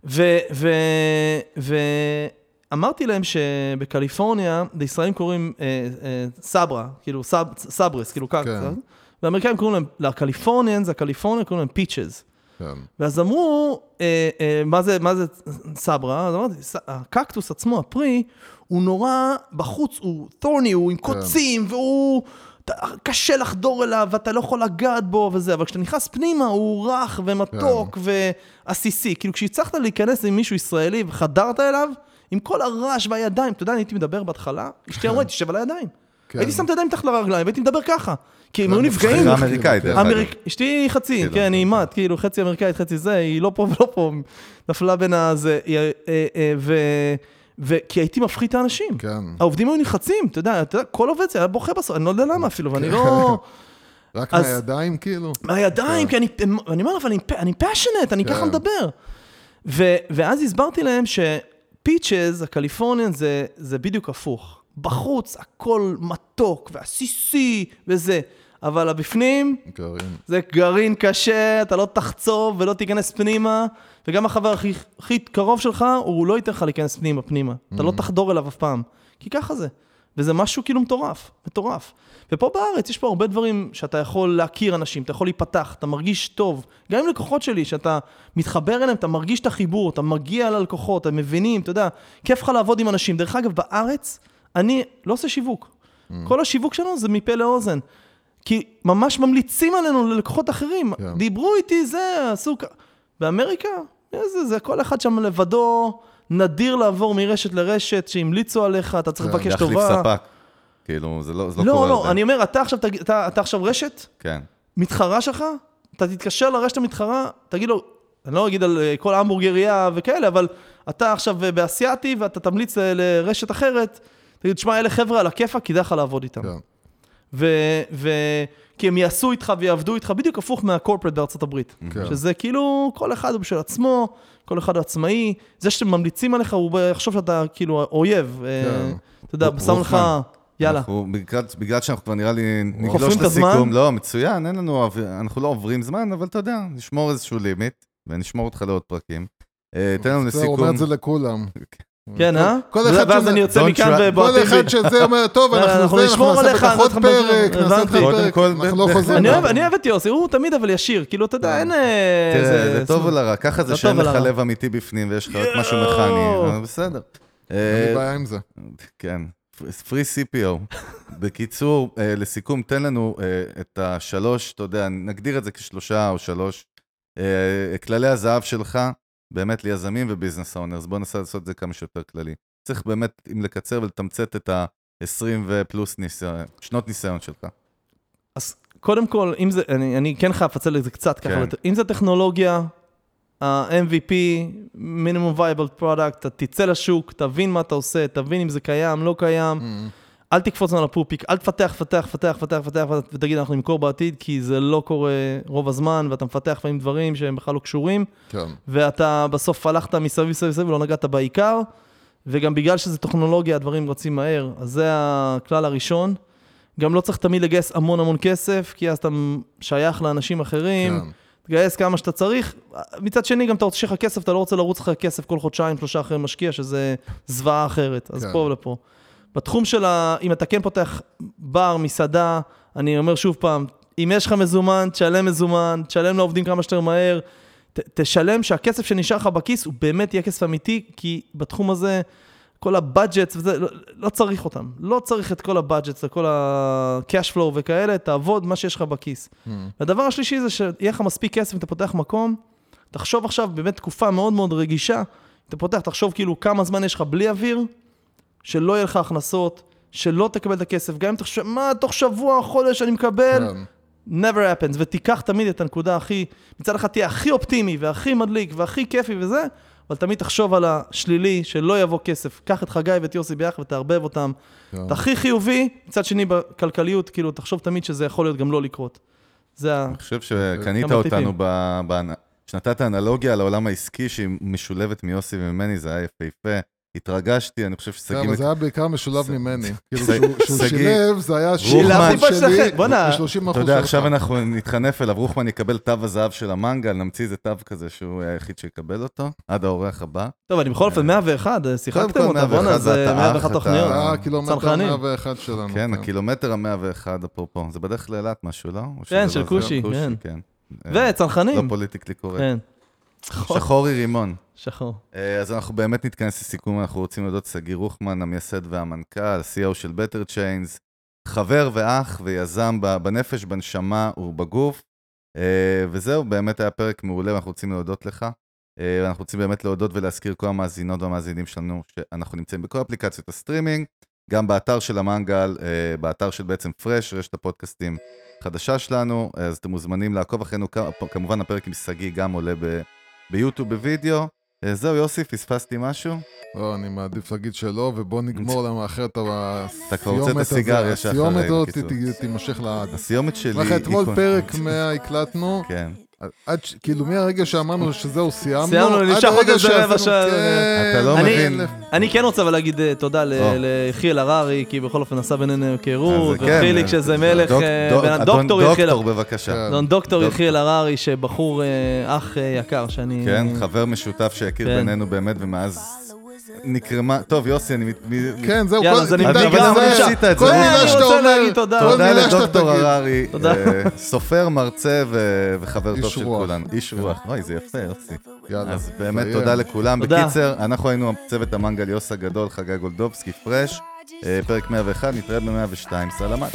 ואמרתי להם שבקליפורניה, לישראלים קוראים סברה, כאילו סברס, כאילו ככה. והאמריקאים קוראים להם, לקליפורניאנס, הקליפורניה קוראים להם פיצ'ז. ואז אמרו, מה זה, מה זה סברה? אז אמרתי, הקקטוס עצמו, הפרי, הוא נורא בחוץ, הוא תורני, הוא עם קוצים, והוא קשה לחדור אליו, ואתה לא יכול לגעת בו וזה, אבל כשאתה נכנס פנימה, הוא רך ומתוק ועסיסי. כאילו כשהצלחת להיכנס עם מישהו ישראלי וחדרת אליו, עם כל הרעש והידיים, אתה יודע, אני הייתי מדבר בהתחלה, אשתי אמרה, תשב על הידיים. הייתי שם את הידיים תחת לרגליים, והייתי מדבר ככה. כי הם היו נפגעים. בחירה אמריקאית, דרך אגב. אשתי חצי, כן, היא אימת, כאילו חצי אמריקאית, חצי זה, היא לא פה ולא פה, נפלה בין הזה, כי הייתי מפחית את האנשים. העובדים היו נחצים, אתה יודע, כל עובד זה היה בוכה בסוף, אני לא יודע למה אפילו, ואני לא... רק מהידיים כאילו? מהידיים, כי אני אומר לה, אבל אני passionate, אני ככה מדבר. ואז הסברתי להם שפיצ'ז, הקליפורניאן, זה בדיוק הפוך. בחוץ הכל מתוק ועסיסי וזה, אבל הבפנים גרעין. זה גרעין קשה, אתה לא תחצוב ולא תיכנס פנימה, וגם החבר הכי, הכי קרוב שלך, הוא לא ייתן לך להיכנס פנימה, פנימה. Mm-hmm. אתה לא תחדור אליו אף פעם, כי ככה זה. וזה משהו כאילו מטורף, מטורף. ופה בארץ יש פה הרבה דברים שאתה יכול להכיר אנשים, אתה יכול להיפתח, אתה מרגיש טוב. גם עם לקוחות שלי, שאתה מתחבר אליהם, אתה מרגיש את החיבור, אתה מגיע ללקוחות, הם מבינים, אתה יודע, כיף לך לעבוד עם אנשים. דרך אגב, בארץ, אני לא עושה שיווק. Mm. כל השיווק שלנו זה מפה לאוזן. כי ממש ממליצים עלינו ללקוחות אחרים. Yeah. דיברו איתי, זה, עשו... באמריקה, זה, זה כל אחד שם לבדו, נדיר לעבור מרשת לרשת, שהמליצו עליך, אתה צריך לבקש טובה. להחליף ספק. כאילו, זה לא, זה לא, לא קורה. לא, לא, אני אומר, אתה עכשיו, אתה, אתה עכשיו רשת? כן. מתחרה שלך? אתה תתקשר לרשת המתחרה, תגיד לו, אני לא אגיד על כל המבורגריה וכאלה, אבל אתה עכשיו באסייתי, ואתה תמליץ לרשת אחרת, תגיד, שמה, אלה חבר'ה על הכיפה, כדאי לך לעבוד איתם. כן. ו... ו... כי הם יעשו איתך ויעבדו איתך, בדיוק הפוך מהקורפרט בארצות הברית. כן. שזה כאילו, כל אחד הוא בשביל עצמו, כל אחד עצמאי, זה שאתם ממליצים עליך, הוא יחשוב שאתה כאילו אויב. כן. אתה יודע, שם לך, יאללה. אנחנו, בגלל, בגלל שאנחנו כבר נראה לי נגלוש חופרים את הזמן? לסיכום, לא, מצוין, אין לנו, אנחנו לא עוברים זמן, אבל אתה יודע, נשמור איזשהו לימיט, ונשמור אותך לעוד פרקים. תן לנו לסיכום. הוא אומר את זה לכולם. כן, אה? כל אחד ואז שזה- אני יוצא Don't מכאן try- ובועטים. כל אחד שזה אומר, טוב, אנחנו אנחנו זה, נשמור אנחנו נעשה עליך, בטח עוד אנחנו פרק, נשמור- נעשה הבנתי. עוד קודם פרק, כל, אנחנו לא ב- חוזרים. אני אוהב, אני אוהב את יוסי, הוא תמיד אבל ישיר, כאילו, אתה יודע, אין... אה, תראה, זה- זה טוב או לרע, ככה זה לא שאין טוב לך ולרע. לב אמיתי בפנים, ויש לך רק משהו מכני, אבל בסדר. אין אה, לי בעיה עם זה. כן, פרי סי פי או. בקיצור, אה, לסיכום, תן לנו אה, את השלוש, אתה יודע, נגדיר את זה כשלושה או שלוש, אה, כללי הזהב שלך, באמת ליזמים וביזנס אונרס, בוא ננסה לעשות את זה כמה שיותר כללי. צריך באמת, אם לקצר ולתמצת את ה-עשרים ופלוס ניסיון, שנות ניסיון שלך. אז קודם כל, אם זה, אני, אני כן חייב לפצל את זה קצת ככה, כן. אם זה טכנולוגיה, ה-אם וי פי, Minimum Viable Product, אתה תצא לשוק, תבין מה אתה עושה, תבין אם זה קיים, לא קיים, אל תקפוץ על הפופיק, אל תפתח, פתח, פתח, פתח, פתח, ותגיד, אנחנו נמכור בעתיד, כי זה לא קורה רוב הזמן, ואתה מפתח פעמים דברים שהם בכלל לא קשורים, כן. ואתה בסוף הלכת מסביב מסביב מסביב ולא נגעת בעיקר, וגם בגלל שזה טכנולוגיה, הדברים רצים מהר, אז זה הכלל הראשון. גם לא צריך תמיד לגייס המון המון כסף, כי אז אתה שייך לאנשים אחרים, כן. תגייס כמה שאתה צריך. מצד שני, גם אתה רוצה שיהיה לך כסף, אתה לא רוצה לרוץ לך כסף כל חודשיים, שלושה אחרי משקיע, שזה זוועה אחרת. אז כן. פה ולפה. בתחום של ה... אם אתה כן פותח בר, מסעדה, אני אומר שוב פעם, אם יש לך מזומן, תשלם מזומן, תשלם לעובדים כמה שיותר מהר, ת, תשלם שהכסף שנשאר לך בכיס הוא באמת יהיה כסף אמיתי, כי בתחום הזה, כל הבאדג'טס וזה, לא, לא צריך אותם. לא צריך את כל הבאדג'טס, כל ה-cash flow וכאלה, תעבוד מה שיש לך בכיס. Mm. והדבר השלישי זה שיהיה לך מספיק כסף, אם אתה פותח מקום, תחשוב עכשיו באמת תקופה מאוד מאוד רגישה, אתה פותח, תחשוב כאילו כמה זמן יש לך בלי אוויר, שלא יהיה לך הכנסות, שלא תקבל את הכסף, גם אם תחשוב, מה, תוך שבוע, חודש אני מקבל, כן. never happens, ותיקח תמיד את הנקודה הכי, מצד אחד תהיה הכי אופטימי, והכי מדליק, והכי כיפי וזה, אבל תמיד תחשוב על השלילי, שלא יבוא כסף. קח את חגי ואת יוסי ביחד ותערבב אותם. אתה הכי חיובי, מצד שני בכלכליות, כאילו, תחשוב תמיד שזה יכול להיות גם לא לקרות. זה ה... אני חושב שקנית אותנו, שנתת האנלוגיה לעולם העסקי, שהיא משולבת מיוסי וממני, זה היה יפהפה. התרגשתי, אני חושב שסגי... אבל זה היה בעיקר משולב ממני. כאילו, שהוא שילב, זה היה שילב שלי, ב-שלושים אחוז אתה יודע, עכשיו אנחנו נתחנף אליו, רוחמן יקבל תו הזהב של המנגל, נמציא איזה תו כזה שהוא היחיד שיקבל אותו, עד האורח הבא. טוב, אני בכל אופן מאה ואחת, שיחקתם אותה, בונה, זה מאה ואחת תוכניות. זה הקילומטר מאה ואחת שלנו. כן, הקילומטר ה-מאה ואחת, אפרופו. זה בדרך לאילת משהו, לא? כן, של קושי, כן. וצנחנים. לא פוליטיקלי קורקט. שחורי רימון. שחור. אז אנחנו באמת נתכנס לסיכום, אנחנו רוצים להודות סגי רוחמן, המייסד והמנכ"ל, סי אי או של בטר צ'יינס, חבר ואח ויזם בנפש, בנשמה ובגוף, וזהו, באמת היה פרק מעולה, ואנחנו רוצים להודות לך, ואנחנו רוצים באמת להודות ולהזכיר כל המאזינות והמאזינים שלנו, שאנחנו נמצאים בכל אפליקציות הסטרימינג, גם באתר של המנגל, באתר של בעצם פרש, רשת הפודקאסטים חדשה שלנו, אז אתם מוזמנים לעקוב אחרינו, כמובן הפרק עם סגי גם עולה ב... ביוטיוב בווידאו. זהו, יוסי, פספסתי משהו? לא, אני מעדיף להגיד שלא, ובוא נגמור למה אחרת אתה כבר רוצה את הסיגריה שאחרי. הסיומת הזאת תימשך לעד. הסיומת שלי... לך אתמול פרק מאה הקלטנו. כן. כאילו מהרגע שאמרנו שזהו, סיימנו. סיימנו, נמשך עוד איזה רבע שעה. אתה לא מבין. אני כן רוצה להגיד תודה לחיל הררי, כי בכל אופן עשה בינינו היכרות, וחיליק שזה מלך, דוקטור יחיל. דוקטור, בבקשה. דוקטור יחיל הררי, שבחור אח יקר שאני... כן, חבר משותף שהכיר בינינו באמת, ומאז... נקרמה, טוב יוסי, אני... כן, זהו, יאללה, זה נמדק אבל למה עשית את זה? כל מילה שאתה אומר, תודה לדוקטור הררי, סופר, מרצה וחבר טוב של כולנו. איש רוח. אוי, זה יפה, יוסי. אז באמת תודה לכולם. בקיצר, אנחנו היינו צוות המנגל יוס הגדול, חגי גולדובסקי, פרש, פרק מאה ואחת, נתראה ב-מאה ושתיים. סלמת.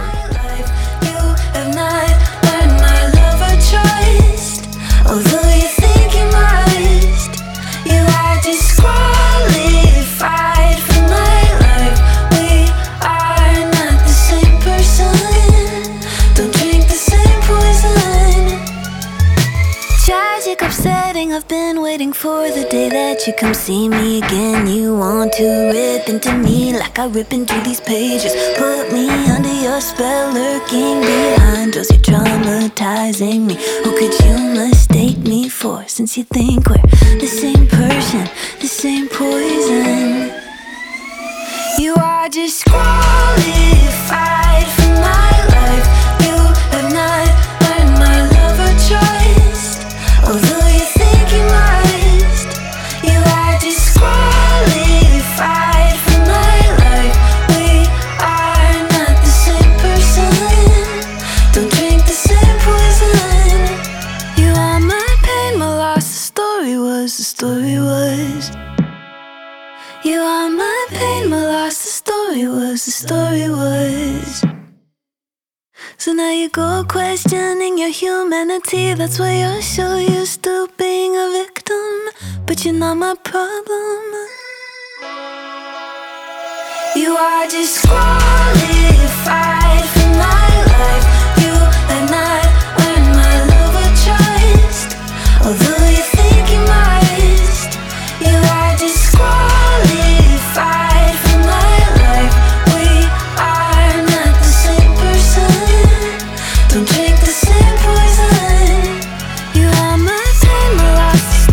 You are disqualified from my life. We are not the same person. Don't drink the same poison. Tragic, upsetting, I've been waiting for the day that you come see me again. You want to rip into me like I rip into these pages. Put me under your spell, lurking behind us. You're traumatizing me. Who could you mistake me for? Since you think we're the same person, the same poison. You are disqualified from my life. You have not earned my love or trust. Although you think you must, you are disqualified from my life. We are not the same person. Don't drink the same poison. You are my pain, my loss. The story was, the story was. You are my pain, my loss. The story was, the story was. So now you go questioning your humanity. That's why you're so used to being a victim. But you're not my problem. You are disqualified from my life. You have not earned my love or trust. Although you think you must, you are disqualified from my life. We are not the same person. Don't drink the same poison. You are my pain, my loss.